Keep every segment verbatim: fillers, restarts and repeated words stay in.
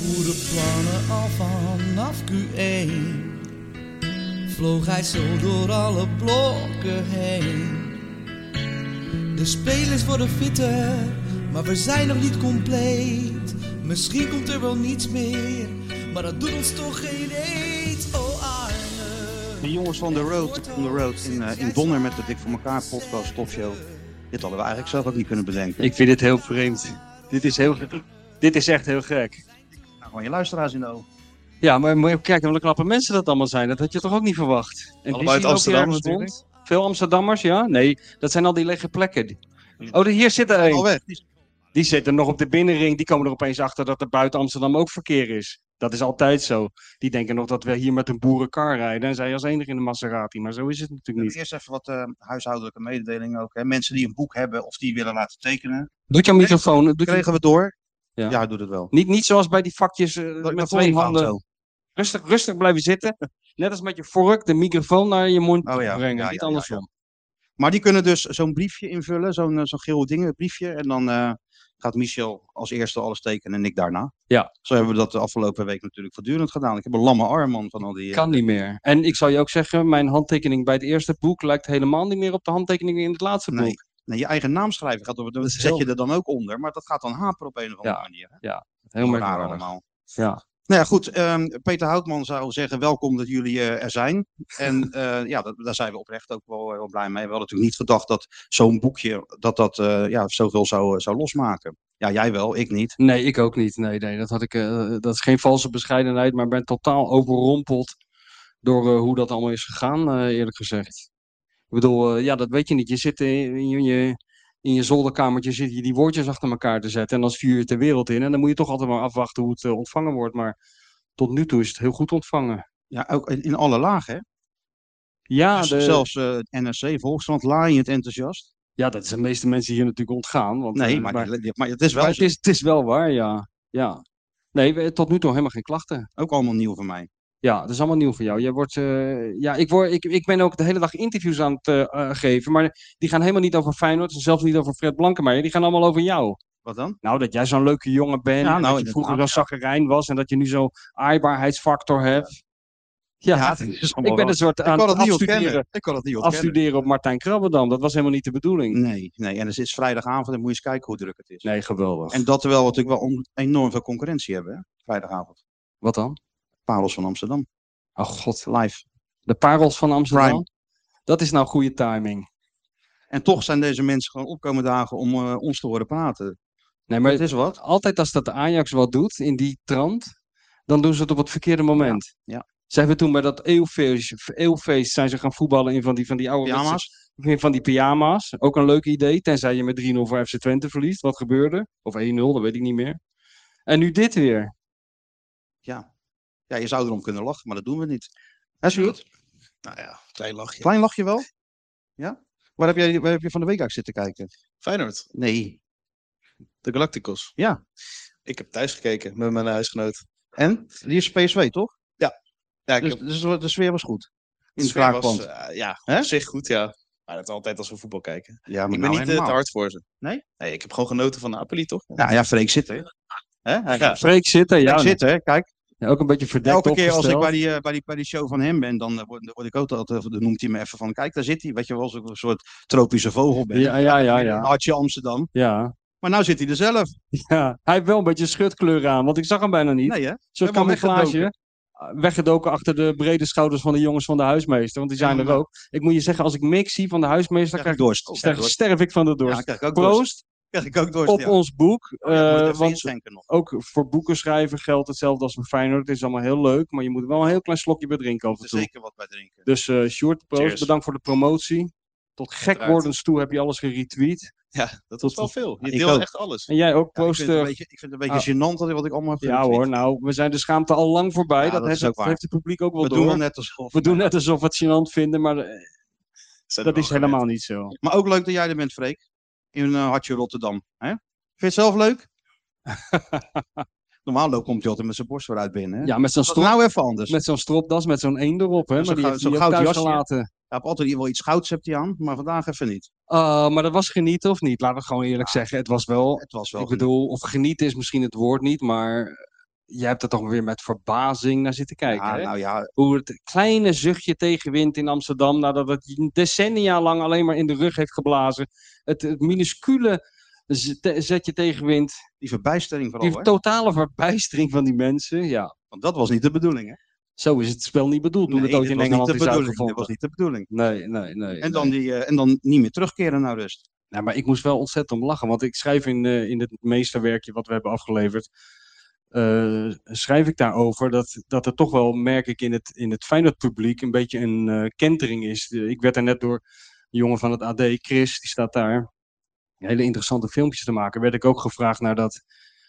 Goede plannen al vanaf Q één. Vloog hij zo door alle blokken heen. De spelers worden fitter, maar we zijn nog niet compleet. Misschien komt er wel niets meer, maar dat doet ons toch geen eet. Oh Arne. De jongens van The Road, on the road in, uh, in Donner met de Dik voor elkaar podcast topshow. Dit hadden we eigenlijk zelf ook niet kunnen bedenken. Ik vind dit heel vreemd. Dit is, heel, dit is echt heel gek. Nou, gewoon je luisteraars in de ogen. Ja, maar moet je even kijken wat knappe mensen dat allemaal zijn. Dat had je toch ook niet verwacht. En allebei uit Amsterdam natuurlijk. Veel Amsterdammers, ja? Nee, dat zijn al die lege plekken. Oh, hier zit er een. Al weg. Die zitten nog op de binnenring. Die komen er opeens achter dat er buiten Amsterdam ook verkeer is. Dat is altijd zo. Die denken nog dat we hier met een boerenkar rijden. En zij als enige in de Maserati. Maar zo is het natuurlijk niet. Eerst even wat uh, huishoudelijke mededelingen ook. Hè. Mensen die een boek hebben of die willen laten tekenen. Doet jouw microfoon... Doet Kregen je... we door? Ja, ja doet het wel. Niet, niet zoals bij die vakjes uh, Dat, met twee handen. Rustig, rustig blijven zitten. Net als met je vork de microfoon naar je mond oh, ja. brengen. Ja, niet ja, andersom. Ja, ja. Maar die kunnen dus zo'n briefje invullen. Zo'n, uh, zo'n geel ding, briefje. En dan uh, gaat Michel als eerste alles tekenen en ik daarna. Ja. Zo hebben we dat de afgelopen week natuurlijk voortdurend gedaan. Ik heb een lamme arm man van al die... Uh... Kan niet meer. En ik zal je ook zeggen, mijn handtekening bij het eerste boek lijkt helemaal niet meer op de handtekeningen in het laatste nee. boek. Nee, je eigen naam schrijven gaat op, dat zet heel... je er dan ook onder. Maar dat gaat dan haperen op een of andere ja. manier. Hè? Ja, heel merkwaardig allemaal. Ja. Nou ja, goed. Um, Peter Houtman zou zeggen, welkom dat jullie uh, er zijn. En uh, ja, dat, daar zijn we oprecht ook wel, wel blij mee. We hadden natuurlijk niet gedacht dat zo'n boekje, dat dat uh, ja, zoveel zou, zou losmaken. Ja, jij wel, ik niet. Nee, ik ook niet. Nee, nee, dat, had ik, uh, dat is geen valse bescheidenheid, maar ik ben totaal overrompeld door uh, hoe dat allemaal is gegaan, uh, eerlijk gezegd. Ik bedoel, uh, ja, dat weet je niet. Je zit in, in je... In je zolderkamertje zit je die woordjes achter elkaar te zetten. En dan stuur je het de wereld in. En dan moet je toch altijd maar afwachten hoe het uh, ontvangen wordt. Maar tot nu toe is het heel goed ontvangen. Ja, ook in alle lagen, hè? Ja, dus de... zelfs uh, N R C, Volkskrant, laaiend enthousiast. Ja, dat is de meeste mensen hier natuurlijk ontgaan. Want, nee, uh, maar, maar, maar, maar het is wel maar zo. Het is, het is wel waar, ja. ja. Nee, we, tot nu toe helemaal geen klachten. Ook allemaal nieuw voor mij. Ja, dat is allemaal nieuw voor jou. Jij wordt, uh, ja, ik, word, ik, ik ben ook de hele dag interviews aan het uh, uh, geven, maar die gaan helemaal niet over Feyenoord, zelfs niet over Fred Blankenmeijer, die gaan allemaal over jou. Wat dan? Nou, dat jij zo'n leuke jongen bent, ja, nou, dat je vroeger zo'n zaggerijn was en dat je nu zo'n aaibaarheidsfactor hebt. Ja, ja, ja is ik ben een soort aan het afstuderen, ik kan het niet afstuderen op Martijn Krabbedam. Dat was helemaal niet de bedoeling. Nee, nee. En het is vrijdagavond en moet je eens kijken hoe druk het is. Nee, geweldig. En dat terwijl we natuurlijk wel enorm veel concurrentie hebben, hè? Vrijdagavond. Wat dan? Parels van Amsterdam. Oh god. Live. De Parels van Amsterdam? Prime. Dat is nou goede timing. En toch zijn deze mensen gewoon opkomen dagen om uh, ons te horen praten. Nee, maar dat is wat. Altijd als dat de Ajax wat doet, in die trant, dan doen ze het op het verkeerde moment. Ja. ja. Ze hebben toen bij dat eeuwfeest, eeuwfeest zijn ze gaan voetballen in van die, van die oude... Pyjama's? In van die pyjama's. Ook een leuk idee, tenzij je met drie nul voor F C Twente verliest. Wat gebeurde? Of één nul, dat weet ik niet meer. En nu dit weer. Ja. Ja, je zou erom kunnen lachen, maar dat doen we niet. Hè, Sjoerd? Nou ja, klein lachje. Klein lachje wel? Ja? Waar heb, jij, waar heb je van de week uit zitten kijken? Feyenoord. Nee. De Galacticos. Ja. Ik heb thuis gekeken met mijn huisgenoot. En? Die is P S V, toch? Ja. ja ik dus, heb... dus de sfeer was goed? In de sfeer was, uh, ja, He? op zich goed, ja. Maar dat is altijd als we voetbal kijken. Ja, maar ik ben nou niet uh, te hard voor ze. Nee? Nee, ik heb gewoon genoten van Napoli, toch? Ja, ja, Freek zit er. Hè? Hij ja, Freek zit er, ja. Freek zit er, kijk. Ja, ook een beetje verdekt Elke keer opgesteld. als ik bij die, uh, bij, die, bij die show van hem ben, dan uh, word, word ik ook altijd, dan noemt hij me even van, kijk, daar zit hij. Weet je wel, als ik een soort tropische vogel ben. Ja, ja, ja. ja. Hartje Amsterdam. Ja. Maar nou zit hij er zelf. Ja, hij heeft wel een beetje schutkleur aan, want ik zag hem bijna niet. Nee, hè? Zo'n camouflage. Weggedoken achter de brede schouders van de jongens van de huismeester, want die zijn ja, er ook. Ik moet je zeggen, als ik mix zie van de huismeester, krijg ik dorst. Sterf, dorst. sterf ik van de dorst. Ja, krijg ik ook Proost. Dorst. Krijg ik ook dorst, op ja. ons boek. Oh, ja, uh, want nog. ook voor boeken schrijven geldt hetzelfde als voor Feyenoord. Het is allemaal heel leuk, maar je moet wel een heel klein slokje bij drinken af en toe. Zeker wat bij drinken. Dus uh, Sjoerd, proost, bedankt voor de promotie. Tot gek wordens toe heb je alles geretweet. Ja, dat was wel veel. Je ja, deelt echt alles. En jij ook, proost. Ja, ik, vind beetje, ik vind het een beetje ah. gênant dat wat ik allemaal heb Ja hoor, nou, we zijn de schaamte al lang voorbij. Ja, dat, dat, heeft, dat heeft het publiek ook wel we door. Doen wel net alsof, we doen net alsof we het gênant vinden, maar uh, dat is helemaal gewend. Niet zo. Maar ook leuk dat jij er bent, Freek. In uh, Hartje Rotterdam. Hè? Vind je het zelf leuk? Normaal komt hij altijd met zijn borst vooruit binnen. Hè? Ja, met zo'n strop, nou even anders. Met zo'n stropdas, met zo'n één erop. Hè? Zo maar die zo heeft goud thuis jasje. gelaten. Hij heeft altijd wel iets gouds hebt hij aan, maar vandaag even niet. Uh, maar dat was genieten of niet? Laten we gewoon eerlijk ja, zeggen. Het was wel, het was wel ik bedoel, of genieten is misschien het woord niet, maar jij hebt er toch weer met verbazing naar zitten kijken. Ja, hè? nou ja, Hoe het kleine zuchtje tegenwind in Amsterdam, nadat het decennia lang alleen maar in de rug heeft geblazen. Het, het minuscule z- te- zetje tegenwind. die verbijstering vooral, Die hè? totale verbijstering van die mensen. Ja, Want dat was niet de bedoeling, hè? zo is het spel niet bedoeld toen Nee, het ooit dit in was niet Engeland de is bedoeling. Dat uitgevonden. was niet de bedoeling. Nee, nee, nee. En dan, nee. die, eh, en dan niet meer terugkeren naar rust. Nou, maar ik moest wel ontzettend om lachen, want ik schrijf in, eh, in het meesterwerkje wat we hebben afgeleverd, eh, schrijf ik daarover dat, dat er toch wel, merk ik in het, in het Feyenoord publiek, een beetje een eh, kentering is. De- ik werd er net door een jongen van het A D, Chris, die staat daar, hele interessante filmpjes te maken, werd ik ook gevraagd naar dat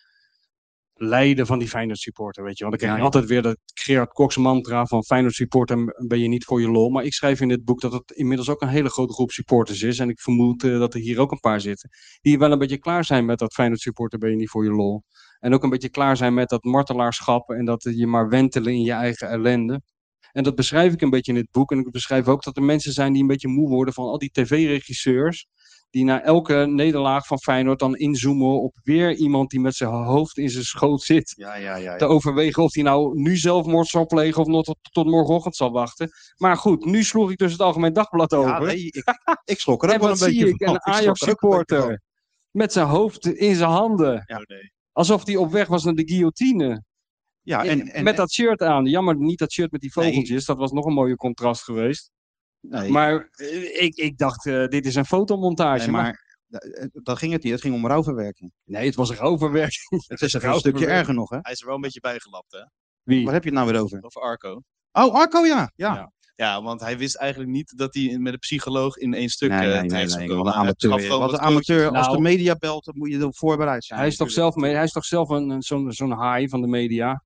lijden van die Feyenoord supporter, weet je. Want ik krijg Ja, ja. altijd weer dat Gerard Cox mantra van Feyenoord supporter ben je niet voor je lol. Maar ik schrijf in het boek dat het inmiddels ook een hele grote groep supporters is. En ik vermoed eh, dat er hier ook een paar zitten. Die wel een beetje klaar zijn met dat Feyenoord supporter ben je niet voor je lol. En ook een beetje klaar zijn met dat martelaarschap en dat je maar wentelen in je eigen ellende. En dat beschrijf ik een beetje in het boek. En ik beschrijf ook dat er mensen zijn die een beetje moe worden van al die tv-regisseurs. Die na elke nederlaag van Feyenoord dan inzoomen op weer iemand die met zijn hoofd in zijn schoot zit. Ja, ja, ja. Te overwegen of hij nou nu zelfmoord zal plegen of nog tot, tot morgenochtend zal wachten. Maar goed, nu sloeg ik dus het Algemeen Dagblad over. Ja, nee, ik, ik schrok er ook En wel wat een beetje zie ik? van. Een Ik schrok er ook een beetje Ajax-supporter met zijn hoofd in zijn handen. Ja. Alsof hij op weg was naar de guillotine. van. Ja, en, en, met dat shirt aan. Jammer niet dat shirt met die vogeltjes. Dat was nog een mooie contrast geweest. nee, Maar eh, ik, ik dacht, eh, dit is een fotomontage. nee, maar... maar eh, dat ging het niet. Het ging om rouwverwerking. Nee, het was een overwerking. Het is even een stukje erger nog, hè? Hij is er wel een beetje bijgelapt, hè? Wie? Waar heb je het nou weer over? Over Arco. Oh, Arco, ja. Ja, Ja. Ja, want hij wist eigenlijk niet dat hij met een psycholoog in één stuk nee, eh, nee, nee, terecht nee, zou Wat komen. een Hij gaf amateur. gewoon Wat een wat coaches. amateur. Als Nou- de media belt, dan moet je erop voorbereid zijn. Hij is toch zelf, mee, hij is toch zelf een, een- zo'n zo'n haai van de media?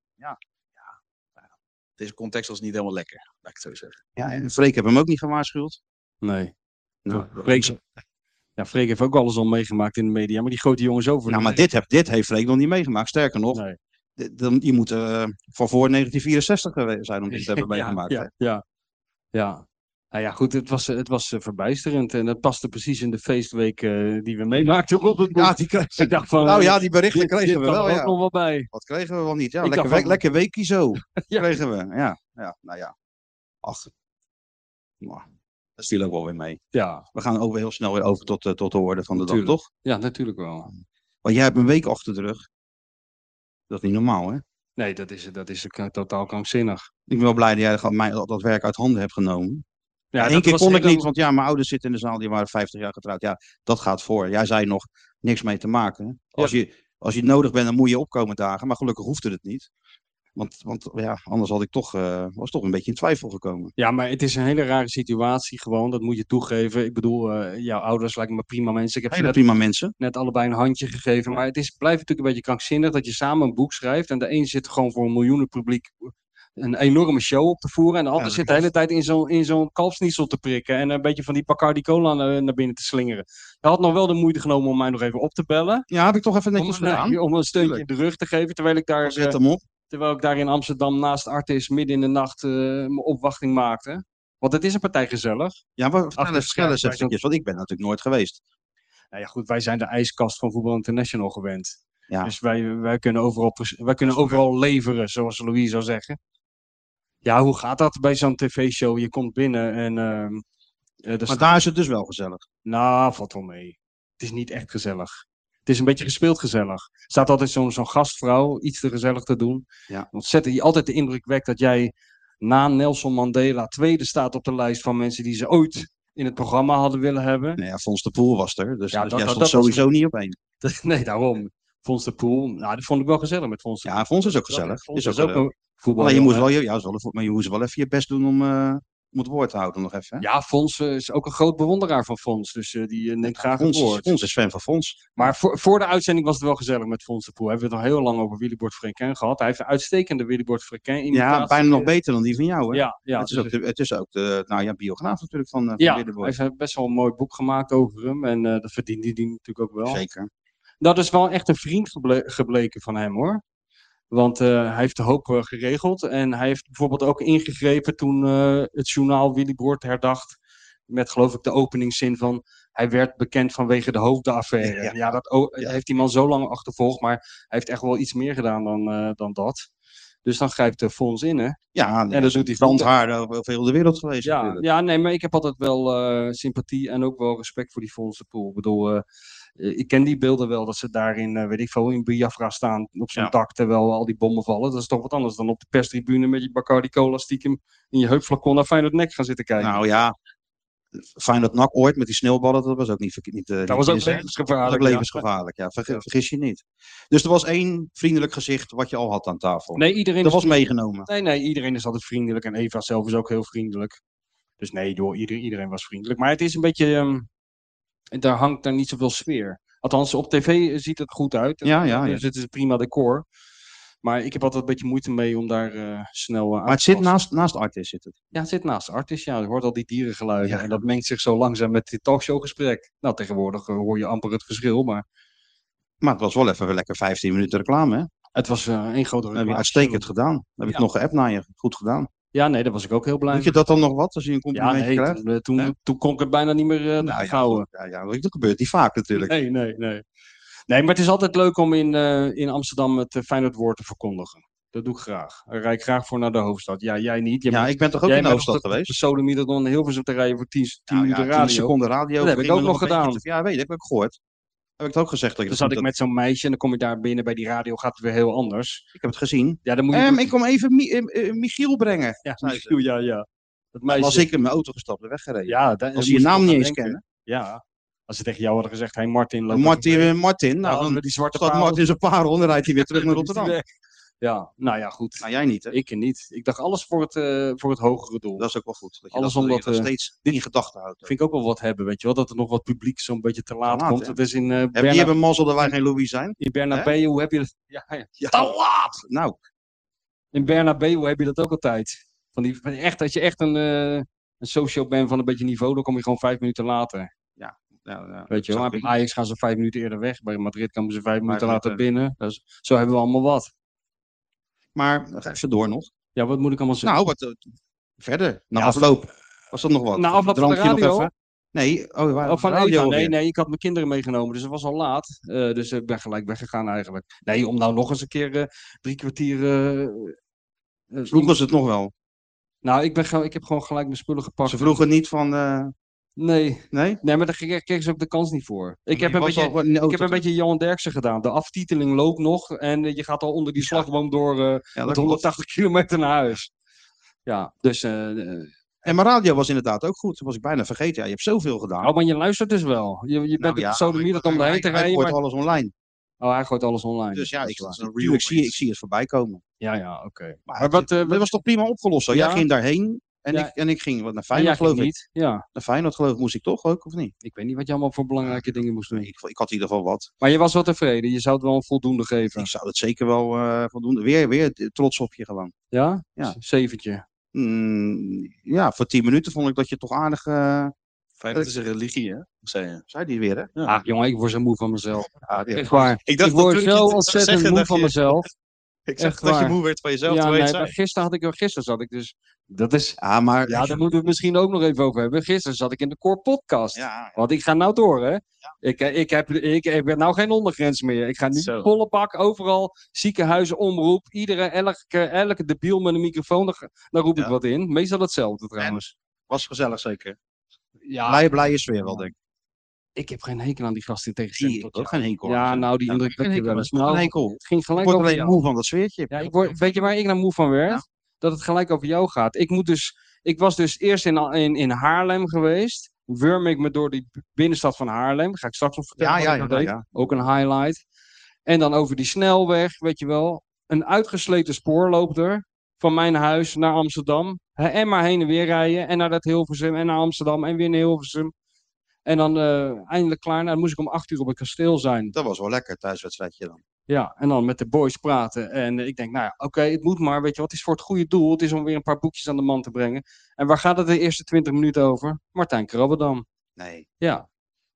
Deze context was niet helemaal lekker, laat ik het zo zeggen. Ja, en Freek heeft hem ook niet gewaarschuwd. Nee. Nou, Freek, ja, Freek heeft ook alles al meegemaakt in de media, maar die grote jongens over. nou, maar dit, heb, dit heeft Freek nog niet meegemaakt. Sterker nog, Nee. dit- dan, je moet eh, van voor negentien vierenzestig geweest zijn om dit te hebben meegemaakt. Ja, hè? ja, ja. ja. Nou ja, goed, het was, het was eh, verbijsterend en dat paste precies in de feestweek eh, die we meemaakten op het boek. Ja, die kreeg- Ik dacht van, nou ja, eh, die berichten dit, kregen dit we kan wel. er ook Ja. nog wel bij. Wat kregen we wel niet? Ja, Ik lekker, dacht week, van- lekker weekie zo. Ja. Kregen we. Ja, ja, nou ja. Ach. Nou, dat viel ook wel weer mee. Ja, We gaan ook weer heel snel weer over tot, eh, tot de orde van de Natuurlijk. dag, toch? ja, natuurlijk wel. Want jij hebt een week achter de rug. Dat is niet normaal, hè? Nee, dat is, dat is eh, totaal krankzinnig. Ik ben wel blij dat jij gewoon mij dat werk uit handen hebt genomen. Ja, Eén dat keer was kon ik helemaal- niet, want ja, mijn ouders zitten in de zaal, die waren vijftig jaar getrouwd. Ja, dat gaat voor. Jij zei nog niks mee te maken. Als, je, als je nodig bent, dan moet je opkomen dagen. Maar gelukkig hoefde het niet. Want, want ja, anders had ik toch, eh, was toch een beetje in twijfel gekomen. Ja, maar het is een hele rare situatie gewoon, dat moet je toegeven. Ik bedoel, eh, jouw ouders lijken me prima mensen. Ik heb ze Hele net, prima mensen. net allebei een handje gegeven. Maar het is, blijft natuurlijk een beetje krankzinnig dat je samen een boek schrijft. En de een zit gewoon voor een miljoenen publiek een enorme show op te voeren. En de ander dat zit de hele tijd in zo'n in zo'n kalfsniesel te prikken. En een beetje van die Bacardi Cola naar, naar binnen te slingeren. Je had nog wel de moeite genomen om mij nog even op te bellen. Ja, heb ik toch even Om, netjes gedaan. nee, om een steuntje in de rug te geven. Terwijl ik daar... Zet eh, hem op. Terwijl ik daar in Amsterdam naast Artis midden in de nacht eh, mijn opwachting maakte. Want het is een partij gezellig. Ja, maar vertel Achter eens, de vertel eens schermen bij eventjes, want ik ben natuurlijk nooit geweest. Nou ja, goed, wij zijn de ijskast van Voetbal International gewend. Ja. Dus wij, wij, kunnen overal, pres- wij kunnen overal leveren, zoals Louis zou zeggen. Ja, hoe gaat dat bij zo'n tv-show? Je komt binnen en... ehm, eh, er Maar staat- daar is het dus wel gezellig. Nou, valt wel mee. Het is niet echt gezellig. Het is een beetje gespeeld gezellig. Er staat altijd zo'n zo'n gastvrouw iets te gezellig te doen. Ja. Ontzettend, die altijd de indruk wekt dat jij na Nelson Mandela tweede staat op de lijst van mensen die ze ooit in het programma hadden willen hebben. Nee, ja, Fons de Poel was er, dus, Ja, dus dat- jij dat- stond dat was- sowieso niet op één. Nee, daarom. Fons de Poel. Nou, dat vond ik wel gezellig met Fons de Ja, Fons is ook gezellig. Fons Is is ook, ook eh, een voetbal. Alleen je moest wel, je- ja, is wel een- maar je moest wel even je best doen om, eh, om het woord te houden nog even. Hè? Ja, Fons eh, is ook een groot bewonderaar van Fons. Dus eh, die eh, neemt graag Fons, het is, woord. Fons is fan van Fons. Maar voor, voor de uitzending was het wel gezellig met Fons de Poel. Hebben we het al heel lang over Willybord Frequin gehad. Hij heeft een uitstekende Willybord Frequin imitatie. Ja, bijna nog beter dan die van jou, hè? Ja, ja, het, is dus- ook de, het is ook de nou, ja, biograaf natuurlijk van, eh, van ja, hij Willeboord. heeft best wel een mooi boek gemaakt over hem. En eh, dat verdient hij natuurlijk ook wel. Zeker. Dat is wel echt een vriend geble- gebleken van hem, hoor. Want eh, hij heeft de hoop eh, geregeld. En hij heeft bijvoorbeeld ook ingegrepen toen eh, het journaal Willybord herdacht. Met geloof ik de openingszin van... hij werd bekend vanwege de hoofdaffaire. Ja, Ja. dat o- Ja. heeft die man zo lang achtervolgd, maar hij heeft echt wel iets meer gedaan dan, eh, dan dat. Dus dan grijpt de Fons in, hè? Ja, En dat doet hij Zand goed. haar over over heel de wereld geweest Ja, natuurlijk. ja, nee, maar ik heb altijd wel eh, sympathie en ook wel respect voor die Fons de Poel. Ik bedoel, eh, eh, ik ken die beelden wel, dat ze daar in, eh, weet ik veel, in Biafra staan op zo'n Ja. dak terwijl al die bommen vallen. Dat is toch wat anders dan op de perstribune met je Bacardi Cola stiekem in je heupflacon naar Feyenoord Nek gaan zitten kijken. Nou ja, Feyenoord N A C ooit met die sneeuwballen, dat was ook niet, verke- niet, eh, dat niet was ook mis, hè? levensgevaarlijk. Dat was ook ja. levensgevaarlijk, ja. Vergis, vergis je niet. Dus er was één vriendelijk gezicht wat je al had aan tafel. Nee, iedereen dat is was meegenomen. Nee, nee, iedereen is altijd vriendelijk. En Eva zelf is ook heel vriendelijk. Dus nee, joh, iedereen, iedereen was vriendelijk. Maar het is een beetje... ehm, daar hangt daar niet zoveel sfeer. Althans, op tv ziet het goed uit. Ja, ja, ja. Dus het is een prima decor. Maar ik heb altijd een beetje moeite mee om daar eh, snel uh, Maar het zit naast, naast Artis, zit het. Ja, het zit naast Artis. Ja, je hoort al die dierengeluiden. Ja. En dat mengt zich zo langzaam met dit talkshowgesprek. Nou, tegenwoordig uh, hoor je amper het verschil. Maar Maar het was wel even lekker vijftien minuten reclame, hè? Dat het was uh, één grote heb je uitstekend gedaan. Dan heb ik Ja. nog geappt naar je. Goed gedaan. Ja, nee, daar was ik ook heel blij Doe je dat dan nog wat, als je een Ja, complimentje nee, krijgt? toen, uh, toen, Hè? toen kon ik het bijna niet meer uh, Nou ja, houden. goed. ja, ja, dat gebeurt niet vaak natuurlijk. Nee, nee, nee. Nee, maar het is altijd leuk om in, uh, in Amsterdam het uh, Feyenoord woord te verkondigen. Dat doe ik graag. Daar rijd ik graag voor naar de hoofdstad. Ja, jij niet. Jij Ja, bent- ik ben toch ook jij in de bent hoofdstad op geweest? De Sodemieter dan in Hilversum te rijden voor tien, tien Nou ja, minuten tien radio. seconden radio. Dat heb ik gingen ook we nog een beetje gedaan. te- Ja, weet ik, heb ik ook gehoord. Heb ik het ook gezegd? Dat je Dan dat zat ik niet- met zo'n meisje en dan kom je daar binnen bij die radio, gaat het weer heel anders. Ik heb het gezien. Ja, dan moet je... Ehm, ik kom even Mi- eh, eh, Michiel brengen. ja, zei ze. Michiel, ja, ja. Dat Dan meisje. was ik in mijn auto gestapt en weggereden. Ja, daar- Als daar ze je moest ik naam nog niet aan eens denken. kennen. Ja. Als ze tegen jou hadden gezegd, hey Martin, loop Martin, even eh, mee. Martin, Nou, nou, hadden dan we die zwarte staat parel. Martin zijn parel en dan rijdt hij weer terug naar Dan is die Rotterdam. weg. Ja, nou ja, goed. Nou, jij niet, hè? Ik niet. Ik dacht alles voor het, uh, voor het hogere doel. Dat is ook wel goed. Dat je Alles dat, dat, je omdat, dat eh, steeds in gedachten houdt. Vind ik ook wel wat hebben, weet je wel. Dat er nog wat publiek zo'n beetje te laat, laat, komt. hè? Het is in, uh, Heb Berna- je hebben mazzel dat wij geen Louis zijn? in Bernabeu, hoe heb je dat? Ja, ja. Ja. Te laat! Nou, In Bernabeu heb je dat ook altijd. Van die, van echt, als je echt een, uh, een socio bent van een beetje niveau, dan kom je gewoon vijf minuten later. nou, ja, Weet je wel. zou Bij kunnen. Ajax gaan ze vijf minuten eerder weg. Bij Madrid komen ze vijf minuten minuten. later binnen. Dus, zo hebben we allemaal wat. Maar ga even door nog. Ja, wat moet ik allemaal zeggen? Nou, wat eh, verder. Na Ja, afloop. Was dat nog wat? Na afloop van de Drankje nog radio? even? Nee, oh, we waren Of van op de radio Eva? Nee, alweer. nee, ik had mijn kinderen meegenomen, dus het was al laat. Uh, dus ik ben gelijk weggegaan eigenlijk. Nee, om nou nog eens een keer uh, drie kwartier... Uh, uh, Vroegen ze het nog wel? Nou, ik, ben, ge- ik heb gewoon gelijk mijn spullen gepakt. Ze vroegen niet van... eh, Nee, nee? nee, maar daar kreeg kregen ze ook de kans niet voor. Ik Je heb een was beetje... al in de Ik auto heb een terug. beetje Johan Derksen gedaan. De aftiteling loopt nog en uh, je gaat al onder die Ja. slagboom door uh, Ja, met dat klopt. honderdtachtig kilometer naar huis. Ja, dus... Uh, uh, En mijn radio was inderdaad ook goed. Dat was ik bijna vergeten. Ja, je hebt zoveel gedaan. oh, maar je luistert dus wel. Je, je bent Nou op ja, de sodemieter om hij- erheen hij- te hij rijden. gooit Maar... alles online. Oh, hij gooit alles online. Dus ja, Dat ik, is waar. natuurlijk zie, ik zie het voorbij komen. Ja, ja, oké. Maar, Maar wat, het, uh, dat wat- was toch prima opgelost? Zo? Ja. Jij ging daarheen en, Ja. ik, en ik ging wat naar Maar Feyenoord, jij ging geloof ik. niet. Ja, Naar Feyenoord, geloof ik, moest ik toch ook, of niet? ik weet niet wat je allemaal voor belangrijke dingen moest doen. Ik, ik had in ieder geval wat. Maar je was wel tevreden. Je zou het wel een voldoende geven. Ik zou het zeker wel eh voldoen. Weer, weer trots op je gewoon. Ja? Ja. Z- Zeventje. Mm, ja, voor tien minuten vond ik dat je toch aardig... eh Feyenoord is een religie, hè? Zei je. zei die weer, hè? Ja. Ah, jongen, ik word zo moe van mezelf. Ja, die- Echt waar. Ik dacht Ik word dat toen ik zo het zou ontzettend zeggen, moe dat van je- mezelf. Ik zag Echt dat je waar. moe werd van jezelf. Ja, terwijl je nee, het maar zei. gisteren had ik, gisteren zat ik dus, dat is, Ja, maar... ja, daar moeten we het misschien ook nog even over hebben. Gisteren zat ik in de Core Podcast. Ja, Want ik ga nou door, hè. Ik, eh, ik, heb, ik, ik heb nou geen ondergrens meer. Ik ga nu Zo. volle bak, overal, ziekenhuizen, omroep. Iedereen, elke, elke debiel met een microfoon, daar, daar roep ik Ja. wat in. Meestal hetzelfde trouwens. was gezellig zeker. Ja, Blij, blije sfeer wel, denk ik. ik heb geen hekel aan die gasten in Die, tegenstelling ik tot heb ook jou. geen hekel. Ja, aan. nou, die Ja, indruk ik heb heb je geen wel hekel. eens. Geen Nou, hekel. het ging Ik gelijk word over alleen jou. moe van dat sfeertje. Ja, ik word, weet je waar ik nou moe van werd? Ja. Dat het gelijk over jou gaat. Ik, moet dus, ik was dus eerst in, in, in Haarlem geweest. Wurm ik me door die binnenstad van Haarlem. Ga ik straks nog vertellen Ja, wat ja, ik ja, nou deed. ja. Ook een highlight. En dan over die snelweg, weet je wel. Een uitgesleten spoor loopt er. Van mijn huis naar Amsterdam. Hè, En maar heen en weer rijden. En naar dat Hilversum. En naar Amsterdam. En weer naar Hilversum. En dan eh, eindelijk klaar. Nou, dan moest ik om acht uur op het kasteel zijn. Dat was wel lekker, thuiswedstrijdje dan. Ja, en dan met de boys praten. En eh, ik denk, nou ja, oké, het moet maar. Weet je wat, het is voor het goede doel. Het is om weer een paar boekjes aan de man te brengen. En waar gaat het de eerste twintig minuten over? Martijn Krabbedam. Nee. Ja,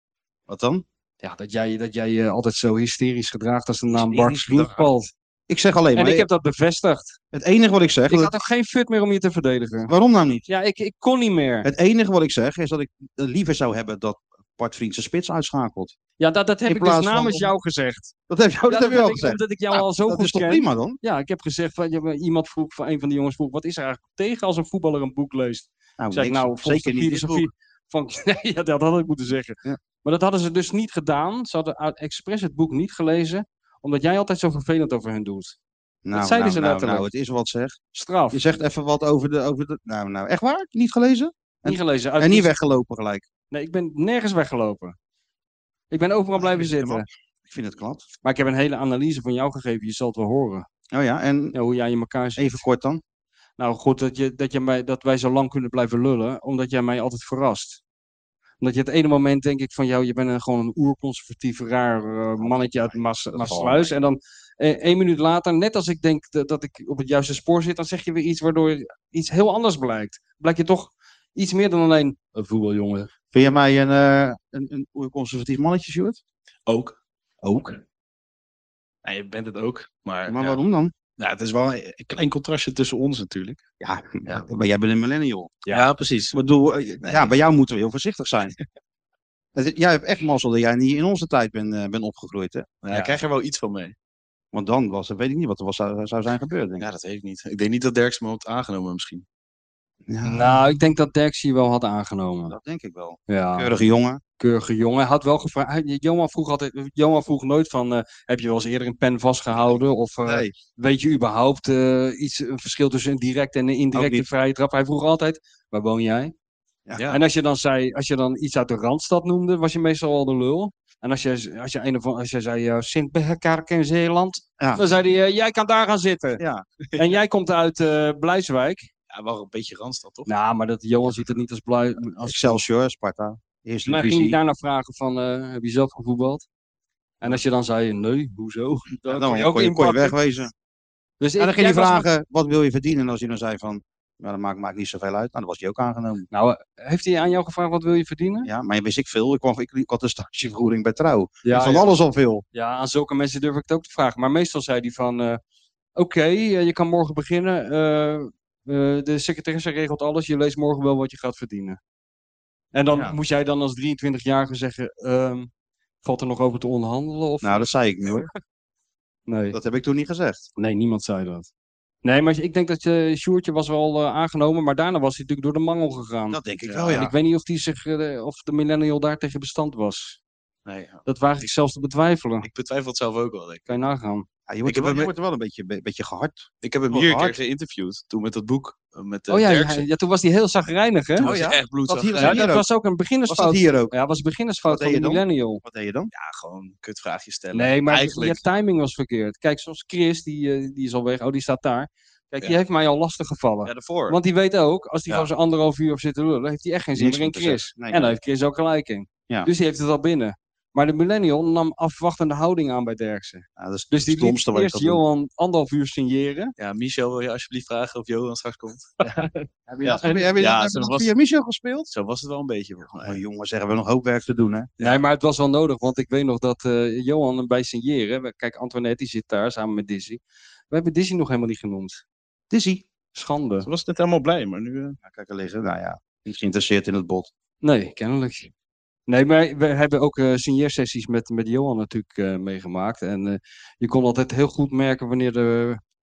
Wat dan? ja dat jij dat jij je altijd zo hysterisch gedraagt als de naam Hysterisch Bart Vriend gedragen. valt. Ik zeg alleen En maar, ik heb dat bevestigd. het enige wat ik zeg... Ik dat- had ook geen fut meer om je te verdedigen. Waarom nou niet? Ja, ik, ik kon niet meer. Het enige wat ik zeg is dat ik liever zou hebben dat Partvriend zijn spits uitschakelt. Ja, dat, dat heb In ik dus plaats van namens om- jou gezegd. Dat heb je, dat Ja, heb je heb al ik, gezegd. Omdat ik jou Nou, al zo dat goed is toch ken. prima dan? Ja, ik heb gezegd, van, ja, iemand vroeg, van een van de jongens vroeg, wat is er eigenlijk tegen als een voetballer een boek leest? Nou, Zeg ik, niks. nou, volgens Zeker de niet dit filosofie van... Nee, ja, dat had ik moeten zeggen. Ja. Maar dat hadden ze dus niet gedaan. Ze hadden uit expres het boek niet gelezen, omdat jij altijd zo vervelend over hen doet. Nou, zeiden nou, ze nou, letterlijk. nou, het is wat zeg. Straf. Je zegt even wat over de, over de... Nou, nou, echt waar? Niet gelezen? Niet gelezen. Uit En niet iets- weggelopen gelijk. Nee, ik ben nergens weggelopen. Ik ben overal blijven ik vind het zitten. Ik vind het klad. Maar ik heb een hele analyse van jou gegeven. Je zal het wel horen. Oh ja, en Ja, hoe jij in elkaar zit. even kort dan. Nou goed, dat, je, dat, je mij, dat wij zo lang kunnen blijven lullen. Omdat jij mij altijd verrast. Omdat je het ene moment denk ik van jou, je bent een, gewoon een oerconservatief raar eh, mannetje uit Maas- dat Maassluis. valt En dan eh, één minuut later, net als ik denk dat, dat ik op het juiste spoor zit, dan zeg je weer iets waardoor iets heel anders blijkt. Blijkt je toch iets meer dan alleen een voetbaljongen. Vind je mij een, eh een, een conservatief mannetje, Sjoerd? Ook. Ook. Ja, je bent het ook. Maar, Maar ja. waarom dan? Ja, het is wel een klein contrastje tussen ons natuurlijk. Ja, Ja. maar jij bent een millennial. Ja, precies. Ik bedoel, eh, ja, bij jou moeten we heel voorzichtig zijn. Het- Jij hebt echt mazzel dat jij niet in onze tijd bent, eh, bent opgegroeid, hè? Ja, ik krijg er wel iets van mee. Want dan was, weet ik niet wat er was, zou, zou zijn gebeurd, denk ik. Ja, dat weet ik niet. Ik denk niet dat Derks me had aangenomen misschien. Ja, Nou, ik denk dat Derks je wel had aangenomen. dat denk ik wel. Ja. Keurige jongen. Keurige jongen. Hij had wel gevraagd. hij- Johan vroeg altijd. Johan vroeg nooit van. eh, heb je wel eens eerder een pen vastgehouden? Of eh, Nee. weet je überhaupt eh, iets, een verschil tussen een directe en een Ook indirecte niet. vrije trap? Hij vroeg altijd. Waar woon jij? Ja. Ja. En als je dan zei, als je dan iets uit de Randstad noemde, was je meestal al de lul. En als je, als je, een of, als je zei uh, Sint-Bekerk in Zeeland, Ja. dan zei hij, eh, jij kan daar gaan zitten. Ja. En jij komt uit eh Blijswijk. Ja, wel een beetje Randstad, toch? Nou, maar dat, Johan ziet het niet als blij. Als, Excelsior, Sparta. Eerste maar ging divisie. hij daarna vragen van, eh, heb je zelf gevoetbald? En als je dan zei, nee, hoezo? Ja, Dan dan kon je kon ook je, kon je inpakken. wegwezen. Dus En ik- dan ging jij je was wel- vragen, wat wil je verdienen? En als je dan zei van, nou, dat maakt, maakt niet zoveel uit. Nou, dan was hij ook aangenomen. Nou, eh, heeft hij aan jou gevraagd, wat wil je verdienen? Ja, maar je wist ik veel. Ik, kwam, ik, ik had een stagevergoeding bij Trouw. Ja, ik van ja. alles al veel. Ja, aan zulke mensen durf ik het ook te vragen. Maar meestal zei hij van, eh, oké, eh, je kan morgen beginnen. eh, eh, de secretaresse regelt alles. Je leest morgen wel wat je gaat verdienen. En dan Ja. moest jij dan als drieëntwintigjarige zeggen, ehm, valt er nog over te onderhandelen? Of... Nou, dat zei ik niet hoor. nee. Dat heb ik toen niet gezegd. nee, niemand zei dat. Nee, maar ik denk dat je Sjoerdje was wel eh, aangenomen, maar daarna was hij natuurlijk door de mangel gegaan. Dat denk ik Ja, wel, En ja. ik weet niet of, die zich, eh, of de millennial daar tegen bestand was. Nee, ja. Dat waag ik zelfs te betwijfelen. Ik betwijfel het zelf ook wel. Denk ik. Kan je nagaan. Ja, je wordt, Ik er wel, heb je hem- wordt er wel een beetje, be- beetje gehard. Ik heb hem Oh, hier een hard. keer geïnterviewd. Toen met dat boek. eh, Met de Oh ja, Derksen. ja, ja, toen was hij heel zagrijnig, hè? Toen Oh was ja? hij echt Wat hier bloedzag. was Ja, hier dat ook? was ook een Was dat beginnersfout. hier ook? Ja, was een beginnersfout Wat van deed de je dan? millennial. Wat deed je dan? Ja, gewoon kutvraagjes stellen. Nee, maar Eigenlijk. je timing was verkeerd. Kijk, zoals Chris, die, eh, die is al weg. Oh, die staat daar. Kijk, die Ja. heeft mij al lastig gevallen. Ja, daarvoor. Want die weet ook, als hij Ja. gewoon zo'n anderhalf uur op zit te lullen, heeft hij echt geen zin Niks meer in meer te Chris. zeggen. Nee, en nee. daar heeft Chris ook gelijk in. Ja. Dus die heeft het al binnen. Maar de millennial nam afwachtende houding aan bij Derksen. Ja, dat is Dus die het stomste liet wat je eerst kan doen. Johan anderhalf uur signeren. Ja, Michel, wil je alsjeblieft vragen of Johan straks komt? Heb je Ja. dat? Heb je, heb je Ja, dat, heb zo je dat was- via Michel gespeeld? Zo was het wel een beetje. volgens mij. Oh, jongens, zeggen we nog hoop werk te doen, hè? Nee, maar het was wel nodig, want ik weet nog dat eh, Johan hem bij signeren. we- Kijk, Antoinette die zit daar samen met Dizzy. We hebben Dizzy nog helemaal niet genoemd. Dizzy. Schande. Ze was net helemaal blij, maar nu... eh, Ja, kijk er liggen. Nou ja, niet geïnteresseerd in het bot. Nee, kennelijk. Nee, maar we hebben ook eh signeersessies met, met Johan natuurlijk eh, meegemaakt. En eh, je kon altijd heel goed merken wanneer de,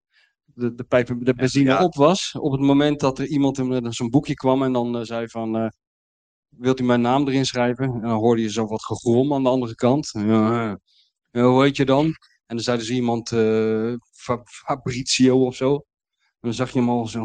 de, de, pijp, de benzine ja. op was. Op het moment dat er iemand hem met zo'n boekje kwam en dan eh, zei van... eh, wilt u mijn naam erin schrijven? En dan hoorde je zo wat gegrom aan de andere kant. Ja, eh, ja, hoe heet je dan? En dan zei dus iemand eh, Fa- Fabrizio of zo. En dan zag je hem al zo...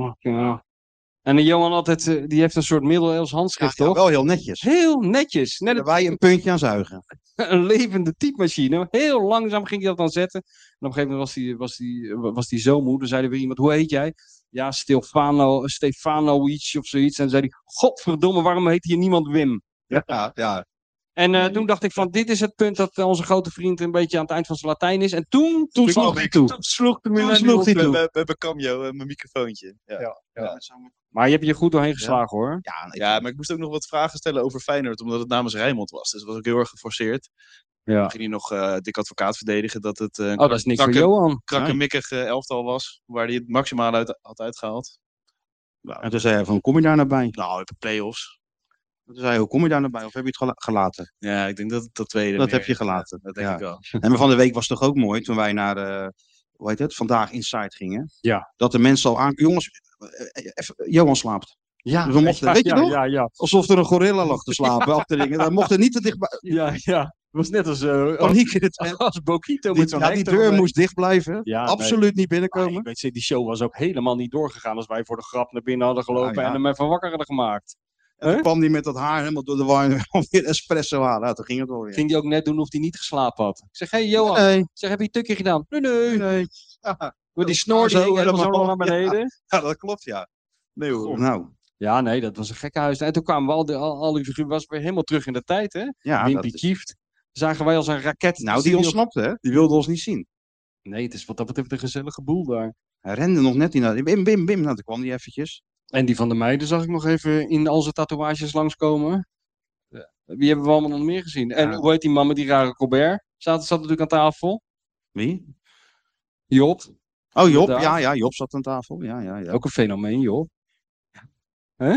Ja. En de Johan altijd, eh, die heeft een soort middeleeuws Ja, handschrift, ja, toch? wel heel netjes. Heel netjes. Net Daar wij een puntje aan zuigen. een levende typemachine. Heel langzaam ging hij dat dan zetten. En op een gegeven moment was hij was die, was die zo moe. Dan zei er weer iemand, hoe heet jij? Ja, Stefano, Stefanovic of zoiets. En dan zei hij, godverdomme, waarom heet hier niemand Wim? Ja, ja. En eh, toen dacht ik van, dit is het punt dat eh, onze grote vriend een beetje aan het eind van zijn Latijn is. En toen, toen Toen sloeg kwam hij ik. toe. Toen sloeg de millennial sloeg hij toe. toe. We, we hebben Cameo, eh, mijn microfoontje. Ja. Ja. Ja. Maar je hebt je goed doorheen geslagen, hoor. Ja, nee, Ja, maar ik moest ook nog wat vragen stellen over Feyenoord, omdat het namens Rijnmond was. Dus dat was ook heel erg geforceerd. Ja. Dan ging hij nog eh dik advocaat verdedigen dat het eh, een Oh, dat is niks voor krakke- Johan. krakkemikkig eh, elftal was, waar hij het maximaal uit had uitgehaald. En toen zei hij van, kom je daar nou bij? Nou, ik heb play-offs. Toen zei je, hoe kom je daar nou bij? Of heb je het gela- gelaten? Ja, ik denk dat het dat tweede Dat meer heb je is, ja. gelaten. Dat denk Ja. ik wel. En maar van de week was het toch ook mooi toen wij naar, eh, hoe heet het, Vandaag Inside gingen. Ja. Dat de mensen al aan... Jongens, eh, eh, even, Johan slaapt. Ja, Dus we mochten, ja, weet je ja, nog? Ja, ja, Alsof er een gorilla lag te slapen achterin. We mochten niet te dichtbij. ja, ja. Het was net als, uh, Paniek in het tent. als Bokito Die, met zo'n ja, die hek deur eromheen. moest dicht blijven. Ja, Absoluut niet Maar binnenkomen. ik weet, je, die show was ook helemaal niet doorgegaan als wij voor de grap naar binnen hadden gelopen Ja, ja. en hem even wakker hadden gemaakt. En toen Huh? kwam die met dat haar helemaal door de wijn. En weer espresso halen. Nou, toen ging het wel weer. Ging die ook net doen of hij niet geslapen had. Ik zeg, hé hey, Johan, Nee, zeg, heb je een tukje gedaan? Nee, nee. nee. Ja, Door die snor die Zo ging helemaal zo helemaal, naar beneden. ja, dat klopt, ja. Nee hoor. Nou, Ja, nee, dat was een gekke huis. En toen kwamen we al, die, al, al die figuren, was weer helemaal terug in de tijd, hè? ja, Wimpy dat is- Kieft. Zagen wij als een raket. nou, die ontsnapte, hè? Die wilde ons niet zien. Nee, het is wat dat betreft een gezellige boel daar. Hij rende nog net niet naar... Bim, bim, bim. Nou, toen kwam die eventjes. En die van de meiden zag ik nog even in al zijn tatoeages langskomen. Ja. Wie hebben we allemaal nog meer gezien? En Ja. hoe heet die man met die rare Colbert? Zat, zat natuurlijk aan tafel. Wie? Job. Oh, Job. Inderdaad. Ja, ja, Job zat aan tafel. Ja, ja, ja. Ook een fenomeen, Job. Hè?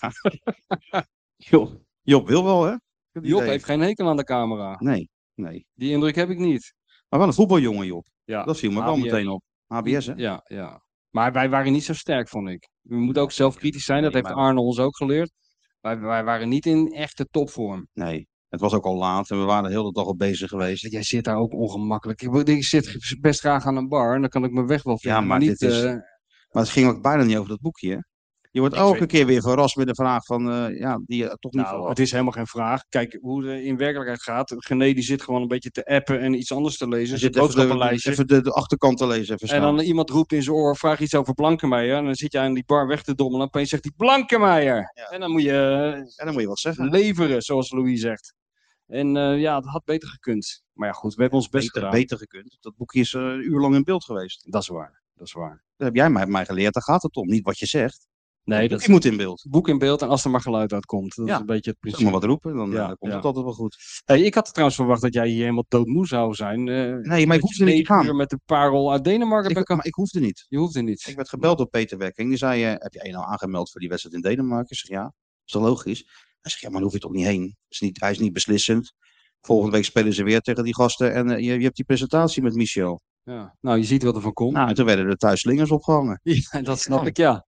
Job. Job wil wel, hè? Ik heb het Job idee. heeft geen hekel aan de camera. Nee, nee. Die indruk heb ik niet. Maar wel een voetbaljongen, Job. Ja. Dat viel me wel H B S. meteen op. H B S, hè? Ja, ja. Maar wij waren niet zo sterk, vond ik. We moeten ook zelfkritisch zijn, dat Nee, heeft maar- Arne ons ook geleerd. Wij, wij waren niet in echte topvorm. Nee. Het was ook al laat en we waren de hele dag al bezig geweest. Jij zit daar ook ongemakkelijk. Ik, ik zit best graag aan een bar en dan kan ik mijn weg wel vinden. Ja, maar niet, dit is- eh, Maar het ging ook bijna niet over dat boekje, hè? Je wordt Ik elke weet- keer weer verrast met een vraag van, eh, ja, die je toch niet nou, verwacht. het is helemaal geen vraag. Kijk, hoe het in werkelijkheid gaat. Gené die zit gewoon een beetje te appen en iets anders te lezen. Je Zijn zit even de, boodschappenlijstje. even de, de achterkant te lezen, even En snel. dan iemand roept in zijn oor, vraag iets over Blankenmeijer. En dan zit je aan die bar weg te dommelen. En opeens zegt hij Blankenmeijer. Ja. En dan moet je En dan moet je wat eh, zeggen. leveren, zoals Louis zegt. En eh, ja, het had beter gekund. Maar ja, goed, we hebben ons best Beter, gedaan. beter gekund. Dat boekje is eh, een uur lang in beeld geweest. Dat is waar, dat is waar. Dat heb jij mij, mij geleerd, daar gaat het om. Niet wat je zegt. Nee, Het dat boekje moet in beeld. is boek in beeld en als er maar geluid uitkomt. Dat Ja. is een beetje het Zeg principe. maar wat roepen, dan, Ja, eh, dan komt ja. het altijd wel goed. Hey, ik had trouwens verwacht dat jij hier helemaal doodmoe zou zijn. eh, Nee, maar ik dat hoefde je niet te negen uur gaan. met de parel uit Denemarken bent Ik, gaan- maar ik hoefde niet. Je hoefde niet. Ik werd gebeld door Peter Wekking. Die zei, eh, heb je een al aangemeld voor die wedstrijd in Denemarken? Ik zeg, ja. Is toch logisch? Hij zegt, ja, maar dan hoef je toch niet heen. Is niet, hij is niet beslissend. Volgende week spelen ze weer tegen die gasten. En eh, je, je hebt die presentatie met Michel. Ja. Nou, je ziet wat er van komt. Nou, en toen werden er thuis slingers opgehangen. Ja, dat snap ik, ja.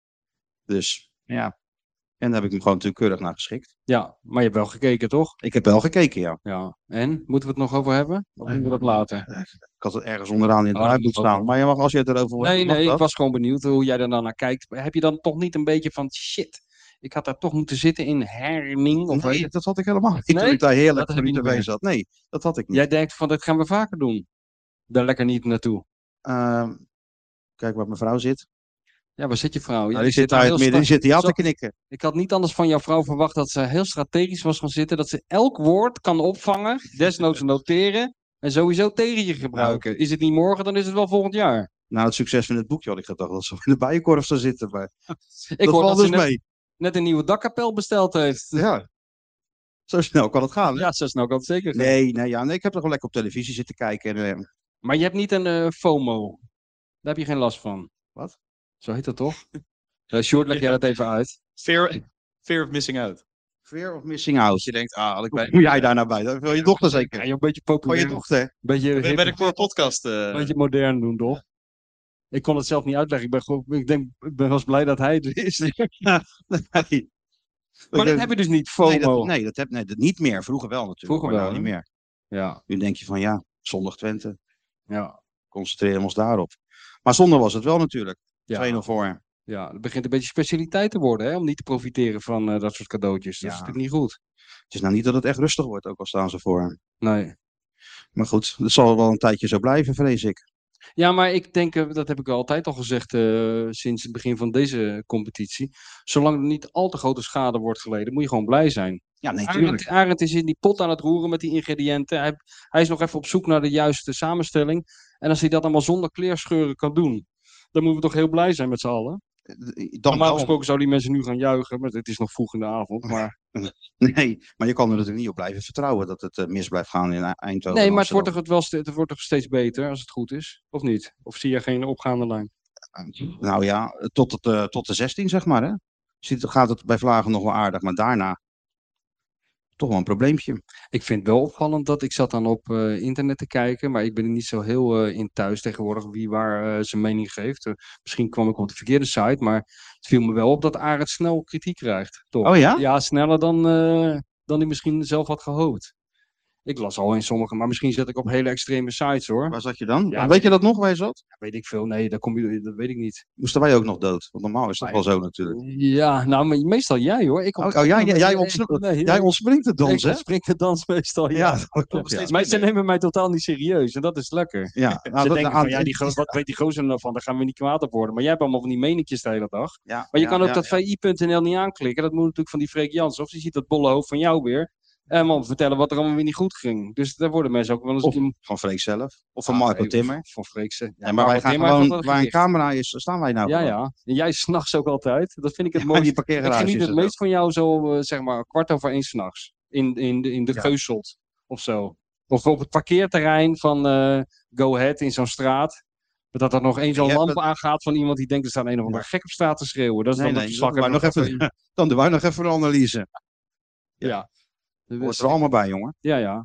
Dus, ja. En daar heb ik me gewoon natuurlijk keurig naar geschikt. Ja, maar je hebt wel gekeken, toch? Ik heb wel gekeken, ja. Ja. En? Moeten we het nog over hebben? Of doen we dat later? Ik had het ergens onderaan in het Oh, uit dat moet moet ook staan. Maar je mag, als je het erover wordt, Nee, mag nee, ik dat. was gewoon benieuwd hoe jij er dan naar kijkt. Heb je dan toch niet een beetje van, shit, ik had daar toch moeten zitten in Herning? Of Nee, weet- dat had ik helemaal niet. Nee? Toen ik daar heerlijk Dat heb voor je die niet tv meer. zat. Nee, dat had ik niet. Jij denkt van, dat gaan we vaker doen. Daar lekker niet naartoe. Ehm, kijk waar mijn vrouw zit. Ja, waar zit je vrouw? Ja, Nou, die zit daar in het heel midden. Die sta- zit ja te Zo- knikken. Ik had niet anders van jouw vrouw verwacht dat ze heel strategisch was gaan zitten. Dat ze elk woord kan opvangen, desnoods noteren en sowieso tegen je gebruiken. Is het niet morgen, dan is het wel volgend jaar. Na het succes van het boekje had ik gedacht dat ze in de bijenkorf zou zitten. Maar Ik dat hoor valt dat ze dus net, mee. net een nieuwe dakkapel besteld heeft. Ja. Zo snel kan het gaan. Hè? Ja, zo snel kan het zeker gaan. Nee, nee, ja, nee, ik heb toch wel lekker op televisie zitten kijken. En, eh, Maar je hebt niet een eh, FOMO. Daar heb je geen last van. Wat? Zo heet dat toch? Uh, Sjoerd, leg jij dat even uit. Fear, fear of missing out. Fear of missing out. Als je denkt, ah, had ik bij, Hoe moet jij daar nou bij? Dat wil je dochter Ja, zeker. je een beetje Van je populair. Een dochter. beetje, bij, hip- bij de Core Podcast. eh, een beetje modern doen, toch? Ik kon het zelf niet uitleggen. Ik ben, gewoon, ik denk, ik ben wel eens blij dat hij het is. Nee. Maar dat heb je dus niet, FOMO. Nee, dat, nee, dat heb, nee, dat niet meer. Vroeger wel natuurlijk. Vroeger maar wel, nou niet hè? meer. Ja, Nu denk je van ja, zondag Twente. ja. Concentreren we ons daarop. Maar zondag was het wel natuurlijk. Ja. twee nul voor. Ja, het begint een beetje specialiteit te worden, hè? Om niet te profiteren van eh, dat soort cadeautjes. Dat Ja. is natuurlijk niet goed. Het is nou niet dat het echt rustig wordt, ook al staan ze voor. Nee. Maar goed, het zal wel een tijdje zo blijven, vrees ik. Ja, maar ik denk, eh, dat heb ik altijd al gezegd eh, sinds het begin van deze competitie. Zolang er niet al te grote schade wordt geleden, moet je gewoon blij zijn. Ja, nee, Arend, tuurlijk. Arend is in die pot aan het roeren met die ingrediënten. Hij, hij is nog even op zoek naar de juiste samenstelling. En als hij dat allemaal zonder kleerscheuren kan doen, dan moeten we toch heel blij zijn met z'n allen. Dan Normaal wel. gesproken zouden die mensen nu gaan juichen, maar het is nog vroeg in de avond. Maar... Nee, maar je kan er natuurlijk niet op blijven vertrouwen dat het eh, mis blijft gaan in E- Eindhoven. Nee, en maar het wordt, Amsterdam. toch het, wel ste- het wordt toch steeds beter als het goed is? Of niet? Of zie je geen opgaande lijn? Nou ja, tot, het, eh, tot de zestien zeg maar. Hè. Ziet, gaat het bij Vlagen nog wel aardig, maar daarna Toch wel een probleempje. Ik vind het wel opvallend dat ik zat dan op uh, internet te kijken, maar ik ben er niet zo heel uh, in thuis tegenwoordig wie waar uh, zijn mening geeft. Uh, misschien kwam ik op de verkeerde site, maar het viel me wel op dat Arend snel kritiek krijgt. Toch? Oh ja? Ja, sneller dan, uh, dan hij misschien zelf had gehoopt. Ik las al in sommige, maar misschien zat ik op hele extreme sites hoor. Waar zat je dan? Ja, weet je dat nog waar je zat? Ja, weet ik veel. Nee, dat, kom je, dat weet ik niet. Moesten wij ook nog dood? Want normaal is dat maar, wel zo natuurlijk. Ja, nou, maar meestal jij hoor. Ik oh, oh jij, jij, jij, ontsp nee, jij ontspringt de dans, hè? Ik ontspringt de dans meestal, ja. ja dat klopt, ja. Maar ze nemen mij totaal niet serieus en dat is lekker. Ja, nou, ze dat, denken van, ja, die wat weet die gozer nou van, daar gaan we niet kwaad op worden. Maar jij hebt allemaal van die meninkjes de hele dag. Ja, maar je ja, kan ook ja, dat ja. V I punt N L niet aanklikken. Dat moet natuurlijk van die Freek Jansen. Of je ziet dat bolle hoofd van jou weer. En man vertellen wat er allemaal weer niet goed ging. Dus daar worden mensen ook wel eens... Of van Freek zelf. Of van ah, Marco nee, Timmer. Of van Freek zelf. Ja, ja, maar Marco wij gaan Timmer gewoon, waar een camera is, staan wij nou Ja, gewoon. ja. En jij s'nachts ook altijd. Dat vind ik het ja, mooiste. Ik geniet het meest van jou zo, uh, zeg maar, kwart over één s'nachts. In, in, de, in de ja. Geuselt. Of zo. Of op het parkeerterrein van uh, Go Ahead in zo'n straat. Dat er nog één zo'n lamp het... aangaat van iemand die denkt er staat een of andere ja. gek op straat te schreeuwen. Dat is nee, dan nee, nog nee, nog even, dan doen wij nog even een analyse. Ja. ja. Dat hoort er allemaal bij, jongen. Ja, ja.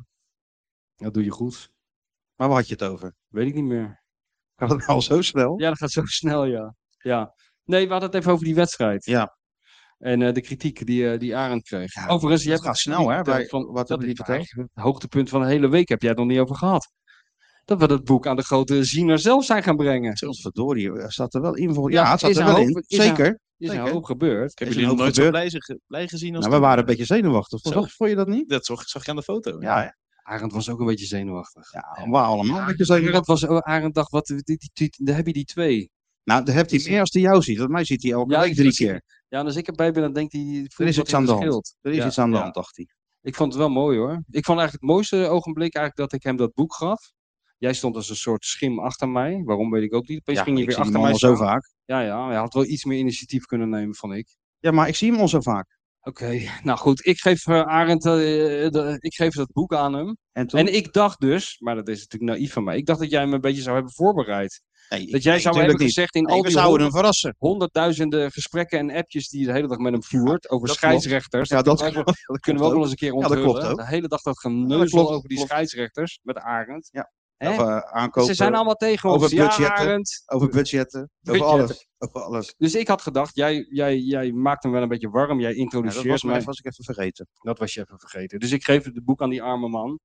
Dat doe je goed. Maar waar had je het over? Weet ik niet meer. Gaat het nou al zo snel? Ja, dat gaat zo snel, ja. ja. Nee, we hadden het even over die wedstrijd. Ja. En uh, de kritiek die, uh, die Arend kreeg. Ja, Overigens, je hebt gaat snel, hè? Bij, van, wat heb je verteld? Het hoogtepunt van de hele week heb jij het nog niet over gehad. Dat we dat boek aan de grote ziener zelf zijn gaan brengen. Verdorie, staat er wel in. Voor... Ja, ja, het staat er wel hoop, in. Zeker. Er, is een hoop gebeurd. Ik heb jullie nog nooit zo blij, blij gezien als nou, we waren een beetje zenuwachtig. Vond, vond je dat niet? Dat zag, zag je aan de foto. Ja, ja. Arend was ook een beetje zenuwachtig. Ja, we waren allemaal een beetje zenuwachtig. Was, oh, Arend dacht, wat, die, die, die, daar heb je die twee. Nou, daar hebt hij meer als hij jou ziet. Want mij ziet hij elke ja, week drie keer. Ja, en als ik erbij ben, dan denkt hij... Er is iets aan de hand. Er is ja, iets aan de ja. hand, dacht hij. Ik vond het wel mooi hoor. Ik vond eigenlijk het mooiste ogenblik eigenlijk dat ik hem dat boek gaf. Jij stond als een soort schim achter mij. Waarom weet ik ook niet. Opeens ja, ging je weer achter mij zo vaak. Ja, ja. Hij had wel iets meer initiatief kunnen nemen, vond ik. Ja, maar ik zie hem al zo vaak. Oké, okay. Nou goed. Ik geef uh, Arend, uh, de, ik geef dat boek aan hem. En, toen? en ik dacht dus, maar dat is natuurlijk naïef van mij. Ik dacht dat jij hem een beetje zou hebben voorbereid. Nee, dat jij nee, zou hebben niet. gezegd in nee, al we die zouden hem verrassen. honderdduizenden gesprekken en appjes die je de hele dag met hem voert. Ja, over scheidsrechters. Ja, dat, dat, dat, dat kunnen we ook wel eens een keer onthullen. Ja, dat klopt ook. De hele dag dat geneuzel ja, over die klopt. scheidsrechters met Arend. Ja. Over aankopen, ze zijn allemaal tegen ons. Over budgetten, ja, Arend. over budgetten, over alles, over alles. Dus ik had gedacht, jij, jij, jij maakt hem wel een beetje warm. Jij introduceert ja, dat was, mij. Dat was ik even vergeten. Dat was je even vergeten. Dus ik geef het boek aan die arme man.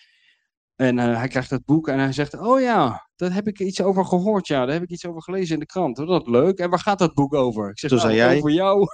En uh, hij krijgt het boek en hij zegt, oh ja, daar heb ik iets over gehoord. Ja, daar heb ik iets over gelezen in de krant. Dat is leuk. En waar gaat dat boek over? Ik zeg, toen nou, zei jij... over jou.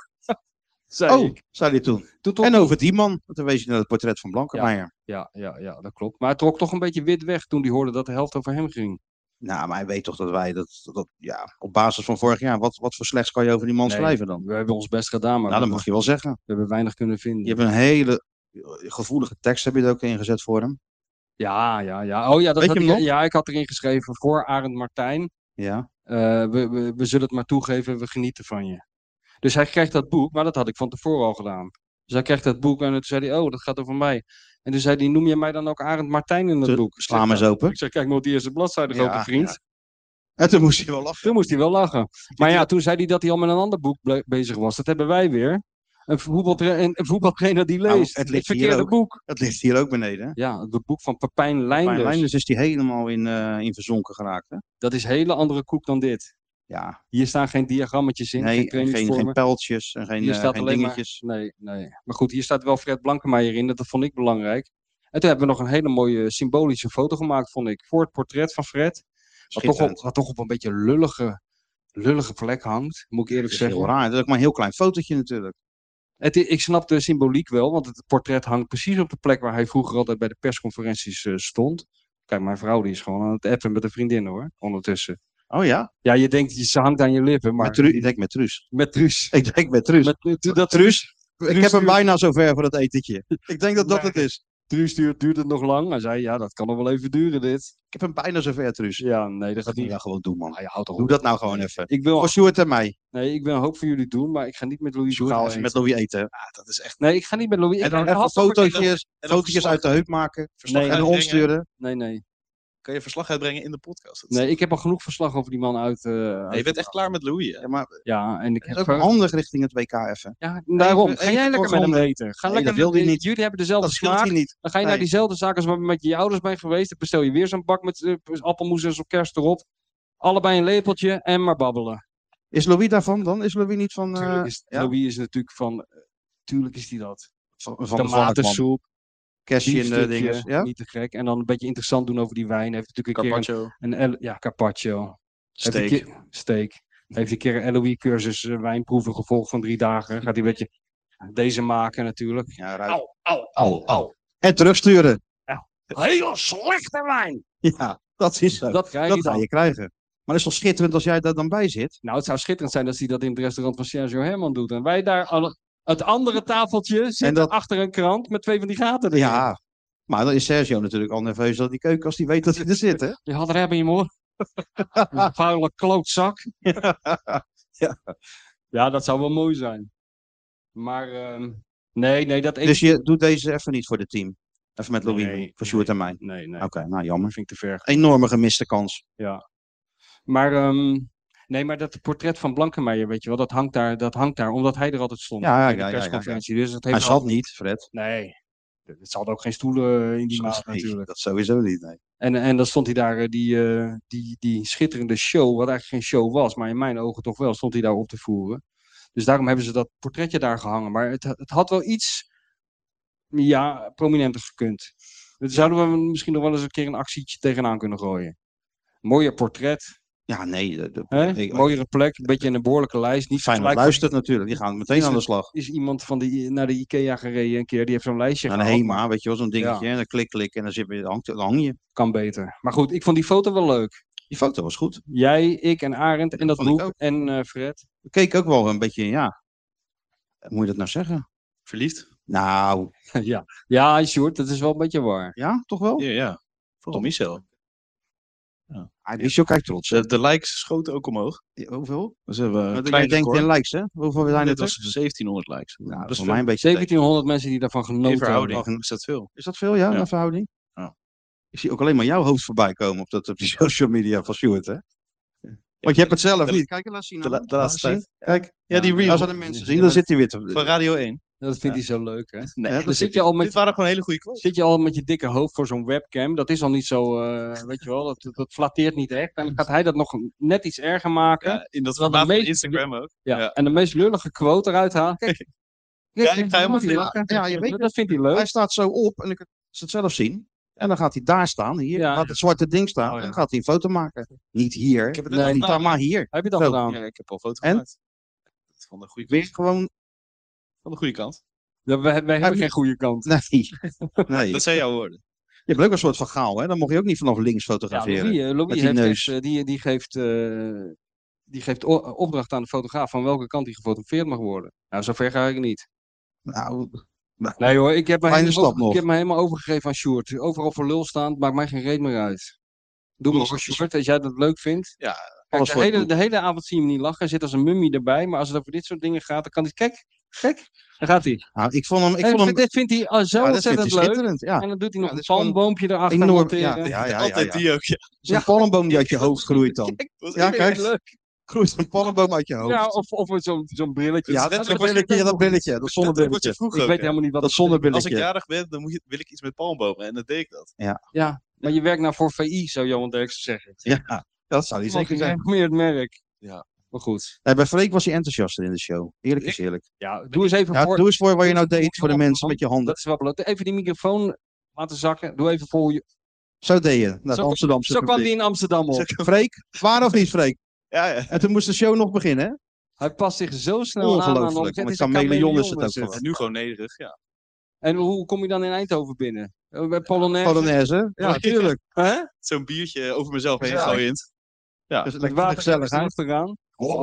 zei oh, ik. zei hij toen. toen en over die man. Toen wees je naar het portret van Blankenmeijer. Ja, ja, ja, ja, dat klopt. Maar hij trok toch een beetje wit weg toen hij hoorde dat de helft over hem ging. Nou, maar hij weet toch dat wij, dat, dat, ja, op basis van vorig jaar, wat, wat voor slechts kan je over die man nee, schrijven dan? We hebben ons best gedaan. Maar nou, dat mag je wel zeggen. We hebben weinig kunnen vinden. Je hebt een hele gevoelige tekst, heb je er ook ingezet voor hem? Ja, ja, ja. Oh ja, dat weet had je ik, hem nog? Ja, ik had erin geschreven voor Arend Martijn. Ja. Uh, we, we, we zullen het maar toegeven, we genieten van je. Dus hij krijgt dat boek, maar dat had ik van tevoren al gedaan. Dus hij krijgt dat boek en toen zei hij, oh, dat gaat over mij. En toen zei hij, noem je mij dan ook Arend Martijn in dat Te, boek? Sla me eens open. Ik zei, kijk maar op die eerste bladzijde, ja, grote vriend. Ja. En toen moest hij wel lachen. Toen moest hij wel lachen. Maar ja, toen zei hij dat hij al met een ander boek bezig was. Dat hebben wij weer. Een, voetbaltra een voetbaltrainer die leest. Nou, het, ligt het verkeerde hier ook, boek. Het ligt hier ook beneden. Ja, het boek van Pepijn Leinders. Pepijn Leinders is die helemaal in, uh, in verzonken geraakt. Hè? Dat is een hele andere koek dan dit. Ja. Hier staan geen diagrammetjes in. Nee, geen, geen, geen pijltjes en geen, hier staat uh, geen alleen dingetjes. Maar, nee, nee. Maar goed, hier staat wel Fred Blankenmeijer in. Dat vond ik belangrijk. En toen hebben we nog een hele mooie symbolische foto gemaakt, vond ik. Voor het portret van Fred. Wat toch, op, wat toch op een beetje lullige, lullige plek hangt, moet ik eerlijk zeggen. Heel raar. Dat is ook maar een heel klein fotootje natuurlijk. Het, ik snap de symboliek wel, want het portret hangt precies op de plek waar hij vroeger altijd bij de persconferenties uh, stond. Kijk, mijn vrouw die is gewoon aan het appen met een vriendin hoor, ondertussen. Oh ja? Ja, je denkt, ze hangt aan je lippen, maar... Met Tru ik denk met Truus. Met Truus. Ik denk met Truus. Met, dat Truus. Truus. Ik heb hem bijna zover voor dat etentje. Ik denk dat dat het is. Truus duurt, duurt het nog lang. Hij zei, ja, dat kan nog wel even duren dit. Ik heb hem bijna zover, Truus. Ja, nee, dat gaat niet. Ja, gewoon doen, man. Ah, ja, Doe dat nou gewoon even. Ik wil... Voor Sjoerd en mij. Nee, ik wil een hoop voor jullie doen, maar ik ga niet met Louis eten. Met Louis eten. Ja, dat is echt... Nee, ik ga niet met Louis. En dan even fotootjes, fotootjes uit de heup maken. Nee, en ons sturen. Nee, nee. kan je verslag uitbrengen in de podcast. Dat Nee, ik heb al genoeg verslag over die man uit... Uh, nee, je bent echt klaar met Louis, hè? Ja, maar Ja, en ik het is heb... ook handig richting het W K even. Ja, daarom. Even- Ga even jij lekker met hem doorgronden. eten. Ga Nee, lekker dat wil met- hij niet. Jullie hebben dezelfde Dat scheelt smaak. hij niet. Dan ga je Nee. naar diezelfde zaak als waar je met je ouders bent geweest. Dan bestel je weer zo'n bak met uh, appelmoes en zo'n kerst erop. Allebei een lepeltje en maar babbelen. Is Louis daarvan dan? Is Louis niet van... eh, Tuurlijk is, ja? Louis is natuurlijk van... uh, tuurlijk is hij dat. van, van de Valkman. Tomatensoep, Kerstje en de biefstukje, dingen. Ja? niet te gek. En dan een beetje interessant doen over die wijn. Heeft natuurlijk een Carpaccio, keer een... een L- ja, carpaccio. Heeft een steak. keer- steak. Heeft een keer een L O I-cursus uh, wijnproeven gevolgd van drie dagen. Gaat hij een beetje deze maken natuurlijk. Ja, ruik. Au, au, au, au. En terugsturen. Heel slechte wijn. Ja, dat is zo. Dat krijg Dat je ga dan. je krijgen. Maar het is toch schitterend als jij daar dan bij zit? Nou, het zou schitterend zijn als hij dat in het restaurant van Sergio Herman doet. En wij daar aan het andere tafeltje zitten dat- achter een krant met twee van die gaten erin. Ja. Maar dan is Sergio natuurlijk al nerveus aan die keuken als hij weet dat hij er zit, hè? Je had er hebben in je moor. Een vuile klootzak. Ja. Ja, dat zou wel mooi zijn. Maar ehm, nee, nee, dat Dus je doet deze even niet voor het team? Even met Louis, Nee, voor Sjoerd en mij. Nee, nee. Oké, nou jammer. Dat vind ik te ver. Enorme gemiste kans. Ja. Maar, ehm, nee, maar dat portret van Blankenmeijer, weet je wel, dat hangt daar, dat hangt daar omdat hij er altijd stond. Ja, ja, bij de ja, ja, ja, persconferentie. Dus dat Hij heeft zat al- niet, Fred. Nee. Het zal ook geen stoelen in die maat Nee, natuurlijk. dat sowieso niet, nee. En, en dan stond hij daar, eh, die, eh, die, die schitterende show, wat eigenlijk geen show was, maar in mijn ogen toch wel, stond hij daar op te voeren. Dus daarom hebben ze dat portretje daar gehangen. Maar het, het had wel iets, ja, prominenter gekund. Daar zouden we misschien nog wel eens een keer een actietje tegenaan kunnen gooien. Mooier portret, Ja, nee. De, de- hè? ik- Mooiere plek, een beetje in een behoorlijke lijst. Niet Feyenoord vergelijkbaar. luistert natuurlijk. Die gaan meteen Is aan de het- slag. Is iemand van de, naar de Ikea gereden een keer, die heeft zo'n lijstje Naar de gehaald. HEMA, weet je wel, zo'n dingetje. Ja. En dan klik, klik en dan, zit je, dan, hangt, dan hang je. Kan beter. Maar goed, ik vond die foto wel leuk. Die foto was goed. Jij, ik en Arend en dat vond ik boek ook. en eh, Fred. We keken ook wel een beetje, ja. Hoe moet je dat nou zeggen? Verliefd? Nou, ja, ja, Sjoerd, dat is wel een beetje waar. ja, toch wel? Ja, ja. Vooral Michel. Hij is ook echt trots. hè? De, de likes schoten ook omhoog. Ja, hoeveel? Dus hebben we een Want jij kleine denkt record. in likes, hè? Hoeveel zijn Dit het was er? zeventienhonderd likes. Nou, dat dat is is voor mij een beetje tegen. zeventienhonderd mensen die daarvan in genoten verhouding. hebben. Is dat veel? Is dat veel, ja, Ja. een verhouding? Ja. Ik zie ook alleen maar jouw hoofd voorbij komen op, dat, op die social media van Stuart, hè? Want je hebt het zelf de- niet. Kijk, laat zien. de nou. la- de laatste Laat zien. tijd. Kijk, Ja, die Ja, reel als er de mensen zien, Ja, dan maar- zit hij weer te... van Radio één. Dat vindt hij zo leuk, hè? Nee, Ja, Dan dat zit je, al dit met, waren gewoon hele goede quotes. zit je al met je dikke hoofd voor zo'n webcam. Dat is al niet zo, eh, weet je wel, dat, dat flatteert niet echt. En dan gaat hij dat nog net iets erger maken. Ja, in dat Terwijl de formaat van meest- Instagram ook. Ja. Ja. En de meest lullige quote eruit halen. Kijk, Ja, ik ga helemaal moet hij in. lachen. Ja, je weet Dat vindt hij leuk. Hij staat zo op en ik kan het zelf zien. En dan gaat hij daar staan, hier. Ja. Gaat het zwarte ding staan. Oh, ja. En dan gaat hij een foto maken. Niet hier. Ik heb het Nee, net niet al daar, gedaan. maar hier. Heb je het al Zo. gedaan? Ja, ik heb al een foto En? gemaakt. Van de goede, Weer gewoon... van de goede kant. Ja, wij, wij hebben Hij- geen goede kant. Nee. nee. Dat zijn jouw woorden. Je hebt ook een soort van gaal, hè? Dan mocht je ook niet vanaf links Ja, fotograferen. Louis, eh, Louis Met die heeft neus. echt, eh, die, die geeft, eh, die geeft o- opdracht aan de fotograaf van welke kant hij gefotografeerd mag worden. Nou, zover ga ik niet. Nou, Nee hoor, ik heb, me Kleine helemaal, stap nog. ik heb me helemaal overgegeven aan Sjoerd. Overal voor lul staan, maakt mij geen reet meer uit. Doe maar voor Sjoerd, als jij dat leuk vindt. Ja, Kijk, alles de, voor het hele, doel. de hele avond zie je hem niet lachen. Hij zit als een mummie erbij. Maar als het over dit soort dingen gaat, dan kan hij... Kijk, kijk, daar gaat hij. nou, ik vond hem... Ik En vond hem dit vindt hij al zo ja, dat vindt hij ontzettend leuk. schitterend. Ja. En dan doet hij nog Ja, een dit is gewoon palmboompje erachter Enorm. monteren. Ja, ja, ja, ja, altijd ja. die ook. Ja. Zo'n Ja. palmboom die uit je hoofd groeit dan. Dat Ja, is kijk. leuk. Groeit een palmboom uit je hoofd. Ja, of, of zo'n zo'n brilletje. Ja, net dat zoals brilletje, ja, dat brilletje, dat Wat je zonnebrilletje. vroeg Ik ook, weet hè. helemaal niet wat Dat het Als ik zonnebrilletje. jarig ben, dan moet je, wil ik iets met palmbomen. En dan deed ik dat. Ja, maar je werkt nou voor V I, zou Johan Derksen zeggen. Ja, dat zou hij zeker zijn. Meer het merk. Ja. Maar goed. Nee, bij Freek was hij enthousiaster in de show. Eerlijk is eerlijk. Ja, doe eens even Ja, voor. doe eens voor wat je nou deed voor de mensen met je handen. Dat is wel belangrijk. Even die microfoon laten zakken. Doe even voor hoe je... Zo deed je. Naar Zo- het Amsterdamse Zo kwam publiek. die in Amsterdam op. Freek, waar of niet Freek? Ja, ja. En toen moest de show nog beginnen, hè? Hij past zich zo snel aan aan Ongelooflijk. ons. Het Met is een chameleon is het chameleon, ook is het. gewoon. En nu gewoon nederig, ja. En hoe kom je dan in Eindhoven binnen? Eh, Bij Polonaise? Polonaise. Ja, Ja. tuurlijk. Hè? Zo'n biertje over mezelf heen Ja. gooiend. Ja. Dus het Het lijkt water gezelligheid. achteraan.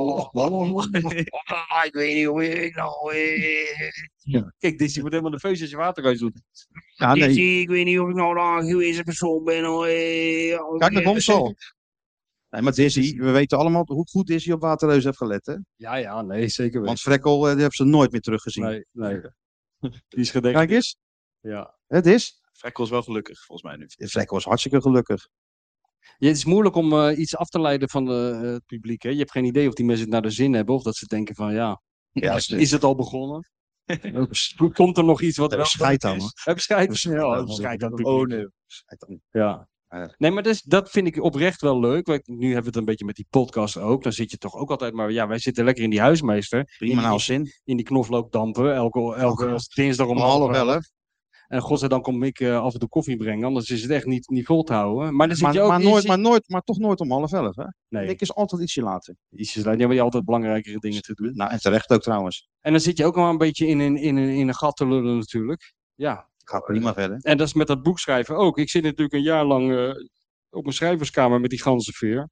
Ik weet niet hoe ik nou... eh, Kijk, Dizzy wordt helemaal nerveus als je waterreus doet. Ja, nee. Dizzy, ik weet niet of ik nou de aangewezen persoon ben. hoor, eh, als Kijk, ik- dat komt zo. Nee, maar Dizzy, we weten allemaal hoe goed Dizzy op Waterreus heeft gelet, hè? Ja, ja, nee, zeker wel. Want Frekkel, eh, die hebben ze nooit meer teruggezien. Nee, nee. Die is gedekt. Kijk eens. Ja. Het is. Frekkel is wel gelukkig, volgens mij nu. Frekkel was hartstikke gelukkig. Ja, het is moeilijk om uh, iets af te leiden van de, uh, het publiek. Hè? Je hebt geen idee of die mensen het naar de zin hebben. Of dat ze denken van ja, Ja, is, is het al begonnen? Komt er nog iets wat Daar wel is scheid leuk aan, is? hoor. Heb je scheid? Scheid Ja, aan, scheid hoor. aan het Oh publiek. nee. Scheid aan. Ja. Ja. Nee, maar dus, dat vind ik oprecht wel leuk. Want nu hebben we het een beetje met die podcast ook. Dan zit je toch ook altijd, maar ja, wij zitten lekker in die huismeester. Prima in, nou die, zin. in die knoflookdampen. Elke, elke Elke- dinsdag om, Om half half elf. elf. En godzijdank kom ik uh, af en toe koffie brengen. Anders is het echt niet, niet vol te houden. Maar dan zit Maar, je ook... maar, je nooit, zit- maar, nooit, maar toch nooit om half elf, hè? Nee, Ik is altijd ietsje later. ietsjes later. Ja, maar je hebt altijd belangrijkere dingen te doen. Nou, en terecht ook trouwens. En dan zit je ook nog wel een beetje in een, in een, in een gat te lullen natuurlijk. Ja. Gaat prima verder. En dat is met dat boek schrijven ook. Ik zit natuurlijk een jaar lang uh, op mijn schrijverskamer met die ganzenveer.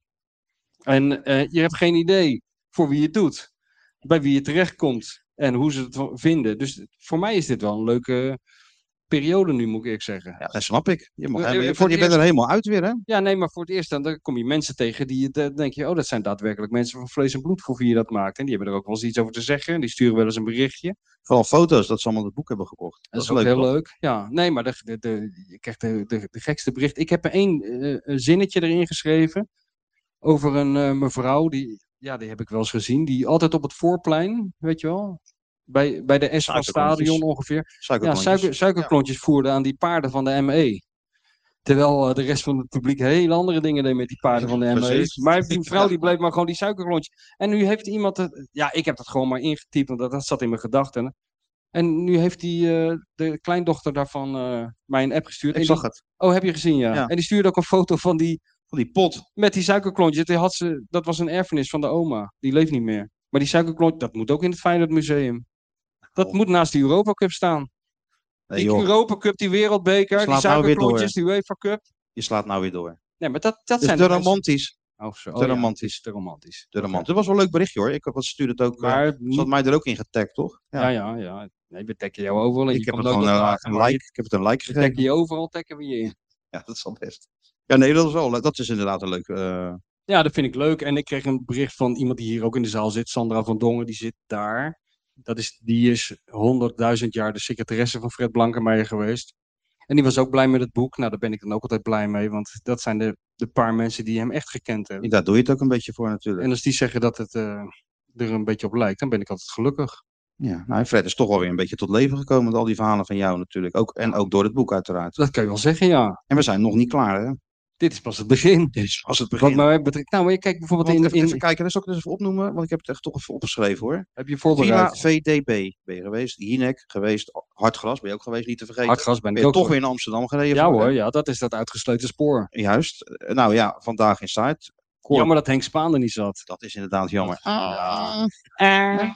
En uh, je hebt geen idee voor wie je het doet. Bij wie je terechtkomt. En hoe ze het vinden. Dus voor mij is dit wel een leuke periode nu, moet ik eerlijk zeggen. Ja, dat snap ik. Je, mag, Eh, je, eh, je, voor het bent er eerst- helemaal uit weer, hè? Ja, nee, maar voor het eerst dan, dan kom je mensen tegen die je dan denk je, oh, dat zijn daadwerkelijk mensen van vlees en bloed voor wie je dat maakt. En die hebben er ook wel eens iets over te zeggen. Die sturen wel eens een berichtje. Vooral foto's dat ze allemaal het boek hebben gekocht. Dat is ook leuk, heel toch? leuk. Ja, nee, maar de, de, de, je krijgt de, de, de gekste bericht. Ik heb er één uh, een zinnetje erin geschreven over een uh, mevrouw, die, ja, die heb ik wel eens gezien, die altijd op het voorplein, weet je wel, bij, bij de S van Suikerklontjes. Stadion ongeveer, ja, Suikerklontjes. suiker, suikerklontjes voerde aan die paarden van de M E. Terwijl uh, de rest van het publiek hele andere dingen deed met die paarden van de M E. Precies. Maar die vrouw die bleef maar gewoon die suikerklontjes. En nu heeft iemand het, ja, ik heb dat gewoon maar ingetypt, want dat, dat zat in mijn gedachten. En nu heeft die, uh, de kleindochter daarvan uh, mij een app gestuurd. Ik En zag die- het. Oh, heb je gezien, ja. Ja. En die stuurde ook een foto van die, Van die pot. met die suikerklontjes. Die had ze, dat was een erfenis van de oma. Die leeft niet meer. Maar die suikerklontjes, dat moet ook in het Feyenoord Museum. Dat Oh. moet naast die Europa Cup staan. Nee, Die joh. Europa Cup, die wereldbeker, die Slaat nou weer suikerklontjes, die UEFA Cup. Je slaat nou weer door. Nee, maar dat, dat Het is zijn te de mensen- romantisch. Oh, zo. te Oh, ja, romantisch. het is te romantisch. Te romantisch. Dat was wel een leuk berichtje, hoor. Ik had- stuurde het ook. eh, Maar Ze niet- had mij er ook in getagd, toch? ja, ja, ja. Nee, we tacken jou overal. en Ik je heb komt het nooit gewoon op een, later, een maar like. Ik heb het een like We tacken gegeven. je overal, tacken we je in. Ja, dat is wel best. Ja, nee, dat is wel leuk. Dat is inderdaad een leuk. eh, Ja, dat vind ik leuk. En ik kreeg een bericht van iemand die hier ook in de zaal zit. Sandra van Dongen, die zit daar. Dat is, die is honderdduizend jaar de secretaresse van Fred Blankenmeijer geweest. En die was ook blij met het boek. Nou, daar ben ik dan ook altijd blij mee. Want dat zijn de, de paar mensen die hem echt gekend hebben. Daar doe je het ook een beetje voor, natuurlijk. En als die zeggen dat het uh, er een beetje op lijkt, dan ben ik altijd gelukkig. Ja, nou, Fred is toch wel weer een beetje tot leven gekomen met al die verhalen van jou natuurlijk. Ook, en ook door het boek uiteraard. Dat kan je wel zeggen, ja. En we zijn nog niet klaar, hè? Dit is pas het begin. Dit is pas het Wat begin. mij betreft. Nou, maar je kijkt bijvoorbeeld Want in. even, in even kijken, dat zal ik dus even opnoemen, want ik heb het echt toch even opgeschreven, hoor. heb je Villa voorbereid? V D B ben je geweest, Jinek geweest, Hartgras ben je ook geweest, niet te vergeten. Hardgras ben Ben ik je ook. toch geweest. weer in Amsterdam gereden? Ja voor, hoor, hè? ja, dat is dat uitgesleten spoor. Juist. Eh, Nou ja, vandaag in Zuid. Cor, Jammer dat Henk Spaan er niet zat. Dat is inderdaad jammer. Ja. Eh,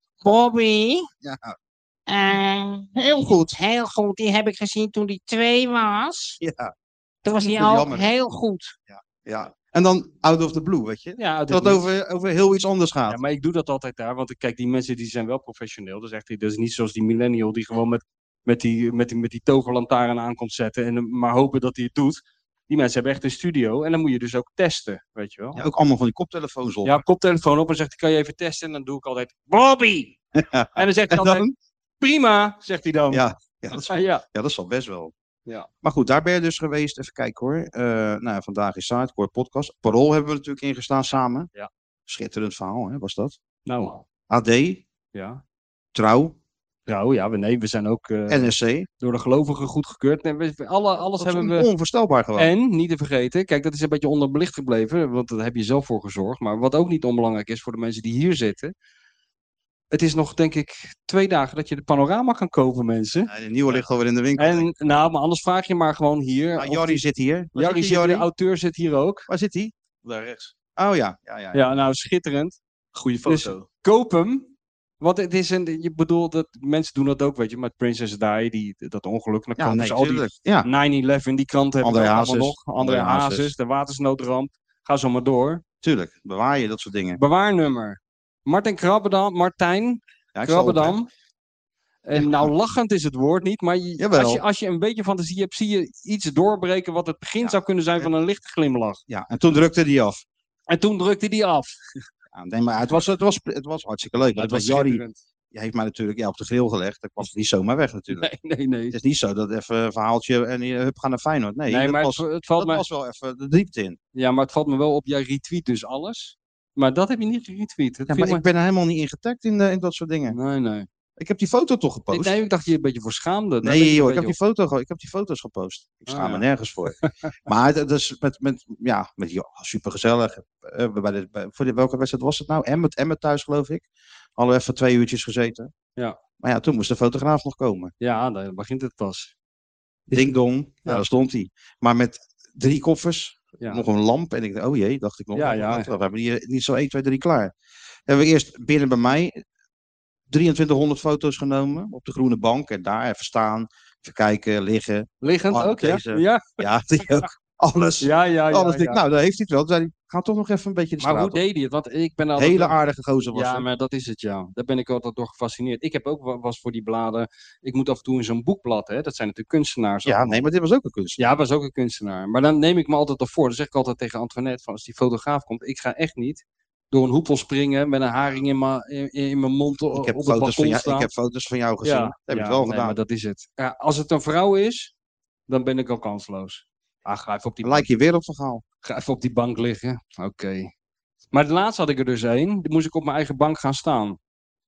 Bobby. Ja, Eh, heel goed. heel goed, die heb ik gezien toen die twee was. Ja, Toen was hij Dat is al jammer. heel goed. ja. En dan out of the blue, weet je. Ja, Dat het over, over heel iets anders gaat. Ja, maar ik doe dat altijd daar, want ik kijk, die mensen die zijn wel professioneel. Dat is, echt, dat is niet zoals die millennial die gewoon met, met, die, met, die, met die toverlantaarn aankomt zetten en maar hopen dat hij het doet. Die mensen hebben echt een studio en dan moet je dus ook testen, weet je wel. Ja, ook allemaal van die koptelefoons op. Ja, koptelefoon op en zegt hij, kan je even testen? En dan doe ik altijd, Bobby! En dan zegt hij En altijd, dan? prima, zegt hij dan. Ja, ja, dat is, Ah, ja. ja, dat zal best wel. Ja. Maar goed, daar ben je dus geweest. Even kijken hoor. Eh, nou, ja, vandaag is Zuid, podcast. Parool hebben we natuurlijk ingestaan samen. Ja. Schitterend verhaal, hè, was dat. Nou, A D, ja. Trouw, Nou ja, we, nee, we zijn ook eh, N S C. door de gelovigen goedgekeurd. Nee, we, we- alle, alles Dat is hebben on- we... onvoorstelbaar gewoon. En, niet te vergeten, kijk, dat is een beetje onderbelicht gebleven, want daar heb je zelf voor gezorgd. Maar wat ook niet onbelangrijk is voor de mensen die hier zitten. Het is nog, denk ik, twee dagen dat je de panorama kan kopen, mensen. Ja, de nieuwe ligt alweer in de winkel. En, nou, maar anders vraag je maar gewoon hier. Ah, of Jarry die- zit hier. Waar Jarry zit zit die, hier, de auteur zit hier ook. Waar zit hij? Daar rechts. Oh ja, ja, ja. ja. Ja, nou, schitterend. Goeie Dus- foto. Koop hem. Want het is een, je bedoelt, dat mensen doen dat ook, weet je, met Princess Di, die, dat ongeluk. Dan Ja, komen nee, ze al die tuurlijk. Ja, nine eleven, die krant hebben we André allemaal Hazes. nog. André André Hazes. Hazes, de watersnoodramp. Ga zo maar door. tuurlijk. Bewaar je dat soort dingen. Bewaarnummer. Martin Krabbedam, Martijn Ja, ik zal op, hè. Krabbedam. En nou, lachend is het woord niet, maar je, Jawel. als, je, als je een beetje fantasie hebt, zie je iets doorbreken wat het begin Ja. zou kunnen zijn van een lichte glimlach. Ja, en toen drukte hij af. En toen drukte hij af. Ja, nee, maar het was, het, was, het was hartstikke leuk. Maar Dat het was was Jarry. schitterend. je heeft mij natuurlijk ja, op de grill gelegd. Dat kwam niet zomaar weg natuurlijk. Nee, nee, nee. Het is niet zo dat even een verhaaltje en je hup, gaan naar Feyenoord. Nee, Nee, dat, maar was, het, het valt dat me, was wel even de diepte in. ja, maar het valt me wel op. Jij retweet dus alles. Maar dat heb je niet geretweet. Het Ja, viel maar ik ben er helemaal niet in getagd in, eh, in dat soort dingen. me... Nee, nee. Ik heb die foto toch Ik, gepost? nee, ik dacht je een beetje voor schaamde. Daar ben Nee, een joh, ik heb, beetje die foto, ge- ik heb die foto's gepost. Ik schaam Ah, me ja. nergens voor. Maar het, het is met, met, ja, met ja, super gezellig. bij de, bij, voor de, welke wedstrijd was het nou? Emmet, Emmet thuis, geloof ik. Hadden we even twee uurtjes gezeten. Ja. Maar ja, toen moest de fotograaf nog komen. Ja, daar begint het pas. Ding dong, ja, Ja. daar stond hij. Maar met drie koffers, Ja. nog een lamp. En ik dacht, oh jee, dacht ik nog. Ja, wat- ja. wat- We hebben hier niet zo één, twee, drie klaar. Hebben we eerst binnen bij mij drieëntwintighonderd foto's genomen op de groene bank. En daar even staan, even kijken, liggen. Liggend Oh, ook, ja? deze- Ja, Ja, die ook. Alles. ja, ja. ja, Alles. ja. Dik- Nou, daar heeft hij het wel. Toen zei hij, ga toch nog even een beetje de Maar straat hoe op. deed hij het? Want ik ben altijd... Hele aardige gozer was Ja, het. maar dat is het, ja. Daar ben ik altijd door gefascineerd. Ik heb ook wel- was voor die bladen... Ik moet af en toe in zo'n boekblad, hè. Dat zijn natuurlijk kunstenaars. Ja, allemaal. nee, maar dit was ook een kunst. Ja, was ook een kunstenaar. Maar dan neem ik me altijd al voor. Dan zeg ik altijd tegen Antoinette, van als die fotograaf komt, ik ga echt niet door een hoepel springen met een haring in mijn, in, in mijn mond o- Ik heb, op het foto's van balkon jou, staan. ik heb foto's van jou gezien. Ja, dat heb ja, ik wel nee, gedaan. maar dat is het. Ja, als het een vrouw is, dan ben ik al kansloos. Ah, ga even op die, Dan lijk bank, je weer op verhaal. ga even op die bank liggen. Oké. Maar de laatste had ik er dus één. Die moest ik op mijn eigen bank gaan staan.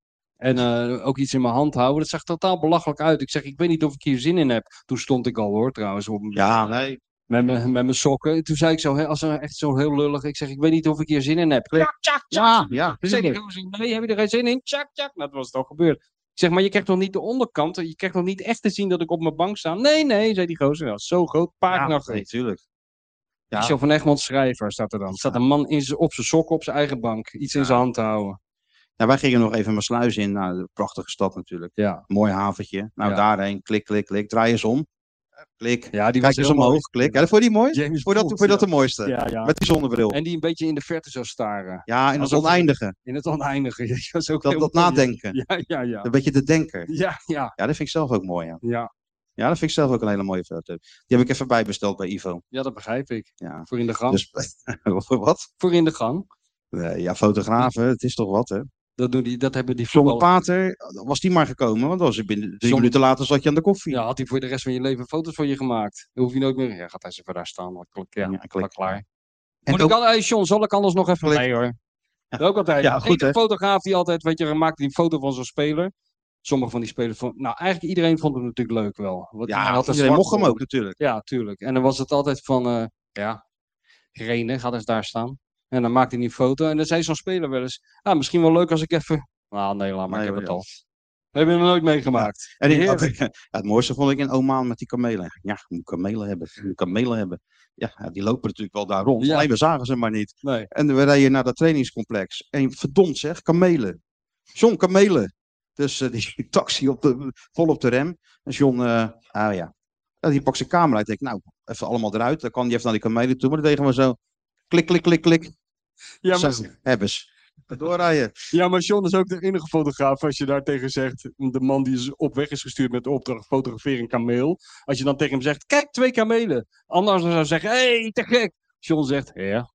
En eh, ook iets in mijn hand houden. Dat zag totaal belachelijk uit. Ik zeg, ik weet niet of ik hier zin in heb. Toen stond ik al hoor, trouwens. Op, Ja, nee. met mijn met mijn sokken. Toen zei ik zo, hè, als een, echt zo heel lullig. Ik zeg, ik weet niet of ik hier zin in heb. Tjak, tjak, Ja, ja. Toen zei die gozer, nee, heb je er geen zin in? Tjak, tjak. Nou, dat was het al gebeurd. Ik zeg, maar je krijgt nog niet de onderkant. Je krijgt nog niet echt te zien dat ik op mijn bank sta. Nee, nee, zei die gozer. Ja, zo groot, pagina Ja, groot. nee, tuurlijk. Ja. Michel van Egmond schrijver staat er dan. Er staat een man in z'n- op zijn sokken op zijn eigen bank. Iets in Ja. zijn hand te houden. Nou, wij gingen nog even mijn sluis in. Nou, de prachtige stad natuurlijk. Ja, Mooi haventje. Nou, Ja. daarheen. Klik, klik, klik. Draai eens om. Klik. ja die Kijk was eens heel omhoog. mooi. Klik. Ja, dat vond je die mooi? James Vond je dat, Bond, vond je dat ja. de mooiste? Ja, ja. Met die zonnebril. En die een beetje in de verte zou staren. Ja, in het Alsof- oneindige. In het oneindige. Dat is ook Dat, heel dat mooi. nadenken. Ja, ja, ja. Een beetje de denker. Ja, ja, Ja, dat vind ik zelf ook mooi. Ja, ja. ja dat vind ik zelf ook een hele mooie foto. Die heb ik even bijbesteld bij Ivo. Ja, dat begrijp ik. Ja. Voor in de gang. Dus, wat? Voor in de gang. Nee, ja, fotografen, het is toch wat, hè? Dat, doen die, dat hebben die Zonder voetballers. Pater was die maar gekomen, want dan was hij binnen drie Zonder- minuten later zat je aan de koffie. Ja, had hij voor de rest van je leven foto's van je gemaakt. Dan hoef je nooit meer... Ja, gaat hij eens even daar staan. Dan klik, ja, Ja, ja, klik. klaar. En Moet ook- ik al... Hey, John, zal ik anders nog even... Klik. Nee hoor. Ook altijd. Ja, Ja, goed, hè? fotograaf die altijd, weet je, dan maakte die foto van zo'n speler. Sommige van die spelers vond... Nou, eigenlijk iedereen vond hem natuurlijk leuk wel. Want hij Ja, had een iedereen mocht zwart hem voor. ook natuurlijk. Ja, tuurlijk. En dan was het altijd van... eh, ja, Rene, gaat eens daar staan. En dan maakte hij die foto. En dan zei zo'n speler wel eens... Ah, misschien wel leuk als ik even... Nou, nee, laat maar, Nee, ik heb het ja. al. Dat heb je nog nooit meegemaakt. En in, Heerlijk. ja, het mooiste vond ik in Oman met die kamelen. Ja, je moet kamelen hebben. Je moet kamelen hebben. Ja, ja, die lopen natuurlijk wel daar rond. Ja. Alleen we zagen ze maar niet. Nee. En we reden naar dat trainingscomplex. En verdomd zeg, kamelen. John, kamelen. Dus eh, die taxi op de, vol op de rem. En John, eh, ah ja. Ja, die pakt zijn camera uit. Ik denk, nou, even allemaal eruit. Dan kan hij even naar die kamelen toe. Maar dan deden we zo. Klik, klik, klik, klik. Ja, Zo, maar, hebben ze. Doorrijden. ja, maar John is ook de enige fotograaf. Als je daar tegen zegt, de man die is op weg is gestuurd met de opdracht fotografeer een kameel. Als je dan tegen hem zegt, kijk, twee kamelen. Anders zou zeggen, hé, hey, te gek. John zegt, ja.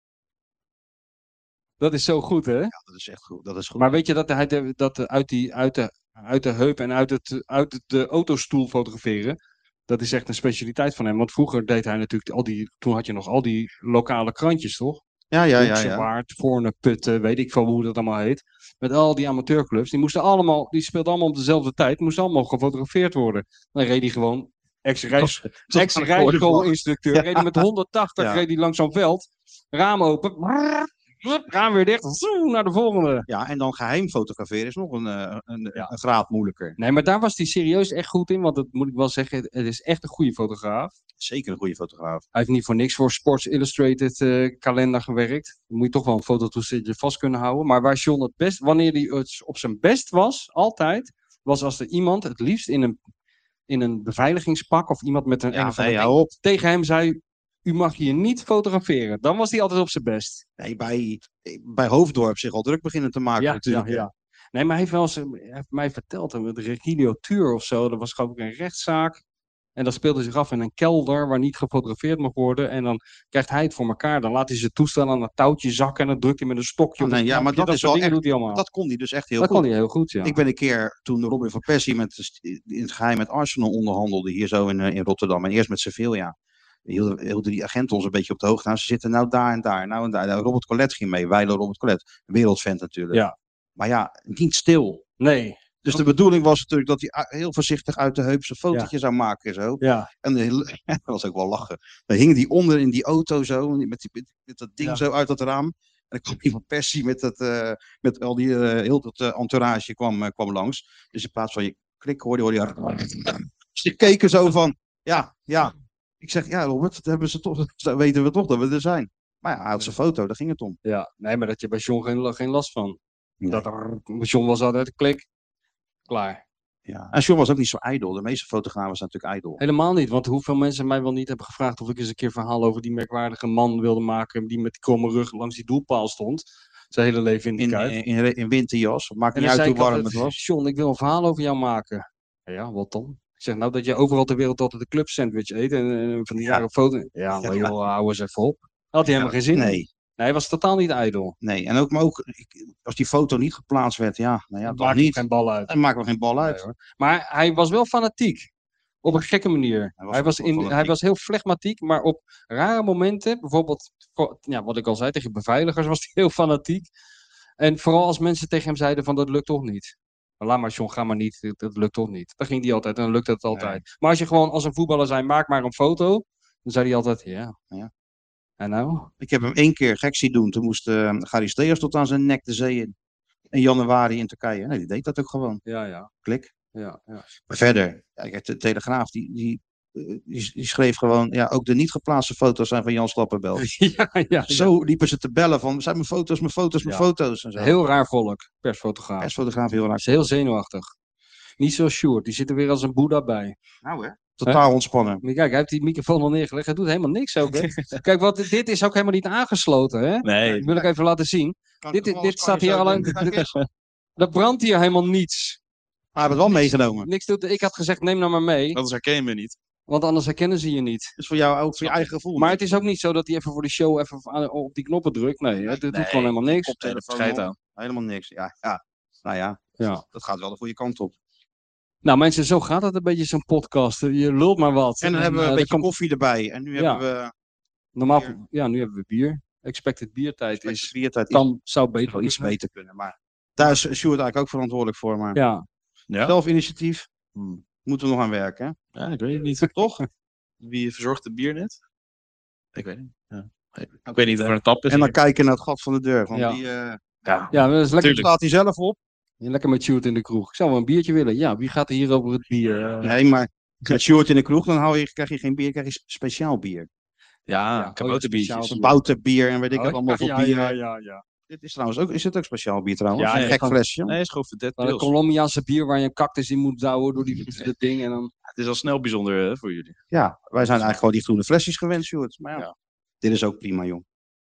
Dat is zo goed, hè? Ja, dat is echt goed. Dat is goed. Maar weet je dat hij de, dat de- uit, die, uit, de, uit de heup en uit, het, uit het, de autostoel fotograferen, dat is echt een specialiteit van hem. Want vroeger deed hij natuurlijk al die, toen had je nog al die lokale krantjes, toch? ja, ja, ja. Hoekse ja. Waard, Voorne, Putten, weet ik veel hoe dat allemaal heet. Met al die amateurclubs, die moesten allemaal, die speelden allemaal op dezelfde tijd, moesten allemaal gefotografeerd worden. Dan reed hij gewoon, ex-reis, ex-rijschoolinstructeur, Ja. reed hij met honderdtachtig, Ja. reed hij langs zo'n veld, raam open, hup, raam weer dicht, zoem, naar de volgende. Ja, en dan geheim fotograferen is nog een, eh, een, Ja. een graad moeilijker. Nee, maar daar was hij serieus echt goed in, want dat moet ik wel zeggen, het is echt een goede fotograaf. Zeker een goede fotograaf. Hij heeft niet voor niks voor Sports Illustrated eh, kalender gewerkt. Dan moet je toch wel een fototoesteltje vast kunnen houden. Maar waar John het best, wanneer hij het op zijn best was, altijd, was als er iemand, het liefst in een, in een beveiligingspak of iemand met een, Ja, een of nee, andere- hou op. tegen hem zei, u mag hier niet fotograferen. Dan was hij altijd op zijn best. Nee, bij, bij Hoofddorp zich al druk beginnen te maken natuurlijk. hè. Nee, maar hij heeft, wel eens, hij heeft mij verteld, met Regilio Tuur of zo, er was geloof ik een rechtszaak. En dat speelde zich af in een kelder waar niet gefotografeerd mag worden. En dan krijgt hij het voor elkaar. Dan laat hij zijn toestel aan dat touwtje zakken en dan drukt hij met een stokje Oh, op nee, een ja, maar knopje. dat is soort wel dingen echt, doet hij allemaal. dat kon hij dus echt heel dat goed. kon hij heel goed, ja. Ik ben een keer, toen Robin van Persie met, de st- in het geheim met Arsenal onderhandelde, hier zo in, eh, in Rotterdam, en eerst met Sevilla, hielden, hielden die agenten ons een beetje op de hoogte. Nou, ze zitten nou daar en daar, nou en daar. Nou, Robert Collet ging mee, Wijlo Robert Collet, een wereldvent natuurlijk. Ja. Maar ja, niet stil. Nee. Dus de bedoeling was natuurlijk dat hij a- heel voorzichtig uit de heup zijn fotootje zou maken en zo. Ja. En de, dat was ook wel lachen. Dan hing die onder in die auto zo, met, die, met, met dat ding Ja. zo uit dat raam. En dan kwam die van Persie met, dat, eh, met al die, eh, heel dat eh, entourage kwam, eh, kwam langs. Dus in plaats van je klik hoorde, hoorde je... Ze keken zo van, ja, ja. Ik zeg, ja Robert, dat hebben ze toch, dat weten we toch dat we er zijn. Maar ja, hij had zijn foto, daar ging het om. Ja. Nee, maar dat je bij John geen, geen last van. Nee. Dat er, John was altijd klik. Klaar. Ja. En John was ook niet zo ijdel. De meeste fotografen zijn natuurlijk ijdel. Helemaal niet, want hoeveel mensen mij wel niet hebben gevraagd of ik eens een keer een verhaal over die merkwaardige man wilde maken die met die kromme rug langs die doelpaal stond. Zijn hele leven in de In, Kuip. in, in, in winterjas. Het maakt En niet dan uit zei hoe ik warm het altijd, was. John, ik wil een verhaal over jou maken. Ja, wat dan? Ik zeg, nou dat je overal ter wereld altijd de club sandwich eet en, en van die Ja. rare foto. Ja, maar joh, hou eens even op. Had hij helemaal geen zin in. Nee, Nee, hij was totaal niet ijdel. nee. En ook, maar ook ik- als die foto niet geplaatst werd, ja, nou ja, Daar toch maakte niet. geen bal uit. Dan maken we geen bal uit. Nee, hoor. Maar hij was wel fanatiek. Op een gekke manier. Hij Hij was was, wel in, fanatiek. hij was heel flegmatiek, maar op rare momenten, bijvoorbeeld, voor- ja, wat ik al zei, tegen beveiligers was hij heel fanatiek. En vooral als mensen tegen hem zeiden van dat lukt toch niet. Maar laat maar John, ga maar niet, dat- dat lukt toch niet. Dan ging hij altijd en dan lukte het altijd. Maar als je gewoon als een voetballer zei, maak maar een foto, dan zei hij altijd, ja. Ja. En nou? Ik heb hem één keer gek zien doen. Toen moest uh, Charisteas tot aan zijn nek de zee in. In januari in Turkije. Nee, die deed dat ook gewoon. Ja, ja. Klik. Ja, ja. Maar verder, ja, kijk, de Telegraaf, die, die, eh, die, die schreef gewoon, ja, ook de niet geplaatste foto's zijn van Jan Slapperbel. ja, ja, ja. Zo liepen ze te bellen van, zijn mijn foto's, mijn foto's, mijn Ja. foto's. En zo. Heel raar volk, persfotograaf. Persfotograaf heel Hij raar. is heel zenuwachtig. Niet zoals Sjoerd, die zit er weer als een boeddha bij. Nou hè. Totaal ontspannen. Maar kijk, hij heeft die microfoon al neergelegd. Hij doet helemaal niks ook. Hè? Kijk, wat, dit is ook helemaal niet aangesloten. Hè? Nee. Dat wil ik even laten zien. Dit, dit, dit staat hier al aan. Er brandt hier helemaal niets. Hij heeft het wel meegenomen. Niks doet. Ik had gezegd, neem nou maar mee. Anders herken je me niet. Want anders herkennen ze je niet. Dus voor jou ook, voor je eigen gevoel. Maar het is ook niet zo dat hij even voor de show even aan- op die knoppen drukt. Nee, het doet Nee, gewoon helemaal niks. Koptelefoon Schijt op. aan. Helemaal niks. Ja, ja. Nou ja, Ja. dat gaat wel de goede kant op. Nou mensen, zo gaat het een beetje zo'n podcast. Je lult maar wat. En dan hebben we eh, een er beetje komt- koffie erbij. En nu Ja. hebben we Normaal, bier. ja, nu hebben we bier. Expected biertijd is is, biertijd iets, kan, zou beter wel iets kunnen. beter kunnen. Maar daar is Sjoerd eigenlijk ook verantwoordelijk voor. Maar Ja, Ja? zelfinitiatief Hmm. moeten we nog aan werken. Hè? Ja, ik weet het niet. Toch? Wie verzorgt het bier net? Ik weet niet. Ja. Ik weet niet of er een tap is. En dan hier. kijken naar het gat van de deur. Want Ja. die eh, Ja. ja, dat is lekker. Tuurlijk. staat hij zelf op. Lekker met Sjoerd in de kroeg. Ik zou wel een biertje willen. Ja, wie gaat er hier over het bier? Eh, Nee, maar met Sjoerd in de kroeg, dan hou je, krijg je geen bier, krijg je speciaal bier. Ja, Ja, kabouterbiertjes. oh ja, speciaal. Bouterbier en weet ik oh, wat allemaal voor ja, bier. ja, ja, ja. Dit is trouwens ook, is het ook speciaal bier trouwens? Ja, een nee, gek gewoon- flesje. Nee, het is gewoon verdet Een pils. Colombiaanse bier waar je een cactus in moet douwen door die, dat ding. En dan... Het is al snel bijzonder hè, voor jullie. Ja, wij zijn eigenlijk gewoon die groene flesjes gewend, Sjoerd. Maar ja, Ja. dit is ook prima, jong.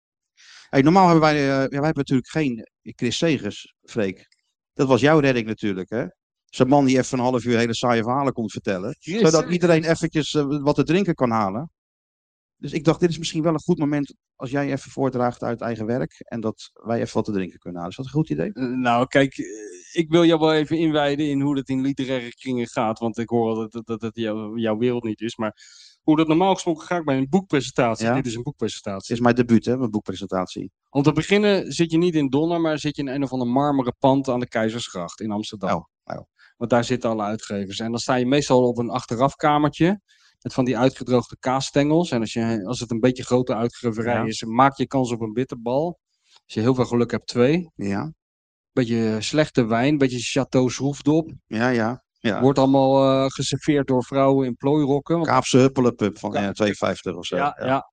Hey, normaal hebben wij, eh, ja, wij hebben natuurlijk geen Chris Segers, Freek. Dat was jouw redding natuurlijk, hè? Zo'n man die even een half uur hele saaie verhalen kon vertellen. Zodat iedereen eventjes eh, wat te drinken kan halen. Dus ik dacht, dit is misschien wel een goed moment als jij even voordraagt uit eigen werk. En dat wij even wat te drinken kunnen halen. Is dat een goed idee? Eh, Nou, kijk, eh, ik wil jou wel even inwijden in hoe dat in literaire kringen gaat. Want ik hoor altijd dat, dat het jou- jouw wereld niet is. Maar hoe dat normaal gesproken gaat bij een boekpresentatie. Ja. Dit is een Het boekpresentatie. is mijn debuut, hè, mijn boekpresentatie. Om te beginnen zit je niet in Donner, maar zit je in een of ander marmeren pand aan de Keizersgracht in Amsterdam. Oh, oh. Want daar zitten alle uitgevers. En dan sta je meestal op een achterafkamertje met van die uitgedroogde kaasstengels. En als, je, als het een beetje grote uitgeverij Ja. is, maak je kans op een bitterbal. Als je heel veel geluk hebt, twee. Ja, Beetje slechte wijn, beetje Chateau Schroefdop. ja, ja. ja. Wordt allemaal eh, geserveerd door vrouwen in plooirokken. Want- Kaapse Huppelepup van Ja. eh, twee vijftig of zo. ja, ja.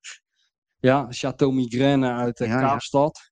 ja, Chateau Migraine uit eh, Ja, ja. Kaapstad.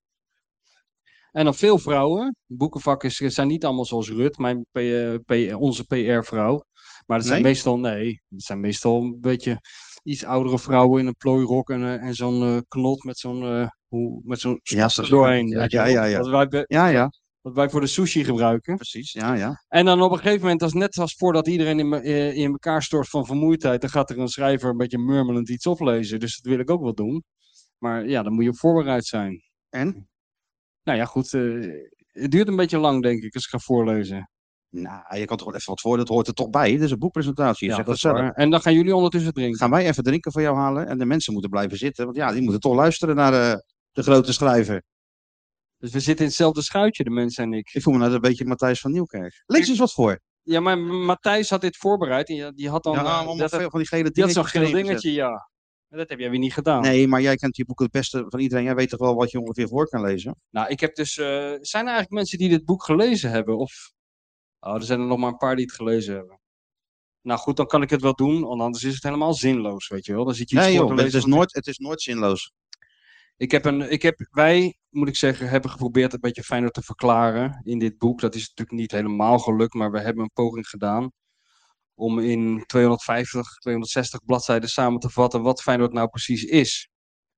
En dan veel vrouwen. Boekenvakkers zijn niet allemaal zoals Rut, mijn P, eh, P, onze P R-vrouw. Maar dat zijn Nee? meestal, nee, dat zijn meestal een beetje iets oudere vrouwen in een plooirok en, eh, en zo'n eh, knot met zo'n, eh, hoe, met zo'n Ja, spats er doorheen. ja, weet je ja, wel. ja, ja. Wat wij, be- Ja, ja. wat Wat wij voor de sushi gebruiken. Precies, ja, ja. En dan op een gegeven moment, als net als voordat iedereen in, me- eh, in elkaar stort van vermoeidheid, dan gaat er een schrijver een beetje murmelend iets oplezen. Dus dat wil ik ook wel doen. Maar ja, dan moet je op voorbereid zijn. En? Nou ja, goed. eh, het duurt een beetje lang, denk ik, als ik ga voorlezen. Nou, je kan toch wel even wat voor, dat hoort er toch bij. Dit is een boekpresentatie, je Ja, zegt dat het is zelf. waar. En dan gaan jullie ondertussen drinken. Gaan wij even drinken voor jou halen en de mensen moeten blijven zitten. Want ja, die moeten toch luisteren naar de, de grote schrijver. Dus we zitten in hetzelfde schuitje, de mensen en ik. Ik voel me nou een beetje Matthijs van Nieuwkerk. Lees eens wat voor. Ja, maar Matthijs had dit voorbereid. En ja, die had dan Ja, eh, allemaal dat, veel van die gele die had zo'n dingetjes geel erin gezet. dingetje, ja. En dat heb jij weer niet gedaan. Nee, maar jij kent die boeken het beste van iedereen. Jij weet toch wel wat je ongeveer voor kan lezen? Nou, ik heb dus... eh, zijn er eigenlijk mensen die dit boek gelezen hebben? Of... Oh, er zijn er nog maar een paar die het gelezen hebben. Nou goed, dan kan ik het wel doen. Want anders is het helemaal zinloos, weet je wel. Dan zit je iets Nee voor joh, te het lezen. is, nooit, het is nooit zinloos. Ik heb een, ik heb, wij, moet ik zeggen, hebben geprobeerd een beetje fijner te verklaren in dit boek. Dat is natuurlijk niet helemaal gelukt, maar we hebben een poging gedaan om in tweehonderdvijftig, tweehonderdzestig bladzijden samen te vatten wat Feyenoord nou precies is.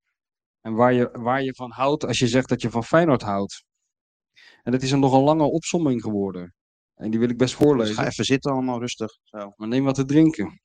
En waar je, waar je van houdt als je zegt dat je van Feyenoord houdt. En dat is een nogal lange opsomming geworden. En die wil ik best Dus voorlezen. ga even zitten allemaal rustig. Zo. Maar neem wat te drinken.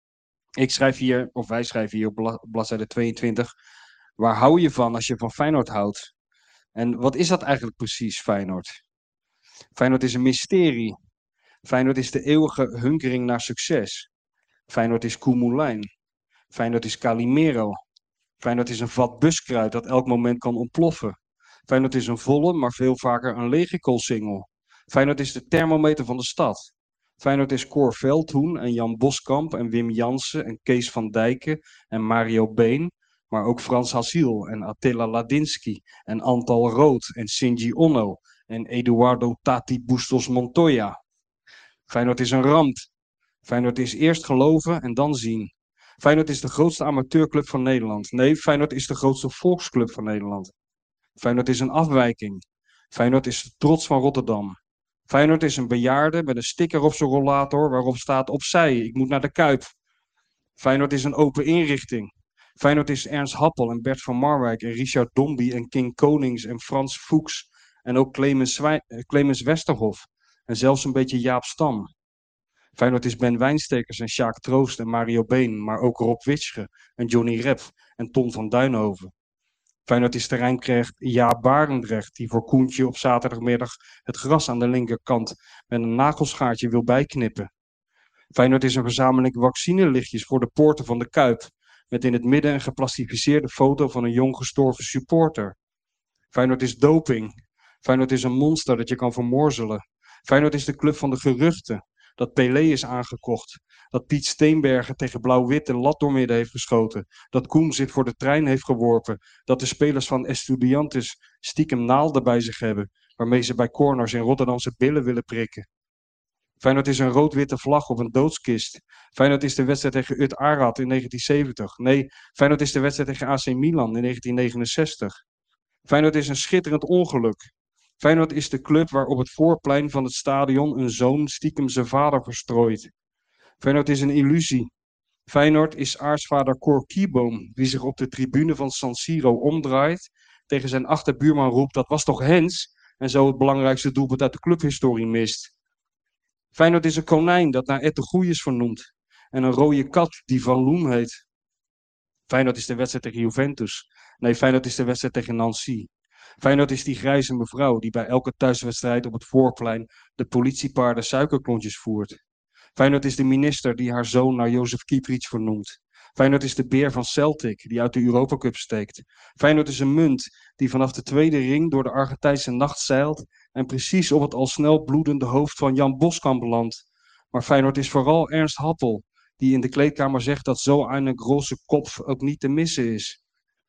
Ik schrijf hier, of wij schrijven hier op bla- bladzijde tweeëntwintig. Waar hou je van als je van Feyenoord houdt? En wat is dat eigenlijk precies, Feyenoord? Feyenoord is een mysterie. Feyenoord is de eeuwige hunkering naar succes. Feyenoord is Koemelijn. Feyenoord is Calimero. Feyenoord is een vat buskruid dat elk moment kan ontploffen. Feyenoord is een volle, maar veel vaker een lege koolsingel. Feyenoord is de thermometer van de stad. Feyenoord is Cor Veldhoen en Jan Boskamp en Wim Jansen en Kees van Dijken en Mario Been. Maar ook Frans Hasiel en Attila Ladinsky en Antal Rood en Shinji Onno en Eduardo Tati Bustos Montoya. Feyenoord is een ramp. Feyenoord is eerst geloven en dan zien. Feyenoord is de grootste amateurclub van Nederland. Nee, Feyenoord is de grootste volksclub van Nederland. Feyenoord is een afwijking. Feyenoord is de trots van Rotterdam. Feyenoord is een bejaarde met een sticker op zijn rollator waarop staat opzij, ik moet naar de Kuip. Feyenoord is een open inrichting. Feyenoord is Ernst Happel en Bert van Marwijk en Richard Dombey en King Konings en Frans Fuchs en ook Clemens, Zwij- eh, Clemens Westerhof en zelfs een beetje Jaap Stam. Feyenoord is Ben Wijnstekers en Sjaak Troost en Mario Been, maar ook Rob Witsche en Johnny Rep en Ton van Duinhoven. Feyenoord is terreinknecht Jaap Barendrecht, die voor Koentje op zaterdagmiddag het gras aan de linkerkant met een nagelschaartje wil bijknippen. Feyenoord is een verzameling vaccinelichtjes voor de poorten van de Kuip, met in het midden een geplastificeerde foto van een jong gestorven supporter. Feyenoord is doping. Feyenoord is een monster dat je kan vermorzelen. Feyenoord is de club van de geruchten, dat Pelé is aangekocht, dat Piet Steenbergen tegen Blauw-Wit de lat doormidden heeft geschoten, dat Koen zich voor de trein heeft geworpen, dat de spelers van Estudiantes stiekem naalden bij zich hebben, waarmee ze bij corners in Rotterdamse billen willen prikken. Feyenoord is een rood-witte vlag op een doodskist. Feyenoord is de wedstrijd tegen Ut Arad in negentien zeventig. Nee, Feyenoord is de wedstrijd tegen A C Milan in negentien negenenzestig. Feyenoord is een schitterend ongeluk. Feyenoord is de club waar op het voorplein van het stadion een zoon stiekem zijn vader verstrooit. Feyenoord is een illusie. Feyenoord is aartsvader Cor Kieboom, die zich op de tribune van San Siro omdraait, tegen zijn achterbuurman roept, dat was toch Hens? En zo het belangrijkste doelpunt uit de clubhistorie mist. Feyenoord is een konijn dat naar Ette Goeie is vernoemd. En een rode kat die Van Loen heet. Feyenoord is de wedstrijd tegen Juventus. Nee, Feyenoord is de wedstrijd tegen Nancy. Feyenoord is die grijze mevrouw die bij elke thuiswedstrijd op het voorplein de politiepaarden suikerklontjes voert. Feyenoord is de minister die haar zoon naar Jozef Kieprits vernoemt. Feyenoord is de beer van Celtic die uit de Europa Cup steekt. Feyenoord is een munt die vanaf de tweede ring door de Argentijnse nacht zeilt en precies op het al snel bloedende hoofd van Jan Boskamp belandt. Maar Feyenoord is vooral Ernst Happel, die in de kleedkamer zegt dat zo een grote kop ook niet te missen is.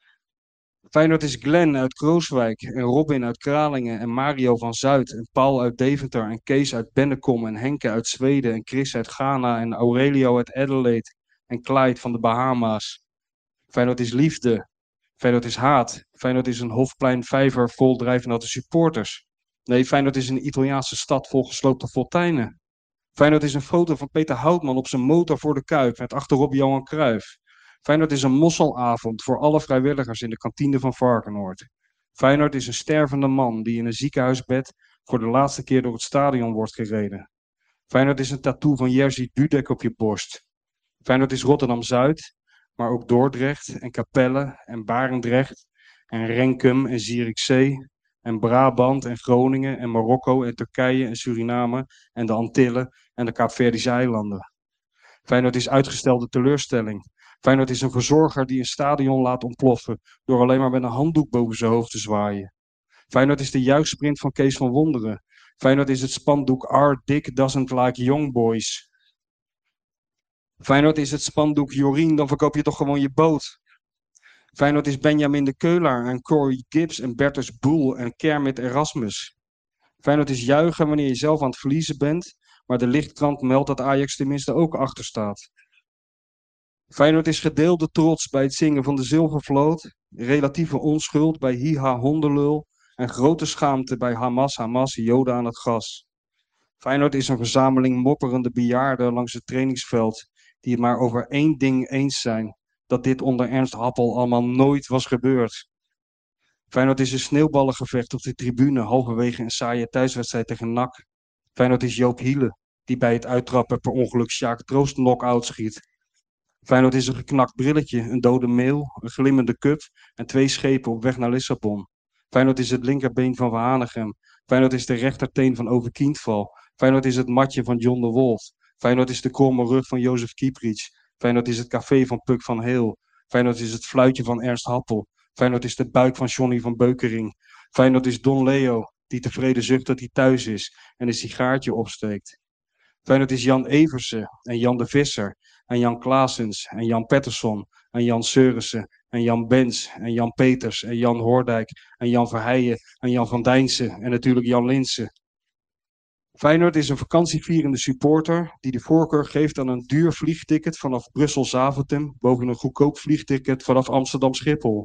Feyenoord is Glenn uit Krooswijk en Robin uit Kralingen en Mario van Zuid en Paul uit Deventer en Kees uit Bennekom en Henke uit Zweden en Chris uit Ghana en Aurelio uit Adelaide en Clyde van de Bahama's. Feyenoord is liefde. Feyenoord is haat. Feyenoord is een Hofplein vijver vol drijfnatte supporters. Nee, Feyenoord is een Italiaanse stad vol gesloopte fonteinen. Feyenoord is een foto van Peter Houtman op zijn motor voor de Kuip met achterop Johan Cruijff. Feyenoord is een mosselavond voor alle vrijwilligers in de kantine van Varkenoord. Feyenoord is een stervende man die in een ziekenhuisbed voor de laatste keer door het stadion wordt gereden. Feyenoord is een tattoo van Jerzy Dudek op je borst. Feyenoord is Rotterdam-Zuid, maar ook Dordrecht en Capelle en Barendrecht en Renkum en Zierikzee en Brabant en Groningen en Marokko en Turkije en Suriname en de Antillen en de Kaapverdische eilanden. Feyenoord is uitgestelde teleurstelling. Feyenoord is een verzorger die een stadion laat ontploffen door alleen maar met een handdoek boven zijn hoofd te zwaaien. Feyenoord is de juichsprint van Kees van Wonderen. Feyenoord is het spandoek Our Dick Doesn't Like Young Boys. Feyenoord is het spandoek Jorien, dan verkoop je toch gewoon je boot. Feyenoord is Benjamin de Keulaar en Corey Gibbs en Bertus Boel en Kermit Erasmus. Feyenoord is juichen wanneer je zelf aan het verliezen bent, maar de lichtkrant meldt dat Ajax tenminste ook achter staat. Feyenoord is gedeelde trots bij het zingen van de Zilvervloot, relatieve onschuld bij Hiha Hondelul en grote schaamte bij Hamas Hamas Joden aan het gas. Feyenoord is een verzameling mopperende bejaarden langs het trainingsveld die het maar over één ding eens zijn, dat dit onder Ernst Happel allemaal nooit was gebeurd. Feyenoord is een sneeuwballengevecht op de tribune halverwege een saaie thuiswedstrijd tegen N A C. Feyenoord is Joop Hiele, die bij het uittrappen per ongeluk Sjaak Troost knock-out schiet. Feyenoord is een geknakt brilletje, een dode meeuw, een glimmende cup en twee schepen op weg naar Lissabon. Feyenoord is het linkerbeen van Van Hanegem. Feyenoord is de rechterteen van Ove Kindval. Feyenoord is het matje van John de Wolf. Feyenoord is de kromme rug van Jozef Kieprits. Feyenoord is het café van Puk van Heel. Feyenoord is het fluitje van Ernst Happel. Feyenoord is de buik van Johnny van Beukering. Feyenoord is Don Leo, die tevreden zucht dat hij thuis is en een sigaartje opsteekt. Feyenoord is Jan Eversen en Jan de Visser en Jan Klaasens en Jan Pettersson en Jan Seurissen en Jan Bens en Jan Peters en Jan Hoordijk en Jan Verheijen en Jan van Dijnsen en natuurlijk Jan Linsen. Feyenoord is een vakantievierende supporter die de voorkeur geeft aan een duur vliegticket vanaf Brussel-Zaventem boven een goedkoop vliegticket vanaf Amsterdam-Schiphol.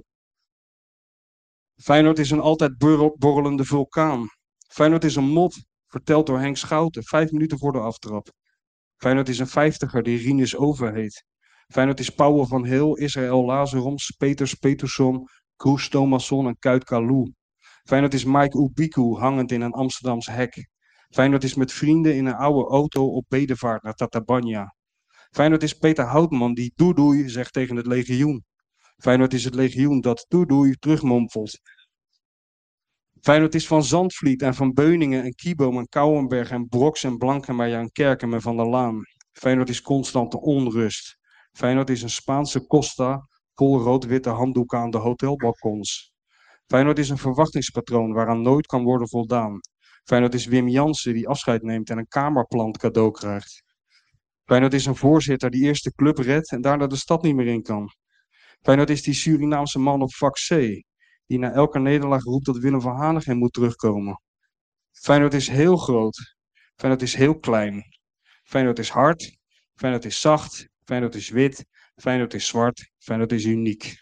Feyenoord is een altijd borrelende vulkaan. Feyenoord is een mot, verteld door Henk Schouten, vijf minuten voor de aftrap. Feyenoord is een vijftiger die Rinus Over heet. Feyenoord is Pauwel van Heel, Israël Lazaroms, Peters Peterson, Kroes Thomasson en Kuit Kalou. Feyenoord is Mike Ubiku, hangend in een Amsterdams hek. Feyenoord is met vrienden in een oude auto op bedevaart naar Tatabanya. Feyenoord is Peter Houtman die doei doei zegt tegen het legioen. Feyenoord is het legioen dat doei doei terugmompelt. Feyenoord is van Zandvliet en van Beuningen en Kieboom en Kouwenberg en Broks en Blankenmeijer en Kerkem en Van der Laan. Feyenoord is constante onrust. Feyenoord is een Spaanse Costa vol rood-witte handdoeken aan de hotelbalkons. Feyenoord is een verwachtingspatroon waaraan nooit kan worden voldaan. Feyenoord is Wim Jansen die afscheid neemt en een kamerplant cadeau krijgt. Feyenoord is een voorzitter die eerst de club redt en daarna de stad niet meer in kan. Feyenoord is die Surinaamse man op vak C, die na elke nederlaag roept dat Willem van Hanegem moet terugkomen. Feyenoord is heel groot. Feyenoord is heel klein. Feyenoord is hard. Feyenoord is zacht. Feyenoord is wit. Feyenoord is zwart. Feyenoord is uniek.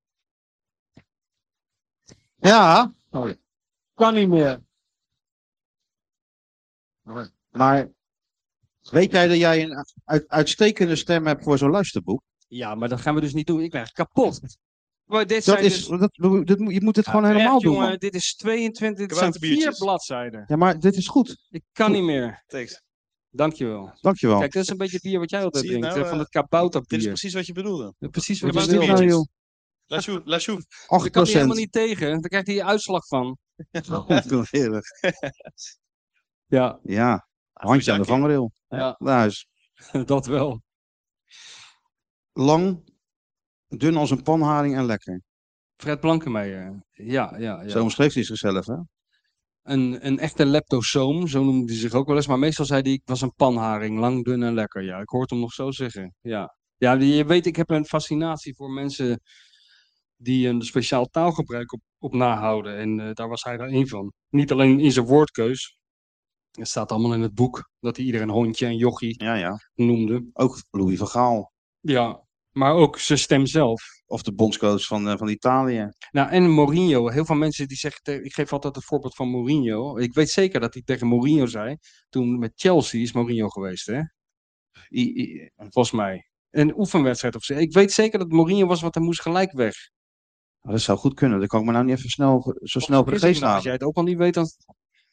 Ja, Kan niet meer. maar weet jij dat jij een uit- uitstekende stem hebt voor zo'n luisterboek? Ja, maar dat gaan we dus niet doen. Ik ben echt kapot. Maar dit Dat zijn is, dus... dat, dat moet- je moet het gewoon Ja, helemaal echt, doen. jongen, man. dit is tweeëntwintig, dit heb zijn ook de biertjes. vier bladzijden. Ja, maar dit is goed. Ik kan niet meer. Thanks. Dankjewel. Dankjewel. Kijk, dat is een beetje het bier wat jij altijd Zie je drinkt, nou, eh, van eh, het kabouterbier. Dit is precies wat je bedoelde. Precies Ik wat heb je ook de wil. nou, biertjes. joh? La Chouf, La Chouf. acht Daar kan hij helemaal procent. niet tegen. Daar krijgt hij uitslag van. Heerlijk. Ja, Ja, handje aan de vangrail. ja, Daar is dat wel. lang, dun als een panharing en lekker. Fred Blankenmeijer. Ja, ja, Zo ja. omschreef hij zichzelf, hè? Een, een echte leptosoom, zo noemde hij zich ook wel eens. Maar meestal zei hij, ik was een panharing, lang, dun en lekker. Ja, ik hoor het hem nog zo zeggen. Ja, ja je weet, ik heb een fascinatie voor mensen die een speciaal taalgebruik op, op nahouden. En eh, daar was hij er één van. Niet alleen in zijn woordkeus. Het staat allemaal in het boek dat hij ieder een hondje en jochie Ja, ja. noemde. Ook Louis van Gaal. Ja, maar ook zijn stem zelf. Of de bondscoach van, eh, van Italië. Nou, en Mourinho. Heel veel mensen die zeggen, te- ik geef altijd het voorbeeld van Mourinho. Ik weet zeker dat hij tegen Mourinho zei, toen met Chelsea is Mourinho geweest, hè? I, I- Volgens mij. Een oefenwedstrijd of zo. Ik weet zeker dat Mourinho was, want hij moest gelijk weg. dat zou goed kunnen. Dat kan ik me nou niet even snel, zo snel voor de Is het geest nou? Als halen. jij het ook al niet weet, dan...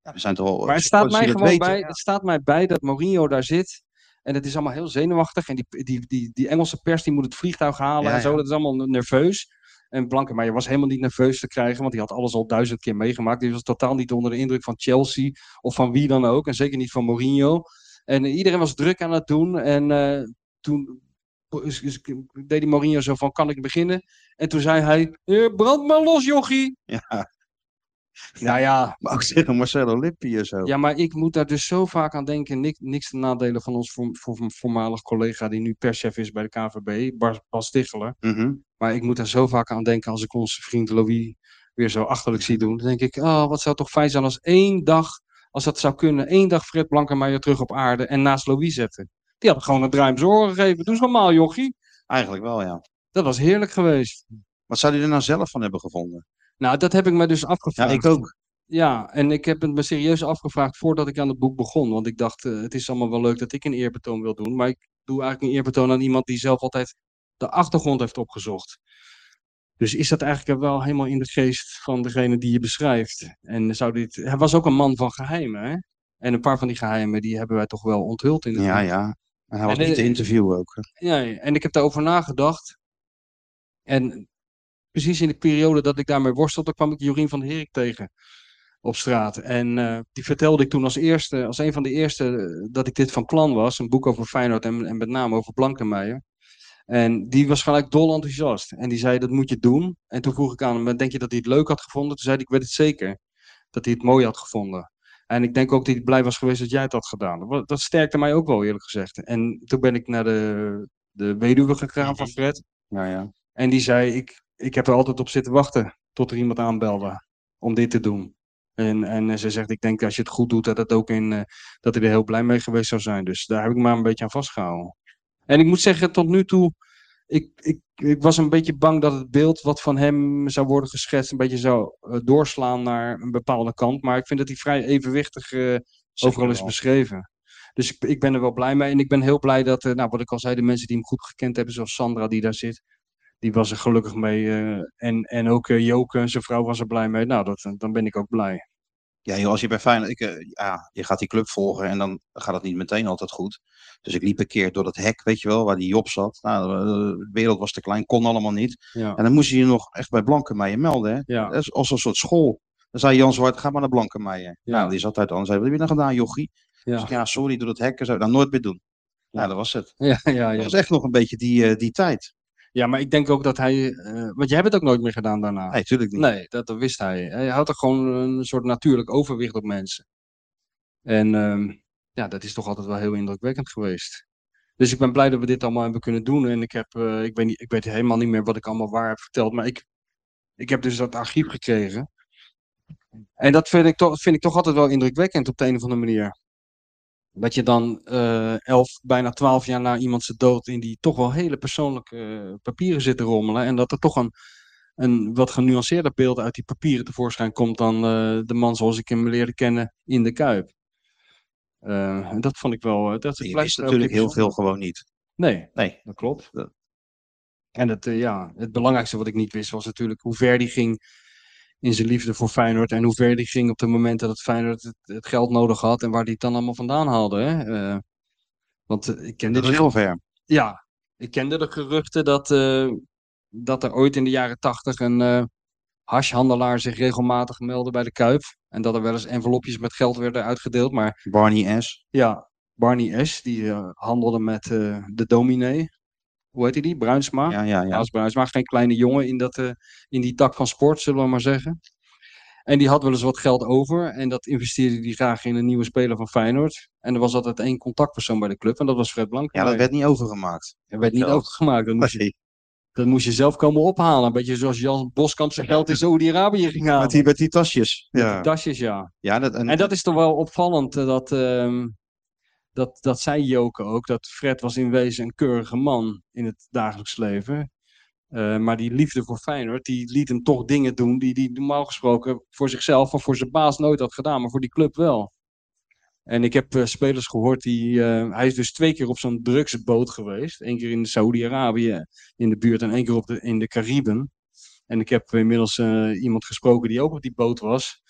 Ja, er zijn toch wel Maar het staat supporters mij die dat gewoon weten. bij, het staat mij bij dat Mourinho daar zit. En het is allemaal heel zenuwachtig. En die, die, die, die Engelse pers die moet het vliegtuig halen Ja, en zo. ja. Dat is allemaal nerveus. En Blankenmeijer was helemaal niet nerveus te krijgen. Want die had alles al duizend keer meegemaakt. Die was totaal niet onder de indruk van Chelsea. Of van wie dan ook. En zeker niet van Mourinho. En uh, iedereen was druk aan het doen. En uh, toen is, is, deed die Mourinho zo van, kan ik beginnen? En toen zei hij, eh, brand maar los, jochie. Ja. Nou ja. Maar ook tegen Marcelo Lippi en zo. Ja, maar ik moet daar dus zo vaak aan denken. Niks, niks te nadelen van ons voor, voor, voormalig collega die nu perschef is bij de K V B, Bas, Bas Ticheler. Mm-hmm. Maar ik moet daar zo vaak aan denken als ik onze vriend Louis weer zo achterlijk zie doen. Dan denk ik, oh, wat zou toch fijn zijn als één dag, als dat zou kunnen, één dag Fred Blankenmeijer terug op aarde en naast Louis zetten. Die had gewoon een draai om zijn oren gegeven. Doe eens normaal, jochie. Eigenlijk wel, ja. Dat was heerlijk geweest. Wat zou hij er nou zelf van hebben gevonden? Nou, dat heb ik me dus Ja, afgevraagd. ik ook. Ja, en ik heb het me serieus afgevraagd voordat ik aan het boek begon. Want ik dacht, uh, het is allemaal wel leuk dat ik een eerbetoon wil doen. Maar ik doe eigenlijk een eerbetoon aan iemand die zelf altijd de achtergrond heeft opgezocht. Dus is dat eigenlijk wel helemaal in de geest van degene die je beschrijft. En zou dit... Hij was ook een man van geheimen, hè? En een paar van die geheimen, die hebben wij toch wel onthuld in het Ja, boek. ja. En hij was En, niet te uh, interviewen ook. Hè? Ja, en ik heb daarover nagedacht. En precies in de periode dat ik daarmee worstelde, kwam ik Jorien van der Herik tegen op straat. En uh, die vertelde ik toen als eerste, als een van de eerste, uh, dat ik dit van plan was. Een boek over Feyenoord en, en met name over Blankenmeijer. En die was gelijk dol enthousiast. En die zei, dat moet je doen. En toen vroeg ik aan hem, denk je dat hij het leuk had gevonden? Toen zei hij, ik weet het zeker. Dat hij het mooi had gevonden. En ik denk ook dat hij blij was geweest dat jij het had gedaan. Dat, dat sterkte mij ook wel, eerlijk gezegd. En toen ben ik naar de, de weduwe gegaan van Fred. Ja, ja. En die zei, ik, ik heb er altijd op zitten wachten tot er iemand aanbelde om dit te doen. En, en ze zegt, ik denk als je het goed doet, dat, het ook in, uh, dat hij er heel blij mee geweest zou zijn. Dus daar heb ik maar een beetje aan vastgehouden. En ik moet zeggen, tot nu toe, ik, ik, ik was een beetje bang dat het beeld wat van hem zou worden geschetst, een beetje zou uh, doorslaan naar een bepaalde kant. Maar ik vind dat hij vrij evenwichtig uh, overal is beschreven. Dus ik, ik ben er wel blij mee. En ik ben heel blij dat, uh, nou, wat ik al zei, de mensen die hem goed gekend hebben, zoals Sandra die daar zit, die was er gelukkig mee. Uh, en, en ook uh, Joke, zijn vrouw, was er blij mee. Nou, dat, dan ben ik ook blij. Ja, joh, als je bij Feyenoord, ik, uh, ja, je gaat die club volgen en dan gaat het niet meteen altijd goed. Dus ik liep een keer door dat hek, weet je wel, waar die Job zat. Nou, de wereld was te klein, kon allemaal niet. Ja. En dan moest je je nog echt bij Blankenmeijer melden, hè. Ja. Dat is als een soort school. Dan zei Jan Zwart, ga maar naar Blankenmeijer. Ja. Nou, die zat uit aan. Zei, wat heb je nou gedaan, jochie? Ja. Dus ik, ja, sorry, doe dat hek en zo. Nou, nooit meer doen. Ja, nou, dat was het. Ja, ja, ja. Dat was echt nog een beetje die, uh, die tijd. Ja, maar ik denk ook dat hij... Uh, want jij hebt het ook nooit meer gedaan daarna. Nee, tuurlijk niet. Nee, dat, dat wist hij. Hij had er gewoon een soort natuurlijk overwicht op mensen. En um, ja, dat is toch altijd wel heel indrukwekkend geweest. Dus ik ben blij dat we dit allemaal hebben kunnen doen. En ik, heb, uh, ik, weet niet, ik weet helemaal niet meer wat ik allemaal waar heb verteld. Maar ik, ik heb dus dat archief gekregen. En dat vind ik, toch, vind ik toch altijd wel indrukwekkend op de een of andere manier. Dat je dan uh, elf, bijna twaalf jaar na iemand zijn dood in die toch wel hele persoonlijke uh, papieren zit te rommelen. En dat er toch een, een wat genuanceerder beeld uit die papieren tevoorschijn komt dan uh, de man zoals ik hem leerde kennen in de Kuip. Uh, en dat vond ik wel... Uh, dat je wist natuurlijk heel veel gewoon niet. Nee, nee. Dat klopt. Dat... En het, uh, ja, het belangrijkste wat ik niet wist was natuurlijk hoe ver die ging in zijn liefde voor Feyenoord. En hoe ver die ging op de momenten dat Feyenoord het, het geld nodig had. En waar die het dan allemaal vandaan haalde. Hè? Uh, want uh, ik kende... Dat is heel ver. Ja, ik kende de geruchten dat, uh, dat er ooit in de jaren tachtig een uh, hashhandelaar zich regelmatig meldde bij de Kuip. En dat er wel eens envelopjes met geld werden uitgedeeld. Maar, Barney S. Ja, Barney S. Die uh, handelde met uh, de dominee. Hoe heet die? Bruinsma. Ja, ja, ja. Als Bruinsma, geen kleine jongen in, dat, uh, in die tak van sport, zullen we maar zeggen. En die had wel eens wat geld over. En dat investeerde hij graag in een nieuwe speler van Feyenoord. En er was altijd één contactpersoon bij de club. En dat was Fred Blankenmeijer. Ja, dat werd niet overgemaakt. Dat werd niet ja. overgemaakt. Dat moest, je, dat moest je zelf komen ophalen. Een beetje zoals Jan Boskamp zijn geld in Saoedi-Arabië ging halen. Met die, met die tasjes. Met ja. die tasjes, ja. ja dat, en... en dat is toch wel opvallend. Dat... Uh, Dat, dat zei Joke ook, dat Fred was in wezen een keurige man in het dagelijks leven. Uh, maar die liefde voor Feyenoord, die liet hem toch dingen doen die hij normaal gesproken voor zichzelf of voor zijn baas nooit had gedaan, maar voor die club wel. En ik heb uh, spelers gehoord, die, uh, hij is dus twee keer op zo'n drugsboot geweest. Eén keer in Saoedi-Arabië in de buurt en één keer op de, in de Cariben. En ik heb inmiddels uh, iemand gesproken die ook op die boot was.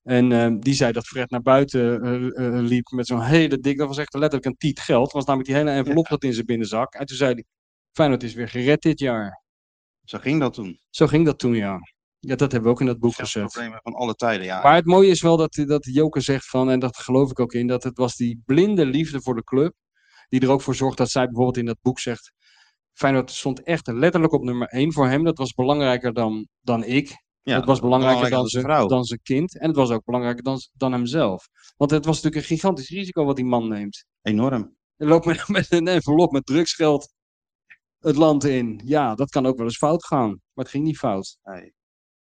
En uh, die zei dat Fred naar buiten uh, uh, liep met zo'n hele dikke, dat was echt letterlijk een tiet geld. Dat was namelijk die hele envelop dat in zijn binnenzak. En toen zei hij, Feyenoord is weer gered dit jaar. Zo ging dat toen. Zo ging dat toen, ja. Ja, dat hebben we ook in dat boek Veel gezet. problemen van alle tijden, ja. Maar het mooie is wel dat, dat Joker zegt van, en dat geloof ik ook in, dat het was die blinde liefde voor de club, die er ook voor zorgt dat zij bijvoorbeeld in dat boek zegt, Feyenoord stond echt letterlijk op nummer één voor hem. Dat was belangrijker dan, dan ik. Ja, het was belangrijker dan, dan zijn zijn, vrouw. dan zijn kind. En het was ook belangrijker dan, dan hemzelf. Want het was natuurlijk een gigantisch risico wat die man neemt. Enorm. Hij loopt met, met een envelop met drugsgeld het land in. Ja, dat kan ook wel eens fout gaan. Maar het ging niet fout. Nee.